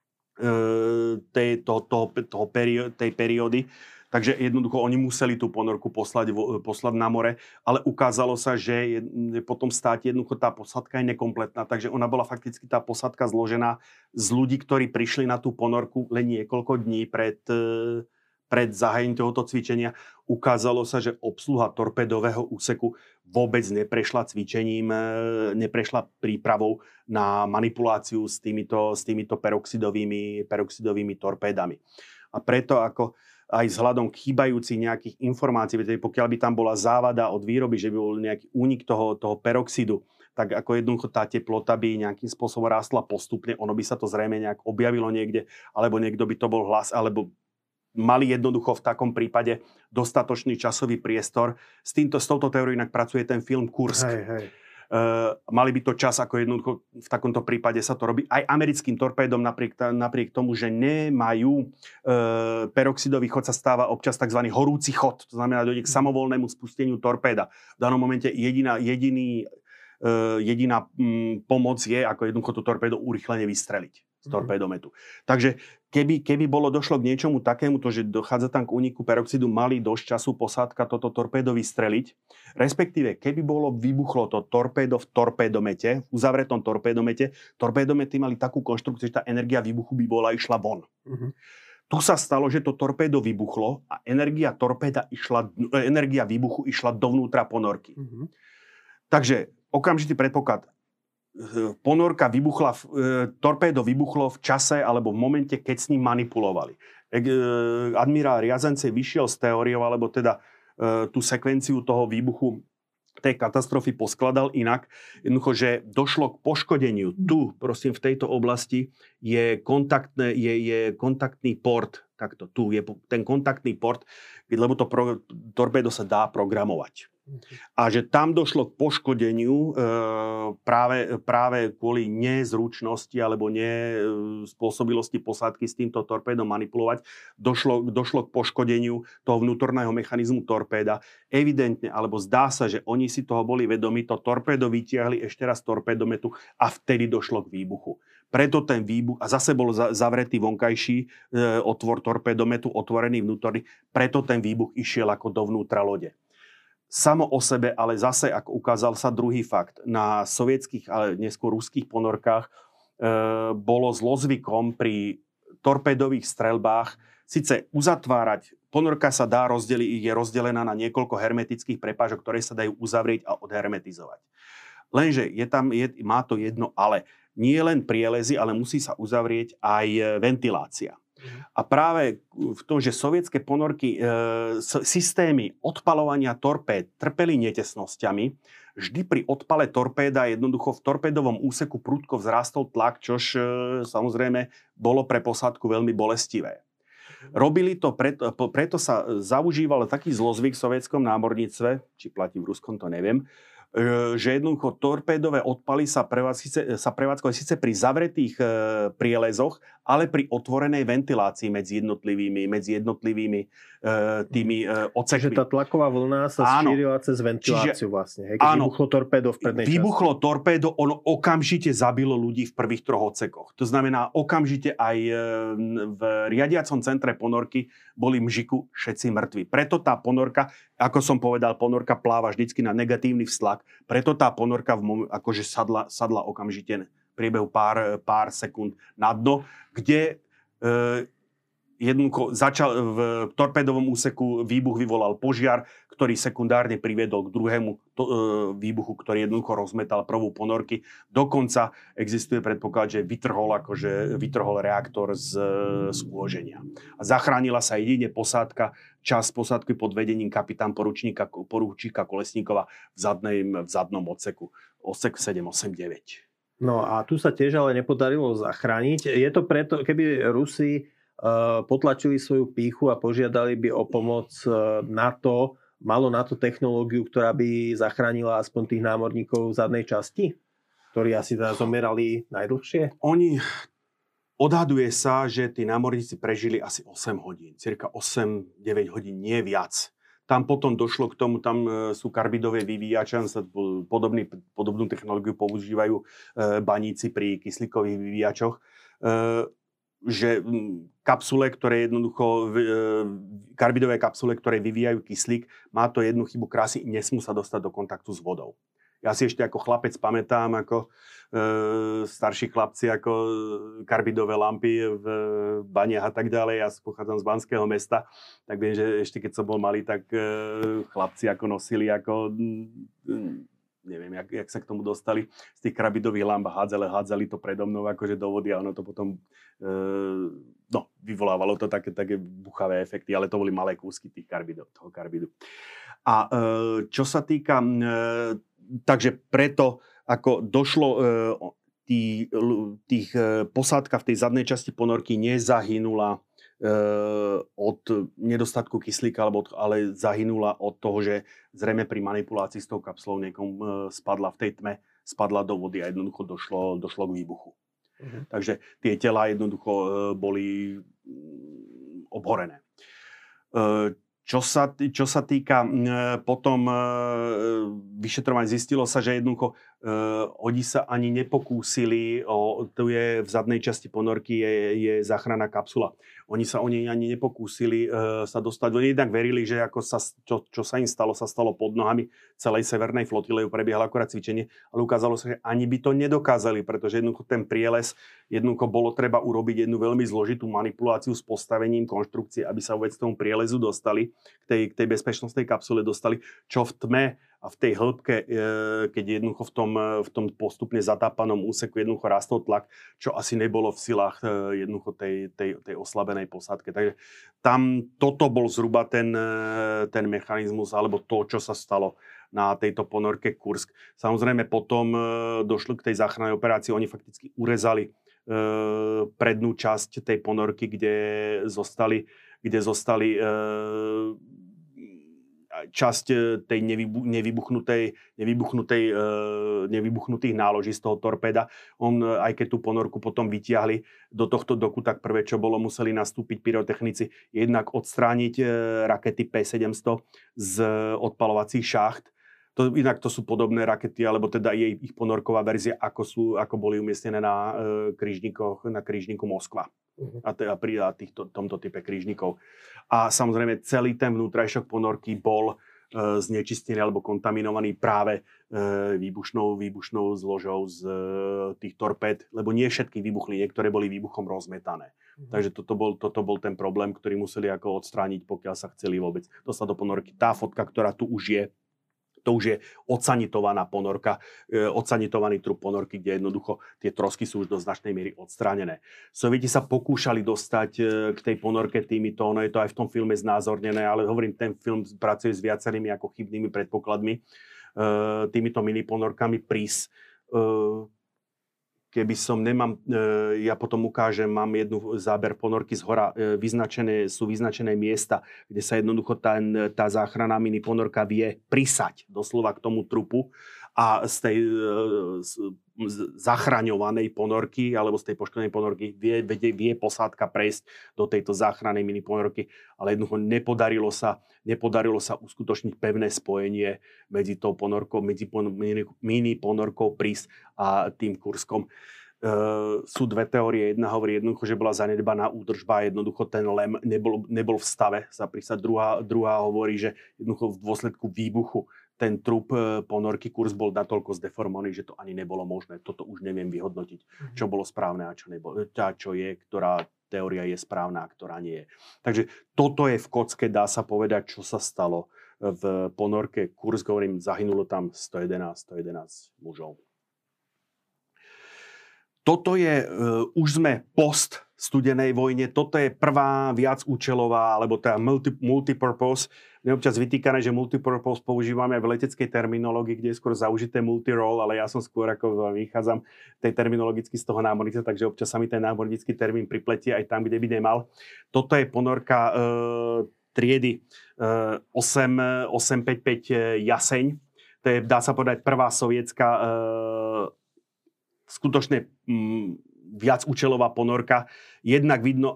tej periódy, takže jednoducho oni museli tú ponorku poslať na more, ale ukázalo sa, že potom státe jednoducho tá posádka je nekompletná, takže ona bola fakticky tá posádka zložená z ľudí, ktorí prišli na tú ponorku len niekoľko dní pred zahájením tohoto cvičenia. Ukázalo sa, že obsluha torpédového úseku vôbec neprešla cvičením, neprešla prípravou na manipuláciu s týmito peroxidovými torpédami. A preto aj vzhľadom k chýbajúcich nejakých informácií, pokiaľ by tam bola závada od výroby, že by bol nejaký únik toho peroxidu, tak ako jednoducho tá teplota by nejakým spôsobom rástla postupne, ono by sa to zrejme nejak objavilo niekde, alebo niekto by to bol hlas, alebo mali jednoducho v takom prípade dostatočný časový priestor. S touto teóriou inak pracuje ten film Kursk. Hej. Mali by to čas, ako jednoducho v takomto prípade sa to robí. Aj americkým torpédom napriek tomu, že nemajú peroxidový chod, sa stáva občas tzv. Horúci chod. To znamená, dojde k samovolnému spusteniu torpéda. V danom momente jediná pomoc je, ako jednoducho tú torpédo urýchlene vystreliť z torpédometu. Takže keby došlo k niečomu takémuto, že dochádza tam k úniku peroxidu, mali dosť času posádka toto torpédo vystreliť. Respektíve, keby vybuchlo to torpédo v torpédomete, v uzavretom torpédomete, torpédomety mali takú konštrukciu, že tá energia výbuchu by išla von. Tu sa stalo, že to torpédo vybuchlo a energia výbuchu išla dovnútra ponorky. Takže okamžitý predpoklad. Ponorka vybuchla, torpédo vybuchlo v čase alebo v momente, keď s ním manipulovali. Admirál Riazancev vyšiel s teóriou, alebo teda tú sekvenciu toho výbuchu tej katastrofy poskladal inak. Jednoducho, že došlo k poškodeniu. Tu, prosím, v tejto oblasti je kontaktný port. Takto, tu je ten kontaktný port, lebo to torpédo sa dá programovať. A že tam došlo k poškodeniu práve kvôli nezručnosti alebo nespôsobilosti posádky s týmto torpédom manipulovať, došlo k poškodeniu toho vnútorného mechanizmu torpéda. Evidentne, alebo zdá sa, že oni si toho boli vedomi, to torpédo vytiahli ešte raz z torpédometu a vtedy došlo k výbuchu. Preto ten výbuch, a zase bol zavretý vonkajší otvor torpédometu, otvorený vnútorný, preto ten výbuch išiel ako dovnútra lode. Samo o sebe, ale zase, ako ukázal sa druhý fakt, na sovietských, ale neskôr ruských ponorkách bolo zlozvykom pri torpédových streľbách síce uzatvárať, ponorka sa dá je rozdelená na niekoľko hermetických prepážok, ktoré sa dajú uzavrieť a odhermetizovať. Lenže má to jedno ale. Nie len prielezy, ale musí sa uzavrieť aj ventilácia. A práve v tom, že sovietské ponorky, systémy odpaľovania torpéd trpeli netesnosťami, vždy pri odpale torpéda jednoducho v torpédovom úseku prudko vzrástol tlak, čož samozrejme bolo pre posádku veľmi bolestivé. Robili to, preto sa zaužíval taký zlozvyk v sovietskom námorníctve, či platí v ruskom, to neviem, že jednoducho torpédové odpaly sa prevádzkovali síce pri zavretých prielezoch, ale pri otvorenej ventilácii medzi jednotlivými tými odsekmi. Čiže tá tlaková vlna sa šírila cez ventiláciu vlastne. Hej? Keď vybuchlo torpédo v prednej časti. Vybuchlo torpédo, ono okamžite zabilo ľudí v prvých 3 odsekoch. To znamená, okamžite aj v riadiacom centre ponorky boli mžiku všetci mŕtvi. Preto tá ponorka, ako som povedal, ponorka pláva vždycky na negatívny vztlak. Preto tá ponorka akože sadla okamžite v priebehu pár sekúnd na dno, kde jednoducho v torpédovom úseku výbuch vyvolal požiar, ktorý sekundárne priviedol k druhému výbuchu, ktorý jednoducho rozmetal prvú ponorky. Dokonca existuje predpoklad, že vytrhol reaktor z uloženia. A zachránila sa jedine posádka, časť posádky pod vedením kapitán poručíka Kolesníkova v zadnom odseku. Odsek 789. No a tu sa tiež ale nepodarilo zachrániť. Je to preto, keby Rusi potlačili svoju pýchu a požiadali by o pomoc NATO, malo NATO technológiu, ktorá by zachránila aspoň tých námorníkov v zadnej časti, ktorí asi teda zomierali najdlhšie? Odhaduje sa, že tí námorníci prežili asi 8 hodín, cirka 8-9 hodín, nie viac. Tam potom došlo k tomu, tam sú karbidové vyvíjače, podobnú technológiu používajú baníci pri kyslíkových vyvíjačoch, že karbidové kapsule, ktoré vyvíjajú kyslík, má to jednu chybu krásy, nesmú sa dostať do kontaktu s vodou. Ja si ešte ako chlapec pamätám, ako starší chlapci, ako karbidové lampy v baniach a tak ďalej. Ja pochádzam z Banského mesta, tak viem, že ešte keď som bol malý, tak chlapci ako nosili neviem, jak sa k tomu dostali, z tých karbidových lamp hádzali to predo mnou akože do vody a ono to potom vyvolávalo to také buchavé efekty, ale to boli malé kúsky toho karbidu. A čo sa týka, takže preto ako došlo tých posádka v tej zadnej časti ponorky nezahynula od nedostatku kyslíka, ale zahynula od toho, že zrejme pri manipulácii s tou kapslou niekom spadla v tej tme, spadla do vody a jednoducho došlo k výbuchu. Takže tie telá jednoducho boli obhorené. Čo sa týka potom vyšetrovania, zistilo sa, že jednoducho oni sa ani nepokúsili, tu je v zadnej časti ponorky je záchranná kapsula. Oni sa o nej ani nepokúsili sa dostať. Oni jednak verili, že ako čo sa im stalo pod nohami celej severnej flotile, prebiehalo akorát cvičenie, ale ukázalo sa, že ani by to nedokázali, pretože jednoducho ten prielez, jednoducho bolo treba urobiť jednu veľmi zložitú manipuláciu s postavením konštrukcie, aby sa vôbec k tomu prielezu dostali, k tej bezpečnostnej kapsule dostali, čo v tme a v tej hĺbke, keď jednoducho v tom postupne zatápanom úseku jednoducho rastol tlak, čo asi nebolo v silách jednoducho tej oslabenej posádke. Takže tam toto bol zhruba ten mechanizmus, alebo to, čo sa stalo na tejto ponorke Kursk. Samozrejme potom došlo k tej záchrannej operácii, oni fakticky urezali prednú časť tej ponorky, kde zostali časť tej nevybuchnutých náloží z toho torpéda. Aj keď tú ponorku potom vytiahli do tohto doku, tak prvé, čo bolo, museli nastúpiť pyrotechnici, jednak odstrániť rakety P-700 z odpalovacích šacht. Inak to sú podobné rakety, alebo teda je ich ponorková verzia, ako boli umiestnené na krížniku Moskva. A pri tomto type krížnikov. A samozrejme celý ten vnútrajšok ponorky bol znečistený alebo kontaminovaný práve výbušnou zložou z tých torpéd, lebo nie všetky vybuchli, niektoré boli výbuchom rozmetané. Takže toto bol ten problém, ktorý museli ako odstrániť, pokiaľ sa chceli vôbec dostať do ponorky. Tá fotka, ktorá tu už je, to už je odsanitovaná ponorka, odsanitovaný trup ponorky, kde jednoducho tie trosky sú už do značnej miery odstránené. Sovieti sa pokúšali dostať k tej ponorke týmito, ono je to aj v tom filme znázornené, ale hovorím, ten film pracuje s viacerými ako chybnými predpokladmi, týmito mini ponorkami PRIS. Keby som ja potom ukážem, mám jednu záber ponorky zhora, sú vyznačené miesta, kde sa jednoducho tá záchranná mini ponorka vie prisať doslova k tomu trupu a z tej zachraňovanej ponorky alebo z tej poškodenej ponorky vie posádka prejsť do tejto záchrannej mini ponorky, ale jednoducho nepodarilo sa uskutočniť pevné spojenie medzi tou ponorkou, mini ponorkou Pris a tým Kurskom. Sú dve teórie. Jedna hovorí jednoducho, že bola zanedbaná údržba a jednoducho ten lem nebol v stave sa prisať. Druhá hovorí, že jednoducho v dôsledku výbuchu ten trup ponorky Kurs bol natoľko zdeformovaný, že to ani nebolo možné. Toto už neviem vyhodnotiť, čo bolo správne a čo nebolo. Čo je, ktorá teória je správna a ktorá nie je. Takže toto je v kocke, dá sa povedať, čo sa stalo v ponorke Kurs. Hovorím, zahynulo tam 111 mužov. Toto je, už sme post studenej vojne, toto je prvá viacúčelová, alebo teda multipurpose. Mne občas vytýkané, že multipurpose používame aj v leteckej terminológii, kde je skôr zaužité multirole, ale ja som skôr ako vychádzam tej terminologicky z toho námorníca, takže občas sa mi ten námornícky termín pripletie aj tam, kde by nemal. Toto je ponorka triedy 855 Jaseň. To je, dá sa povedať, prvá sovietská skutočne viacúčelová ponorka. Jednak vidno,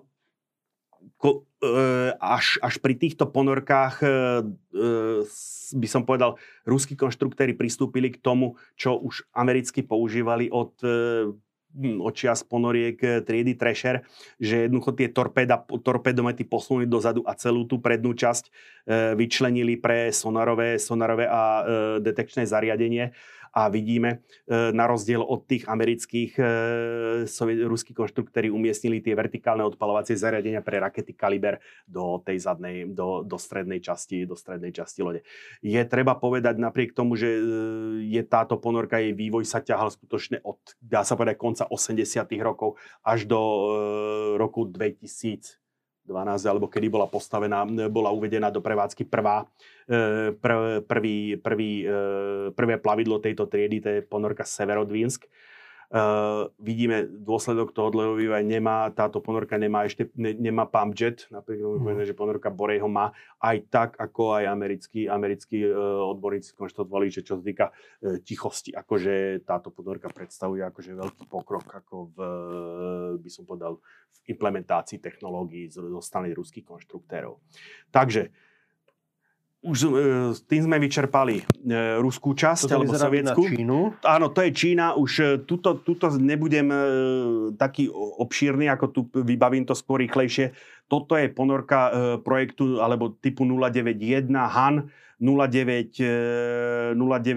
až pri týchto ponorkách by som povedal, ruskí konštruktéri pristúpili k tomu, čo už americky používali od čias ponoriek triedy Thrasher, že jednoducho tie torpedomety posunuli dozadu a celú tú prednú časť vyčlenili pre sonarové a detekčné zariadenie. A vidíme, na rozdiel od tých amerických, ruskí konštruktéri umiestnili tie vertikálne odpalovacie zariadenia pre rakety Kaliber do tej zadnej, do strednej časti lode. Je treba povedať napriek tomu, že je táto ponorka, jej vývoj sa ťahal skutočne od, dá sa povedať, konca 80. rokov až do roku 2012, alebo kedy bola uvedená do prevádzky prvé plavidlo tejto triedy, to je ponorka Severodvinsk. Vidíme dôsledok toho dlhého vývoja, táto ponorka nemá pump jet, napríklad že ponorka Borej ho má, aj tak, ako aj americkí odborníci konštatovali, že čo sa týka tichosti, akože táto ponorka predstavuje akože veľký pokrok, ako by som povedal, v implementácii technológií zo strany ruských konštruktérov. Takže už tým sme vyčerpali ruskú časť, alebo sovietsku. Áno, to je Čína. Už tuto nebudem taký obšírny, ako tu vybavím to skôr rýchlejšie. Toto je ponorka projektu alebo typu 091 Han 093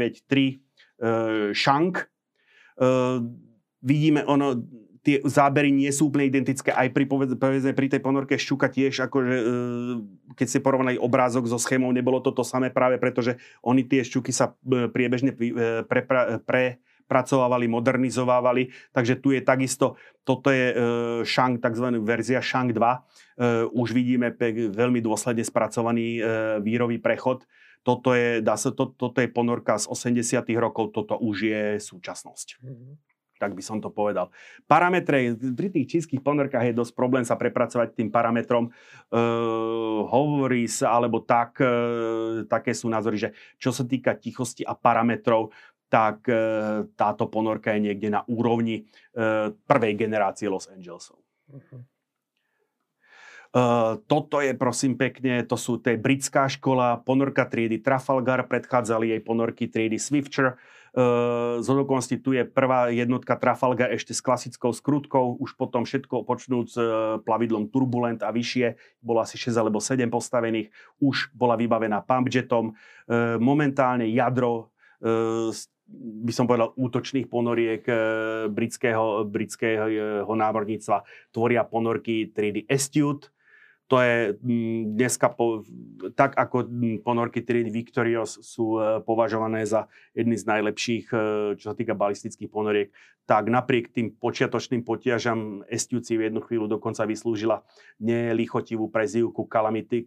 Shang. Vidíme, tie zábery nie sú úplne identické. Aj pri tej ponorke Ščuka tiež, akože, keď ste porovnali obrázok so schémou, nebolo to samé práve, pretože oni tie Ščuky sa priebežne prepracovávali, modernizovávali. Takže tu je takisto, toto je Shang, takzvaná verzia Shang 2. Už vidíme veľmi dôsledne spracovaný vírový prechod. Toto je ponorka z 80. rokov, toto už je súčasnosť. Tak by som to povedal. Parametre, pri tých čínskych ponorkách je dosť problém sa prepracovať tým parametrom. Hovorí sa, alebo také sú názory, že čo sa týka tichosti a parametrov, tak táto ponorka je niekde na úrovni prvej generácie Los Angelesov. Toto je, prosím pekne, to je britská škola, ponorka triedy Trafalgar, predchádzali jej ponorky triedy Swifter. Z okolností tu je prvá jednotka Trafalgar ešte s klasickou skrutkou, už potom všetko počnúc plavidlom Turbulent a vyššie, bolo asi 6 alebo 7 postavených, už bola vybavená pumpjetom. Momentálne jadro, by som povedal, útočných ponoriek britského námorníctva tvoria ponorky triedy Astute. To je dneska, tak ako ponorky triedy Victorious sú považované za jedny z najlepších, čo sa týka balistických ponoriek, tak napriek tým počiatočným potiažam Astute si v jednu chvíľu dokonca vyslúžila nelichotivú prezývku Calamity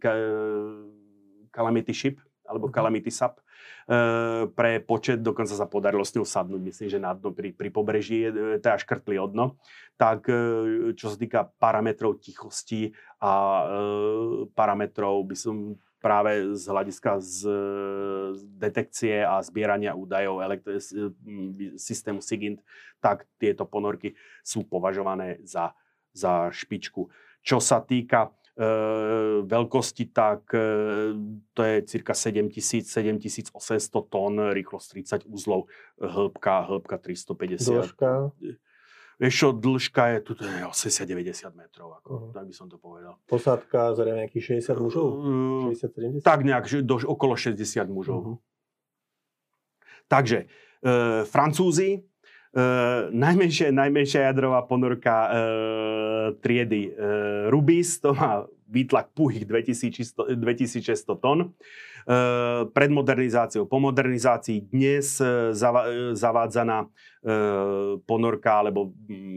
Ship, alebo Calamity Sub. Pre počet dokonca sa podarilo s ňou sadnúť, myslím, že na dno pri pobreží, teda škrtli o dno. Tak čo sa týka parametrov tichosti a parametrov, by som práve z hľadiska z detekcie a zbierania údajov systému SIGINT, tak tieto ponorky sú považované za špičku. Čo sa týka veľkosti, tak to je cirka 7800 tón, rýchlosť 30 uzlov, hĺbka 350. Dĺžka? Vieš čo, dĺžka je, tu je 80-90 metrov, tak by som to povedal. Posádka zrejme nejakých 60 mužov? 60-70? Tak nejak, okolo 60 mužov. Takže, Francúzi, najmenšia jadrová ponorka triedy Rubis, to má výtlak tuhých 2600 tón. Pred modernizáciou, po modernizácii dnes zavádzaná ponorka, alebo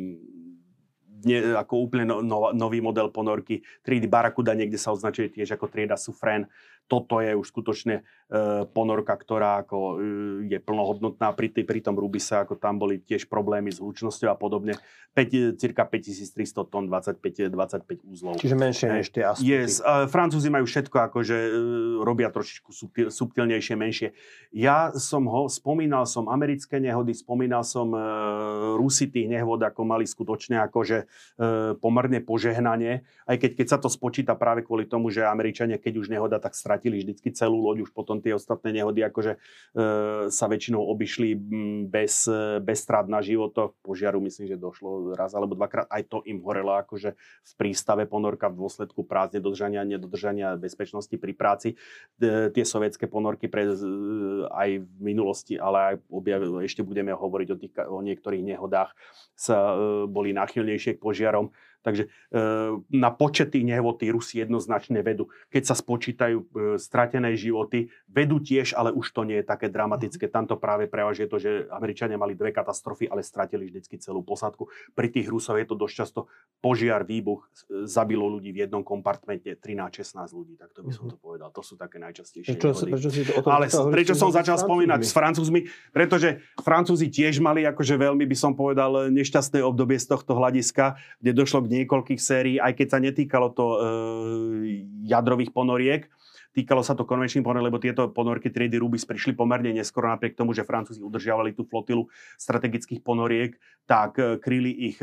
ako úplne nový model ponorky triedy Barracuda, niekde sa označuje tiež ako trieda Suffren. Toto je už skutočne ponorka, ktorá ako je plnohodnotná. Pri tom Rubise, ako tam boli tiež problémy s hlučnosťou a podobne. Cirka 5300 tón, 25 úzlov. Čiže menšie než tie Astuty. Yes. Francúzi majú všetko, akože robia trošičku subtilnejšie, menšie. Ja spomínal som americké nehody, spomínal som Rusy tých nehod, ako mali skutočne akože pomerne požehnanie. Aj keď sa to spočíta práve kvôli tomu, že Američania, keď už nehoda, tak stratili vždycky celú loď, už potom tie ostatné nehody akože sa väčšinou obišli bez strát na životoch. Požiaru myslím, že došlo raz alebo dvakrát. Aj to im horelo akože v prístave ponorka v dôsledku prázdne nedodržania bezpečnosti pri práci. Tie sovietské ponorky aj v minulosti, ale aj ešte budeme hovoriť o niektorých nehodách, boli náchylnejšie k požiarom. Takže na počet tých nehôd tí Rusi jednoznačne vedú. Keď sa spočítajú stratené životy, vedú tiež, ale už to nie je také dramatické. Tam to práve prevažuje to, že Američania mali 2 katastrofy, ale stratili vždycky celú posádku. Pri tých Rusov je to dosť často požiar, výbuch, zabilo ľudí v jednom kompartmente, 13-16 ľudí, tak to by som to povedal. To sú také najčastejšie nehody. Prečo som začal spomínať s Francúzmi? Pretože Francúzi tiež mali akože veľmi, by som povedal, nešťastné obdobie z tohto hľadiska, kde došlo k niekoľkých sérií, aj keď sa netýkalo to jadrových ponoriek. Týkalo sa to konvenčných ponoriek, lebo tieto ponorky triedy Rubis prišli pomerne neskoro, napriek tomu, že Francúzi udržiavali tú flotilu strategických ponoriek, tak kryli ich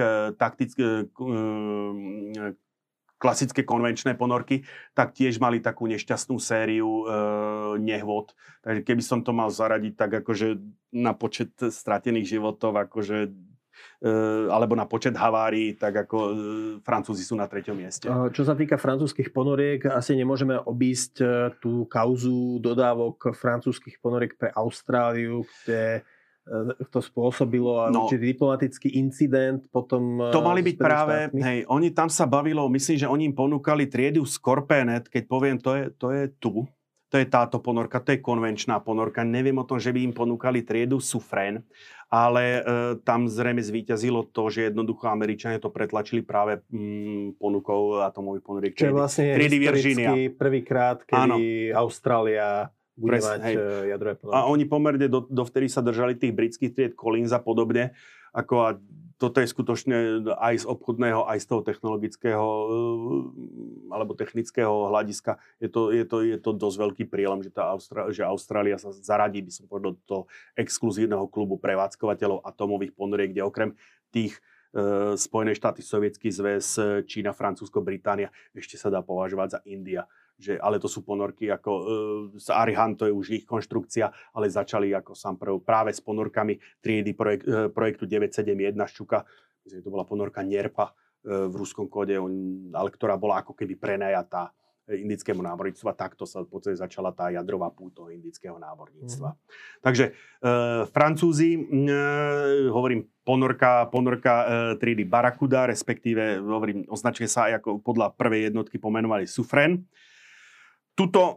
klasické konvenčné ponorky, tak tiež mali takú nešťastnú sériu nehôd. Takže keby som to mal zaradiť, tak akože na počet stratených životov, akože alebo na počet havárií, tak ako Francúzi sú na 3. mieste. Čo sa týka francúzskych ponoriek, asi nemôžeme obísť tú kauzu dodávok francúzskych ponoriek pre Austráliu, kde to spôsobilo určitý diplomatický incident. Potom to mali byť práve, oni tam sa bavilo, myslím, že oni im ponúkali triedu Scorpenet, keď poviem, to je tu. To je táto ponorka, to je konvenčná ponorka. Neviem o tom, že by im ponúkali triedu Suffren, ale tam zrejme zvíťazilo to, že jednoducho Američania to pretlačili práve ponukou atomových ponoriek. Čo je vlastne historicky prvýkrát, kedy Austrália bude mať jadrové ponorky. A oni pomerne dovtedy sa držali tých britských tried Collins a podobne. A toto je skutočne aj z obchodného, aj z toho technologického alebo technického hľadiska. Je to dosť veľký prielom, že Austrália sa zaradí, by som povedal, do toho exkluzívneho klubu prevádzkovateľov atomových ponoriek, kde okrem tých Spojené štáty, Sovietsky zväz, Čína, Francúzsko, Británia ešte sa dá považovať za India. Ale to sú ponorky ako Arihan, to je už ich konštrukcia, ale začali ako sám práve s ponorkami triedy projektu 971 Ščuka. Myslím, že to bola ponorka Nerpa v ruskom kóde, ale ktorá bola ako keby prenajatá indickému námorníctvu. Takto sa v podstate začala tá jadrová púť toho indického námorníctva. Takže Francúzi, hovorím, ponorka triedy Barracuda, respektíve označuje sa aj ako podľa prvej jednotky pomenovali Suffren. Tuto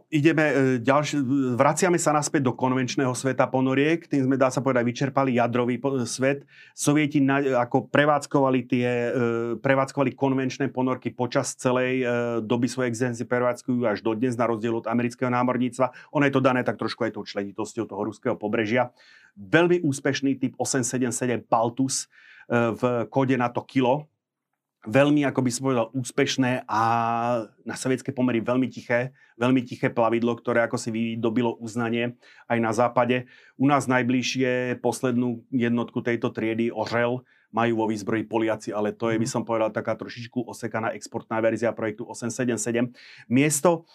vraciame sa naspäť do konvenčného sveta ponoriek, tým sme, dá sa povedať, vyčerpali jadrový svet. Sovieti ako prevádzkovali konvenčné ponorky počas celej doby svojej existencie, prevádzkujú až dodnes, na rozdiel od amerického námorníctva. Ono je to dané tak trošku aj tou členitosťou toho ruského pobrežia. Veľmi úspešný typ 877 Paltus v kóde na to kilo. veľmi, ako by som povedal, úspešné a na sovietské pomery veľmi tiché plavidlo, ktoré ako si vydobilo uznanie aj na západe. U nás najbližšie poslednú jednotku tejto triedy Orel majú vo výzbroji Poliaci, ale to je, by som povedal, taká trošičku osekaná exportná verzia projektu 877. Miesto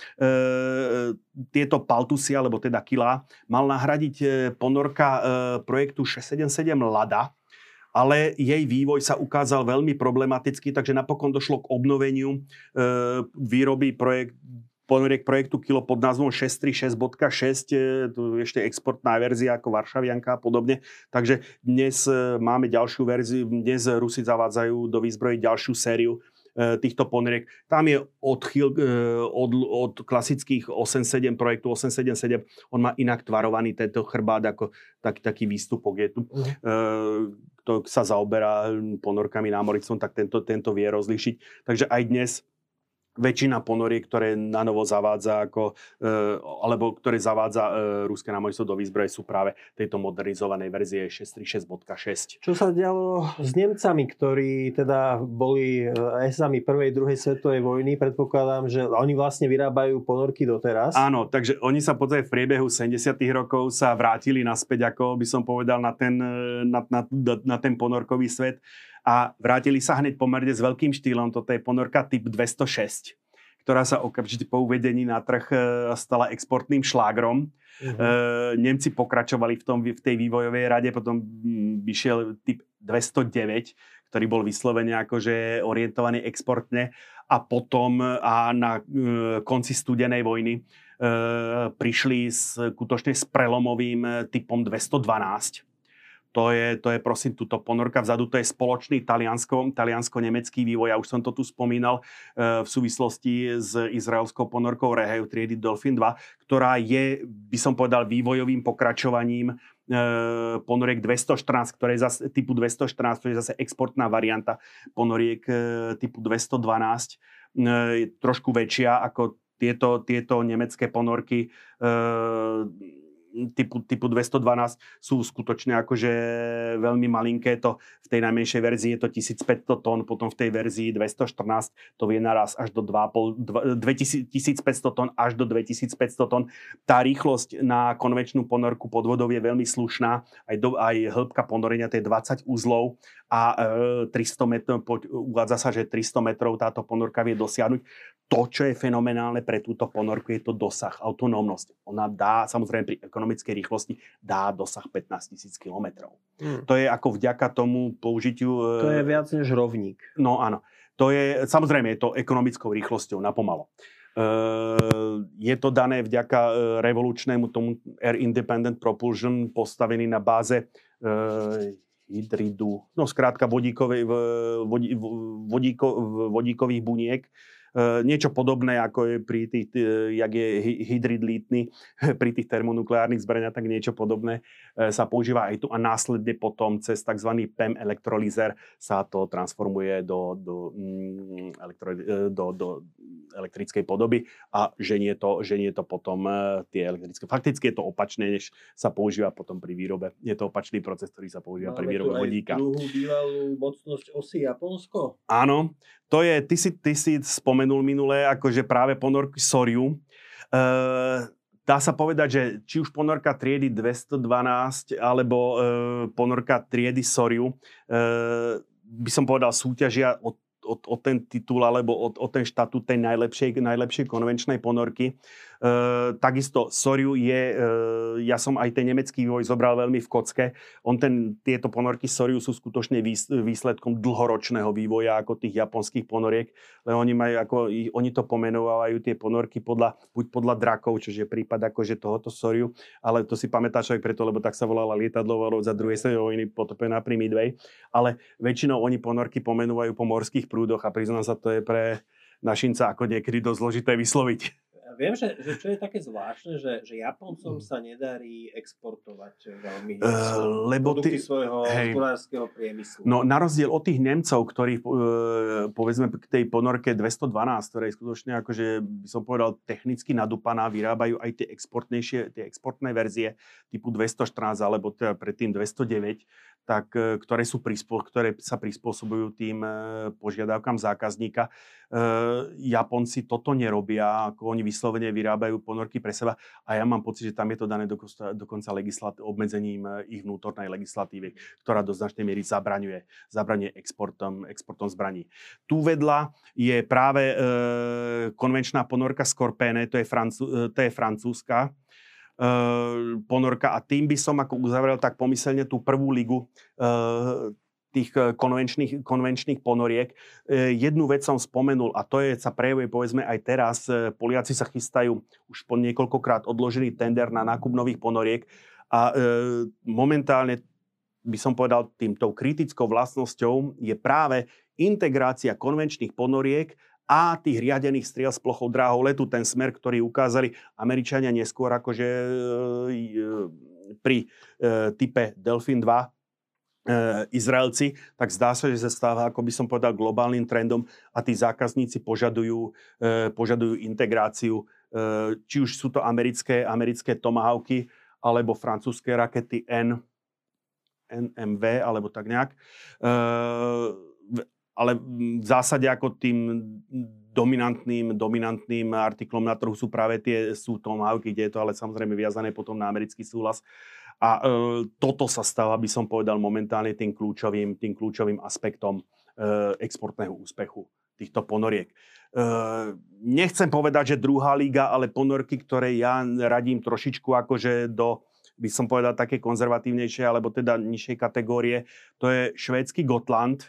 tieto Paltusy, alebo teda Kila, mal nahradiť ponorka projektu 677 Lada, ale jej vývoj sa ukázal veľmi problematický, takže napokon došlo k obnoveniu výroby ponoriek projektu Kilo pod názvom 636.6, tu ešte exportná verzia ako Varšavianka a podobne. Takže dnes máme ďalšiu verziu, dnes Rusi zavádzajú do výzbroji ďalšiu sériu týchto ponoriek. Tam je odchyl od klasických 87 projektu 877. On má inak tvarovaný tento chrbát ako taký výstupok je tu. Kto sa zaoberá ponorkami námornictvom, tak tento vie rozlíšiť. Takže aj dnes väčšina ponoriek, ktoré na novo zavádza alebo ktoré zavádza ruské námornictvo do výzbroje, sú práve tejto modernizovanej verzie 636.6. Čo sa dialo s Nemcami, ktorí teda boli esami prvej, druhej svetovej vojny? Predpokladám, že oni vlastne vyrábajú ponorky doteraz. Áno, takže oni sa v priebehu 70. rokov sa vrátili naspäť, ako by som povedal, na ten ponorkový svet. A vrátili sa hneď pomerne s veľkým štýlom. Toto je ponorka typ 206, ktorá sa okamžite po uvedení na trh stala exportným šlágrom. Nemci pokračovali v tej vývojovej rade, potom vyšiel typ 209, ktorý bol vyslovene akože orientovaný exportne, a potom na konci studenej vojny prišli skutočne s prelomovým typom 212. To je prosím túto ponorka vzadu, to je spoločný taliansko-nemecký vývoj. Ja už som to tu spomínal v súvislosti s izraelskou ponorkou Reheju triedy Dolphin 2, ktorá je, by som povedal, vývojovým pokračovaním ponoriek 214, ktoré je zase typu 214, to je zase exportná varianta ponoriek typu 212. Je trošku väčšia ako tieto nemecké ponorky typu 212 sú skutočne akože veľmi malinké. To v tej najmenšej verzii je to 1500 tón, potom v tej verzii 214 to vie naraz až do 1500 tón až do 2500 tón. Tá rýchlosť na konvenčnú ponorku pod vodou je veľmi slušná. Aj hĺbka ponorenia, to je 20 uzlov a 300 metrov, uvádza sa, že 300 metrov táto ponorka vie dosiahnuť. To, čo je fenomenálne pre túto ponorku, je to dosah, autonómnosť. Ona dá, samozrejme pri ekonomickej rýchlosti, dá dosah 15 000 kilometrov. To je ako vďaka tomu použitiu... To je viac než rovník. No áno. To je, samozrejme, je to ekonomickou rýchlosťou napomalo. Je to dané vďaka revolučnému tomu Air Independent Propulsion, postavený na báze hydridu, no skrátka vodíkových buniek. Niečo podobné, ako je pri tých, jak je hydrid lítny pri tých termonukleárnych zbraniach, tak niečo podobné sa používa aj tu a následne potom cez tzv. PEM elektrolízer sa to transformuje do elektrickej podoby a ženie to potom tie elektrické. Fakticky je to opačné, než sa používa potom pri výrobe. Je to opačný proces, ktorý sa používa pri výrobe vodíka. Máme tu aj druhú bývalú mocnosť osy Japonsko? Áno. To je, ty si spomenul minulé, akože práve ponorky Soryu. Dá sa povedať, že či už ponorka triedy 212 alebo ponorka triedy Soryu, by som povedal, súťažia o ten titul alebo o ten štatút tej najlepšej konvenčnej ponorky. Takisto Soryu je, ja som aj ten nemecký vývoj zobral veľmi v kocke. Tieto ponorky Soryu sú skutočne výsledkom dlhoročného vývoja ako tých japonských ponoriek, len oni to pomenovávajú tie ponorky buď podľa drakov, čo je prípad akože tohoto Soryu, ale to si pamätá človek preto, lebo tak sa volala lietadlová loď za druhej svetovej vojny potopená pri Midway, ale väčšinou oni ponorky pomenúvajú po morských prúdoch a priznám sa, to je pre našinca ako niekedy dosť zložité vysloviť. Viem, že čo je také zvláštne, že Japoncom sa nedarí exportovať veľmi produkty svojho hospodárskeho priemyslu. No na rozdiel od tých Nemcov, ktorí povedzme k tej ponorke 212, ktorá je skutočne akože by som povedal technicky nadúpaná, vyrábajú aj tie exportné verzie typu 214 alebo teda predtým 209, ktoré sa prispôsobujú tým požiadavkám zákazníka. Japonci toto nerobia, ako oni vyslovene vyrábajú ponorky pre seba a ja mám pocit, že tam je to dané dokonca obmedzením ich vnútornej legislatívy, ktorá do značnej miery zabraňuje exportom zbraní. Tu vedľa je práve konvenčná ponorka Scorpene, to je francúzska ponorka a tým by som ako uzavrel tak pomyselne tú prvú ligu tých konvenčných ponoriek. Jednu vec som spomenul a to sa prejavuje povedzme aj teraz. Poliaci sa chystajú už po niekoľkokrát odložený tender na nákup nových ponoriek a momentálne by som povedal tou kritickou vlastnosťou je práve integrácia konvenčných ponoriek a tých riadených striel s plochou dráhou letu, ten smer, ktorý ukázali Američania neskôr akože pri type Delfin 2 Izraelci, tak zdá sa, že sa stáva, ako by som povedal, globálnym trendom a tí zákazníci požadujú integráciu, či už sú to americké Tomahawky alebo francúzske rakety NMV alebo tak nejak. Ale v zásade ako tým dominantným artiklom na trhu sú práve sú Tomahawky, kde je to ale samozrejme viazané potom na americký súhlas. A toto sa stáva, by som povedal, momentálne tým kľúčovým aspektom exportného úspechu týchto ponoriek. Nechcem povedať, že druhá liga, ale ponorky, ktoré ja radím trošičku akože by som povedal, také konzervatívnejšie, alebo teda nižšej kategórie, to je švédsky Gotland.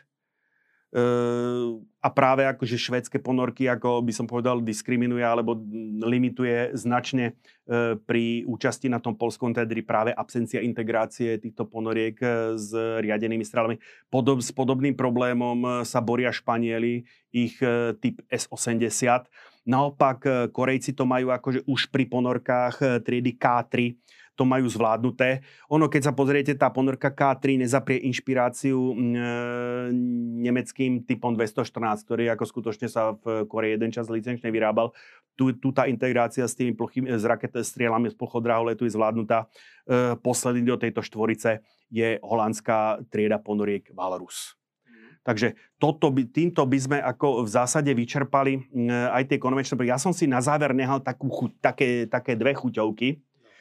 A práve akože švédske ponorky, ako by som povedal, diskriminuje alebo limituje značne pri účasti na tom poľskom tendri práve absencia integrácie týchto ponoriek s riadenými strelami. S podobným problémom sa boria Španieli, ich typ S-80. Naopak Korejci to majú akože už pri ponorkách triedy K3, to majú zvládnuté. Keď sa pozriete, tá ponorka K3 nezaprie inšpiráciu nemeckým typom 214, ktorý ako skutočne sa v Koreji jeden čas licenčne vyrábal. Tu tá integrácia s tými strieľami s plochou dráhou letu je zvládnutá. Posledný do tejto štvorice je holandská trieda ponoriek Walrus. Takže týmto by sme ako v zásade vyčerpali aj tie konvenčné. Ja som si na záver nehal také dve chuťovky.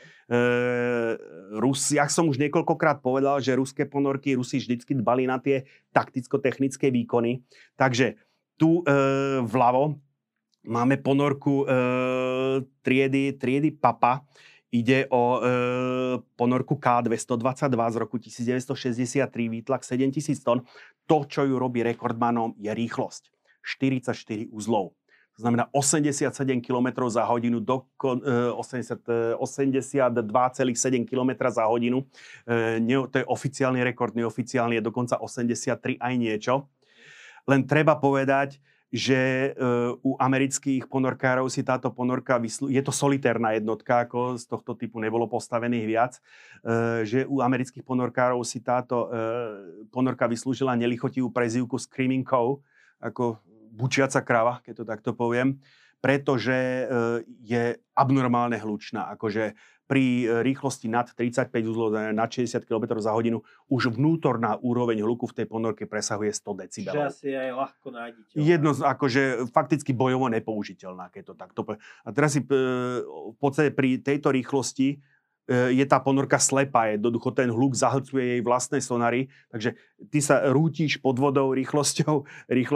Jak som už niekoľkokrát povedal, že ruské ponorky, Rusi vždycky dbali na tie takticko-technické výkony. Takže tu vľavo máme ponorku triedy Papa. Ide o ponorku K222 z roku 1963, výtlak 7000 tón. To, čo ju robí rekordmanom, je rýchlosť. 44 uzlov. To znamená 87 km za hodinu, 82,7 km za hodinu. To je oficiálny rekord, neoficiálny je dokonca 83 aj niečo. Len treba povedať, že u amerických ponorkárov si táto ponorka je to solitérna jednotka, ako z tohto typu nebolo postavených viac, že u amerických ponorkárov si táto ponorka vyslúžila nelichotivú prezývku Screaming Cow, ako bučiaca krava, keď to takto poviem, pretože je abnormálne hlučná. Akože pri rýchlosti nad 35 uzlov, nad 60 km za hodinu, už vnútorná úroveň hluku v tej ponorke presahuje 100 decibelov. Že asi aj ľahko nájditeľná. Akože fakticky bojovo nepoužiteľná, keď to takto poviem. A teraz si v podstate pri tejto rýchlosti je tá ponorka slepá, jednoducho ten hluk zahlcuje jej vlastné sonary, takže ty sa rútiš pod vodou rýchlosťou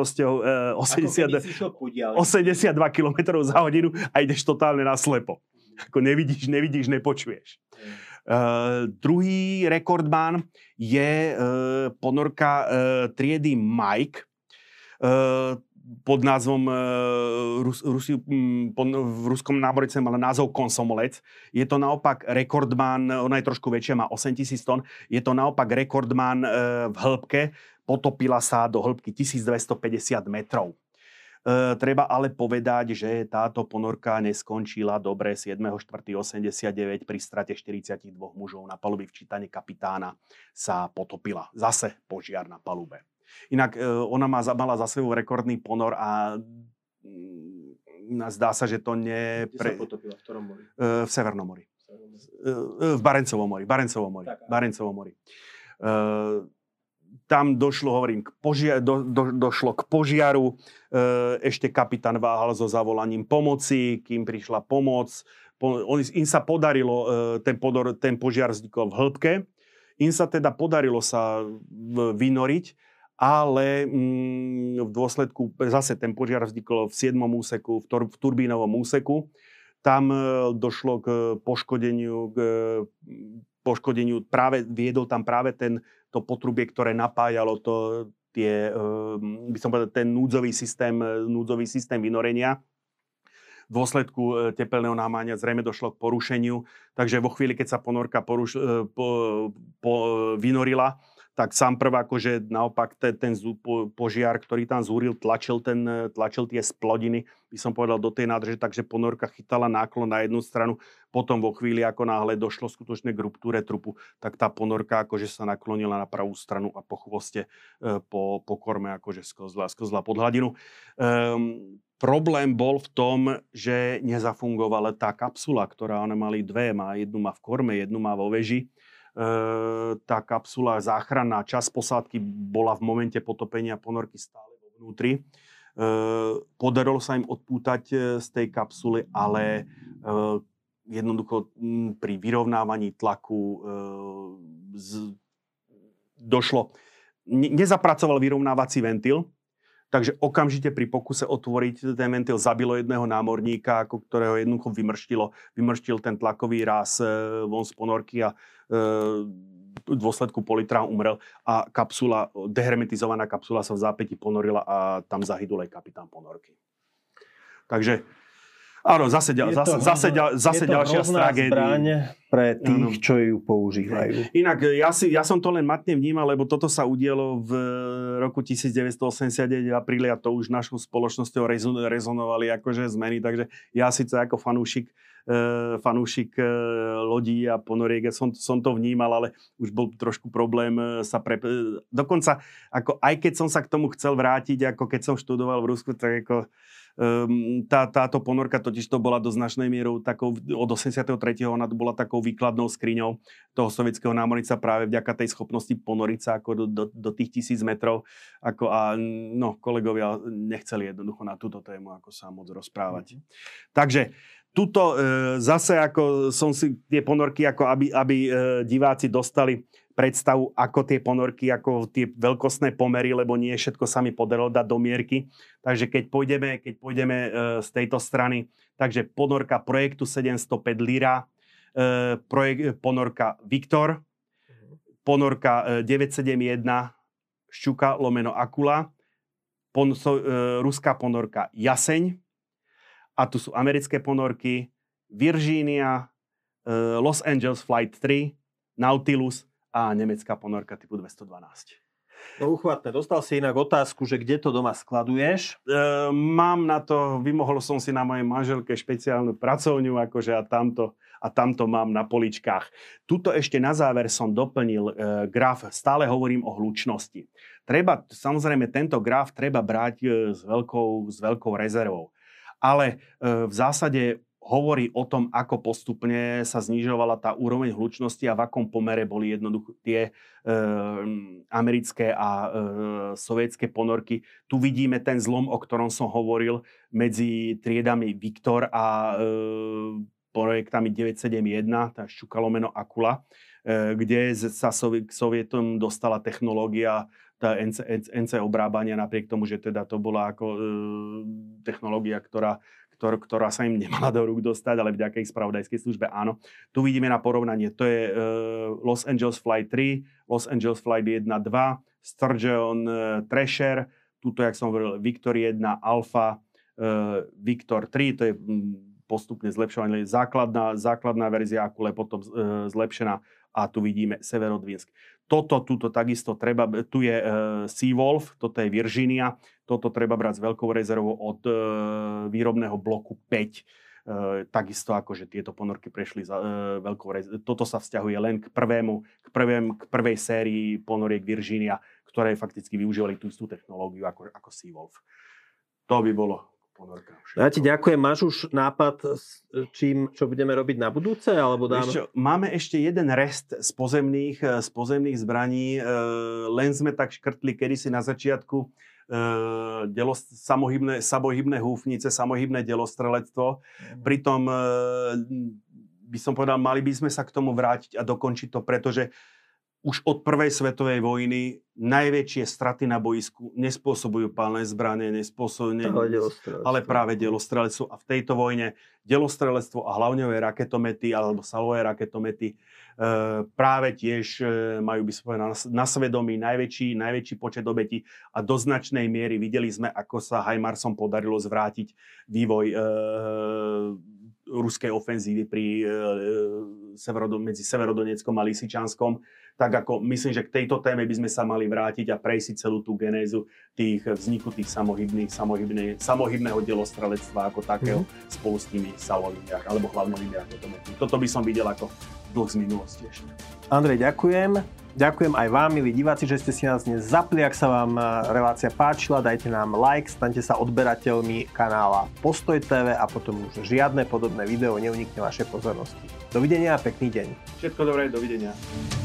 82 km za hodinu a ideš totálne na slepo. Ako nevidíš, nepočuješ. Druhý rekordman je ponorka triedy Mike, pod názvom v ruskom nábore mala názov Konsomolec. Je to naopak rekordman, ona je trošku väčšia, má 8000 tón. Je to naopak rekordman v hĺbke. Potopila sa do hĺbky 1250 metrov. Treba ale povedať, že táto ponorka neskončila dobre 7.4.89 pri strate 42 mužov na palube, včítane kapitána sa potopila. Zase požiar na palube. Inak ona mala za sebou rekordný ponor a zdá sa, že to Kde sa potopila? V ktorom mori? V Severnom mori. V Barencovom mori. Tam došlo k požiaru. Ešte kapitán váhal so zavolaním pomoci, kým prišla pomoc. Im sa podarilo, ten požiar vznikol v hĺbke. Im sa teda podarilo sa vynoriť, ale v dôsledku, zase ten požiar vznikol v 7. úseku, v turbínovom úseku. Tam došlo k poškodeniu, viedol tam práve to potrubie, ktoré napájalo by som povedal, ten núdzový systém vynorenia. V dôsledku tepelného namáňa zrejme došlo k porušeniu, takže vo chvíli, keď sa ponorka vynorila, tak sám prv akože naopak ten požiar, ktorý tam zúril, tlačil tie splodiny, by som povedal, do tej nádrže, takže ponorka chytala náklon na jednu stranu. Potom vo chvíli, ako náhle došlo skutočne k ruptúre trupu, tak tá ponorka akože sa naklonila na pravú stranu a po chvoste, po korme akože sklzla pod hladinu. Problém bol v tom, že nezafungovala tá kapsula, ktorá ona mali dve. Jednu má v korme, jednu má vo veži. Tá kapsula záchranná, časť posádky bola v momente potopenia ponorky stále vo vnútri. Podarilo sa im odpútať z tej kapsuly, ale jednoducho pri vyrovnávaní tlaku nezapracoval vyrovnávací ventil. Takže okamžite pri pokuse otvoriť ten ventil zabilo jedného námorníka, ktorého jednoducho vymrštil ten tlakový ráz von z ponorky a v dôsledku politra umrel a dehermetizovaná kapsula sa v zápäti ponorila a tam zahynul aj kapitán ponorky. Takže áno, zase ďalšia tragédia. Zbraň pre tých, čo ju používajú. Inak, ja som to len matne vnímal, lebo toto sa udialo v roku 1989 v apríli a to už našou spoločnosťou rezonovali akože zmeny, takže ja síce ako fanúšik lodí a ponoriek, som to vnímal, ale už bol trošku problém dokonca, ako aj keď som sa k tomu chcel vrátiť, ako keď som študoval v Rusku, tak ako táto ponorka totiž to bola do značnej mierou takou, od 83. ona bola takou výkladnou skriňou toho sovietskeho námornica práve vďaka tej schopnosti ponoriť sa ako do tých 1000 metrov. Kolegovia nechceli jednoducho na túto tému ako sa moc rozprávať. Takže tuto zase ako som si tie ponorky, ako aby diváci dostali predstavu, ako tie ponorky, ako tie veľkostné pomery, lebo nie všetko sa mi podarilo dať do mierky. Takže keď pôjdeme z tejto strany, takže ponorka projektu 705 Lyra, ponorka Viktor, ponorka 971 Šťuka lomeno Akula, ruská ponorka Jaseň, a tu sú americké ponorky Virginia, Los Angeles Flight 3, Nautilus a nemecká ponorka typu 212. No uchvatné. Dostal si inak otázku, že kde to doma skladuješ? Mám na to, vymohol som si na mojej manželke špeciálnu pracovňu, akože a tamto mám na poličkách. Tuto ešte na záver som doplnil graf, stále hovorím o hlučnosti. Samozrejme, tento graf treba brať s veľkou rezervou. Ale v zásade hovorí o tom, ako postupne sa znižovala tá úroveň hlučnosti a v akom pomere boli jednoducho tie americké a sovietské ponorky. Tu vidíme ten zlom, o ktorom som hovoril, medzi triedami Viktor a projektami 971, tá Šťuka lomeno Akula, kde sa k Sovietom dostala technológia tá NC obrábania, napriek tomu, že teda to bola ako technológia, ktorá sa im nemala do rúk dostať, ale vďaka ich spravodajskej službe áno. Tu vidíme na porovnanie, to je Los Angeles Flight 3, Los Angeles Flight 1, 2, Sturgeon, Thrasher, tuto, jak som hovoril, Victor 1, Alpha, Victor 3, to je postupne zlepšované, základná verzia Akule, potom zlepšená a tu vidíme Severodvinsk. Tuto takisto treba, tu je Seawolf, toto je Virginia, toto treba brať s veľkou rezervou od výrobného bloku 5. Takisto akože tieto ponorky prešli za veľkou rezervou. Toto sa vzťahuje len k prvej sérii ponoriek Virginia, ktoré fakticky využívali tú istú technológiu ako Seawolf. To by bolo ponorkám. Ja ti ďakujem. Máš už nápad, čo budeme robiť na budúce? Alebo máme ešte jeden rest z pozemných zbraní. Len sme tak škrtli kedysi na začiatku samohybné húfnice, samohybné delostrelectvo. Pritom by som povedal, mali by sme sa k tomu vrátiť a dokončiť to, pretože už od prvej svetovej vojny najväčšie straty na boisku nespôsobujú palné zbrane, ale práve delostrelectvo. A v tejto vojne delostrelectvo a hlavňové raketomety alebo salové raketomety práve tiež majú, by som povedal, na svedomí najväčší počet obetí a do značnej miery videli sme, ako sa HIMARSom podarilo zvrátiť vývoj ruskej ofenzívy medzi Severodoneckom a Lysyčanskom. Tak ako myslím, že k tejto téme by sme sa mali vrátiť a prejsť si celú tú genézu vzniku tých samohybného delostrelectva ako takého spolu s tými salovými alebo hlavnovými raketomety. Toto by som videl ako dlh z minulosti ešte. Andrej, ďakujem. Ďakujem aj vám, milí diváci, že ste si nás dnes zapli. Ak sa vám relácia páčila, dajte nám like, staňte sa odberateľmi kanála Postoj TV a potom už žiadne podobné video neunikne vašej pozornosti. Dovidenia a pekný deň. Všetko dobré, dovidenia.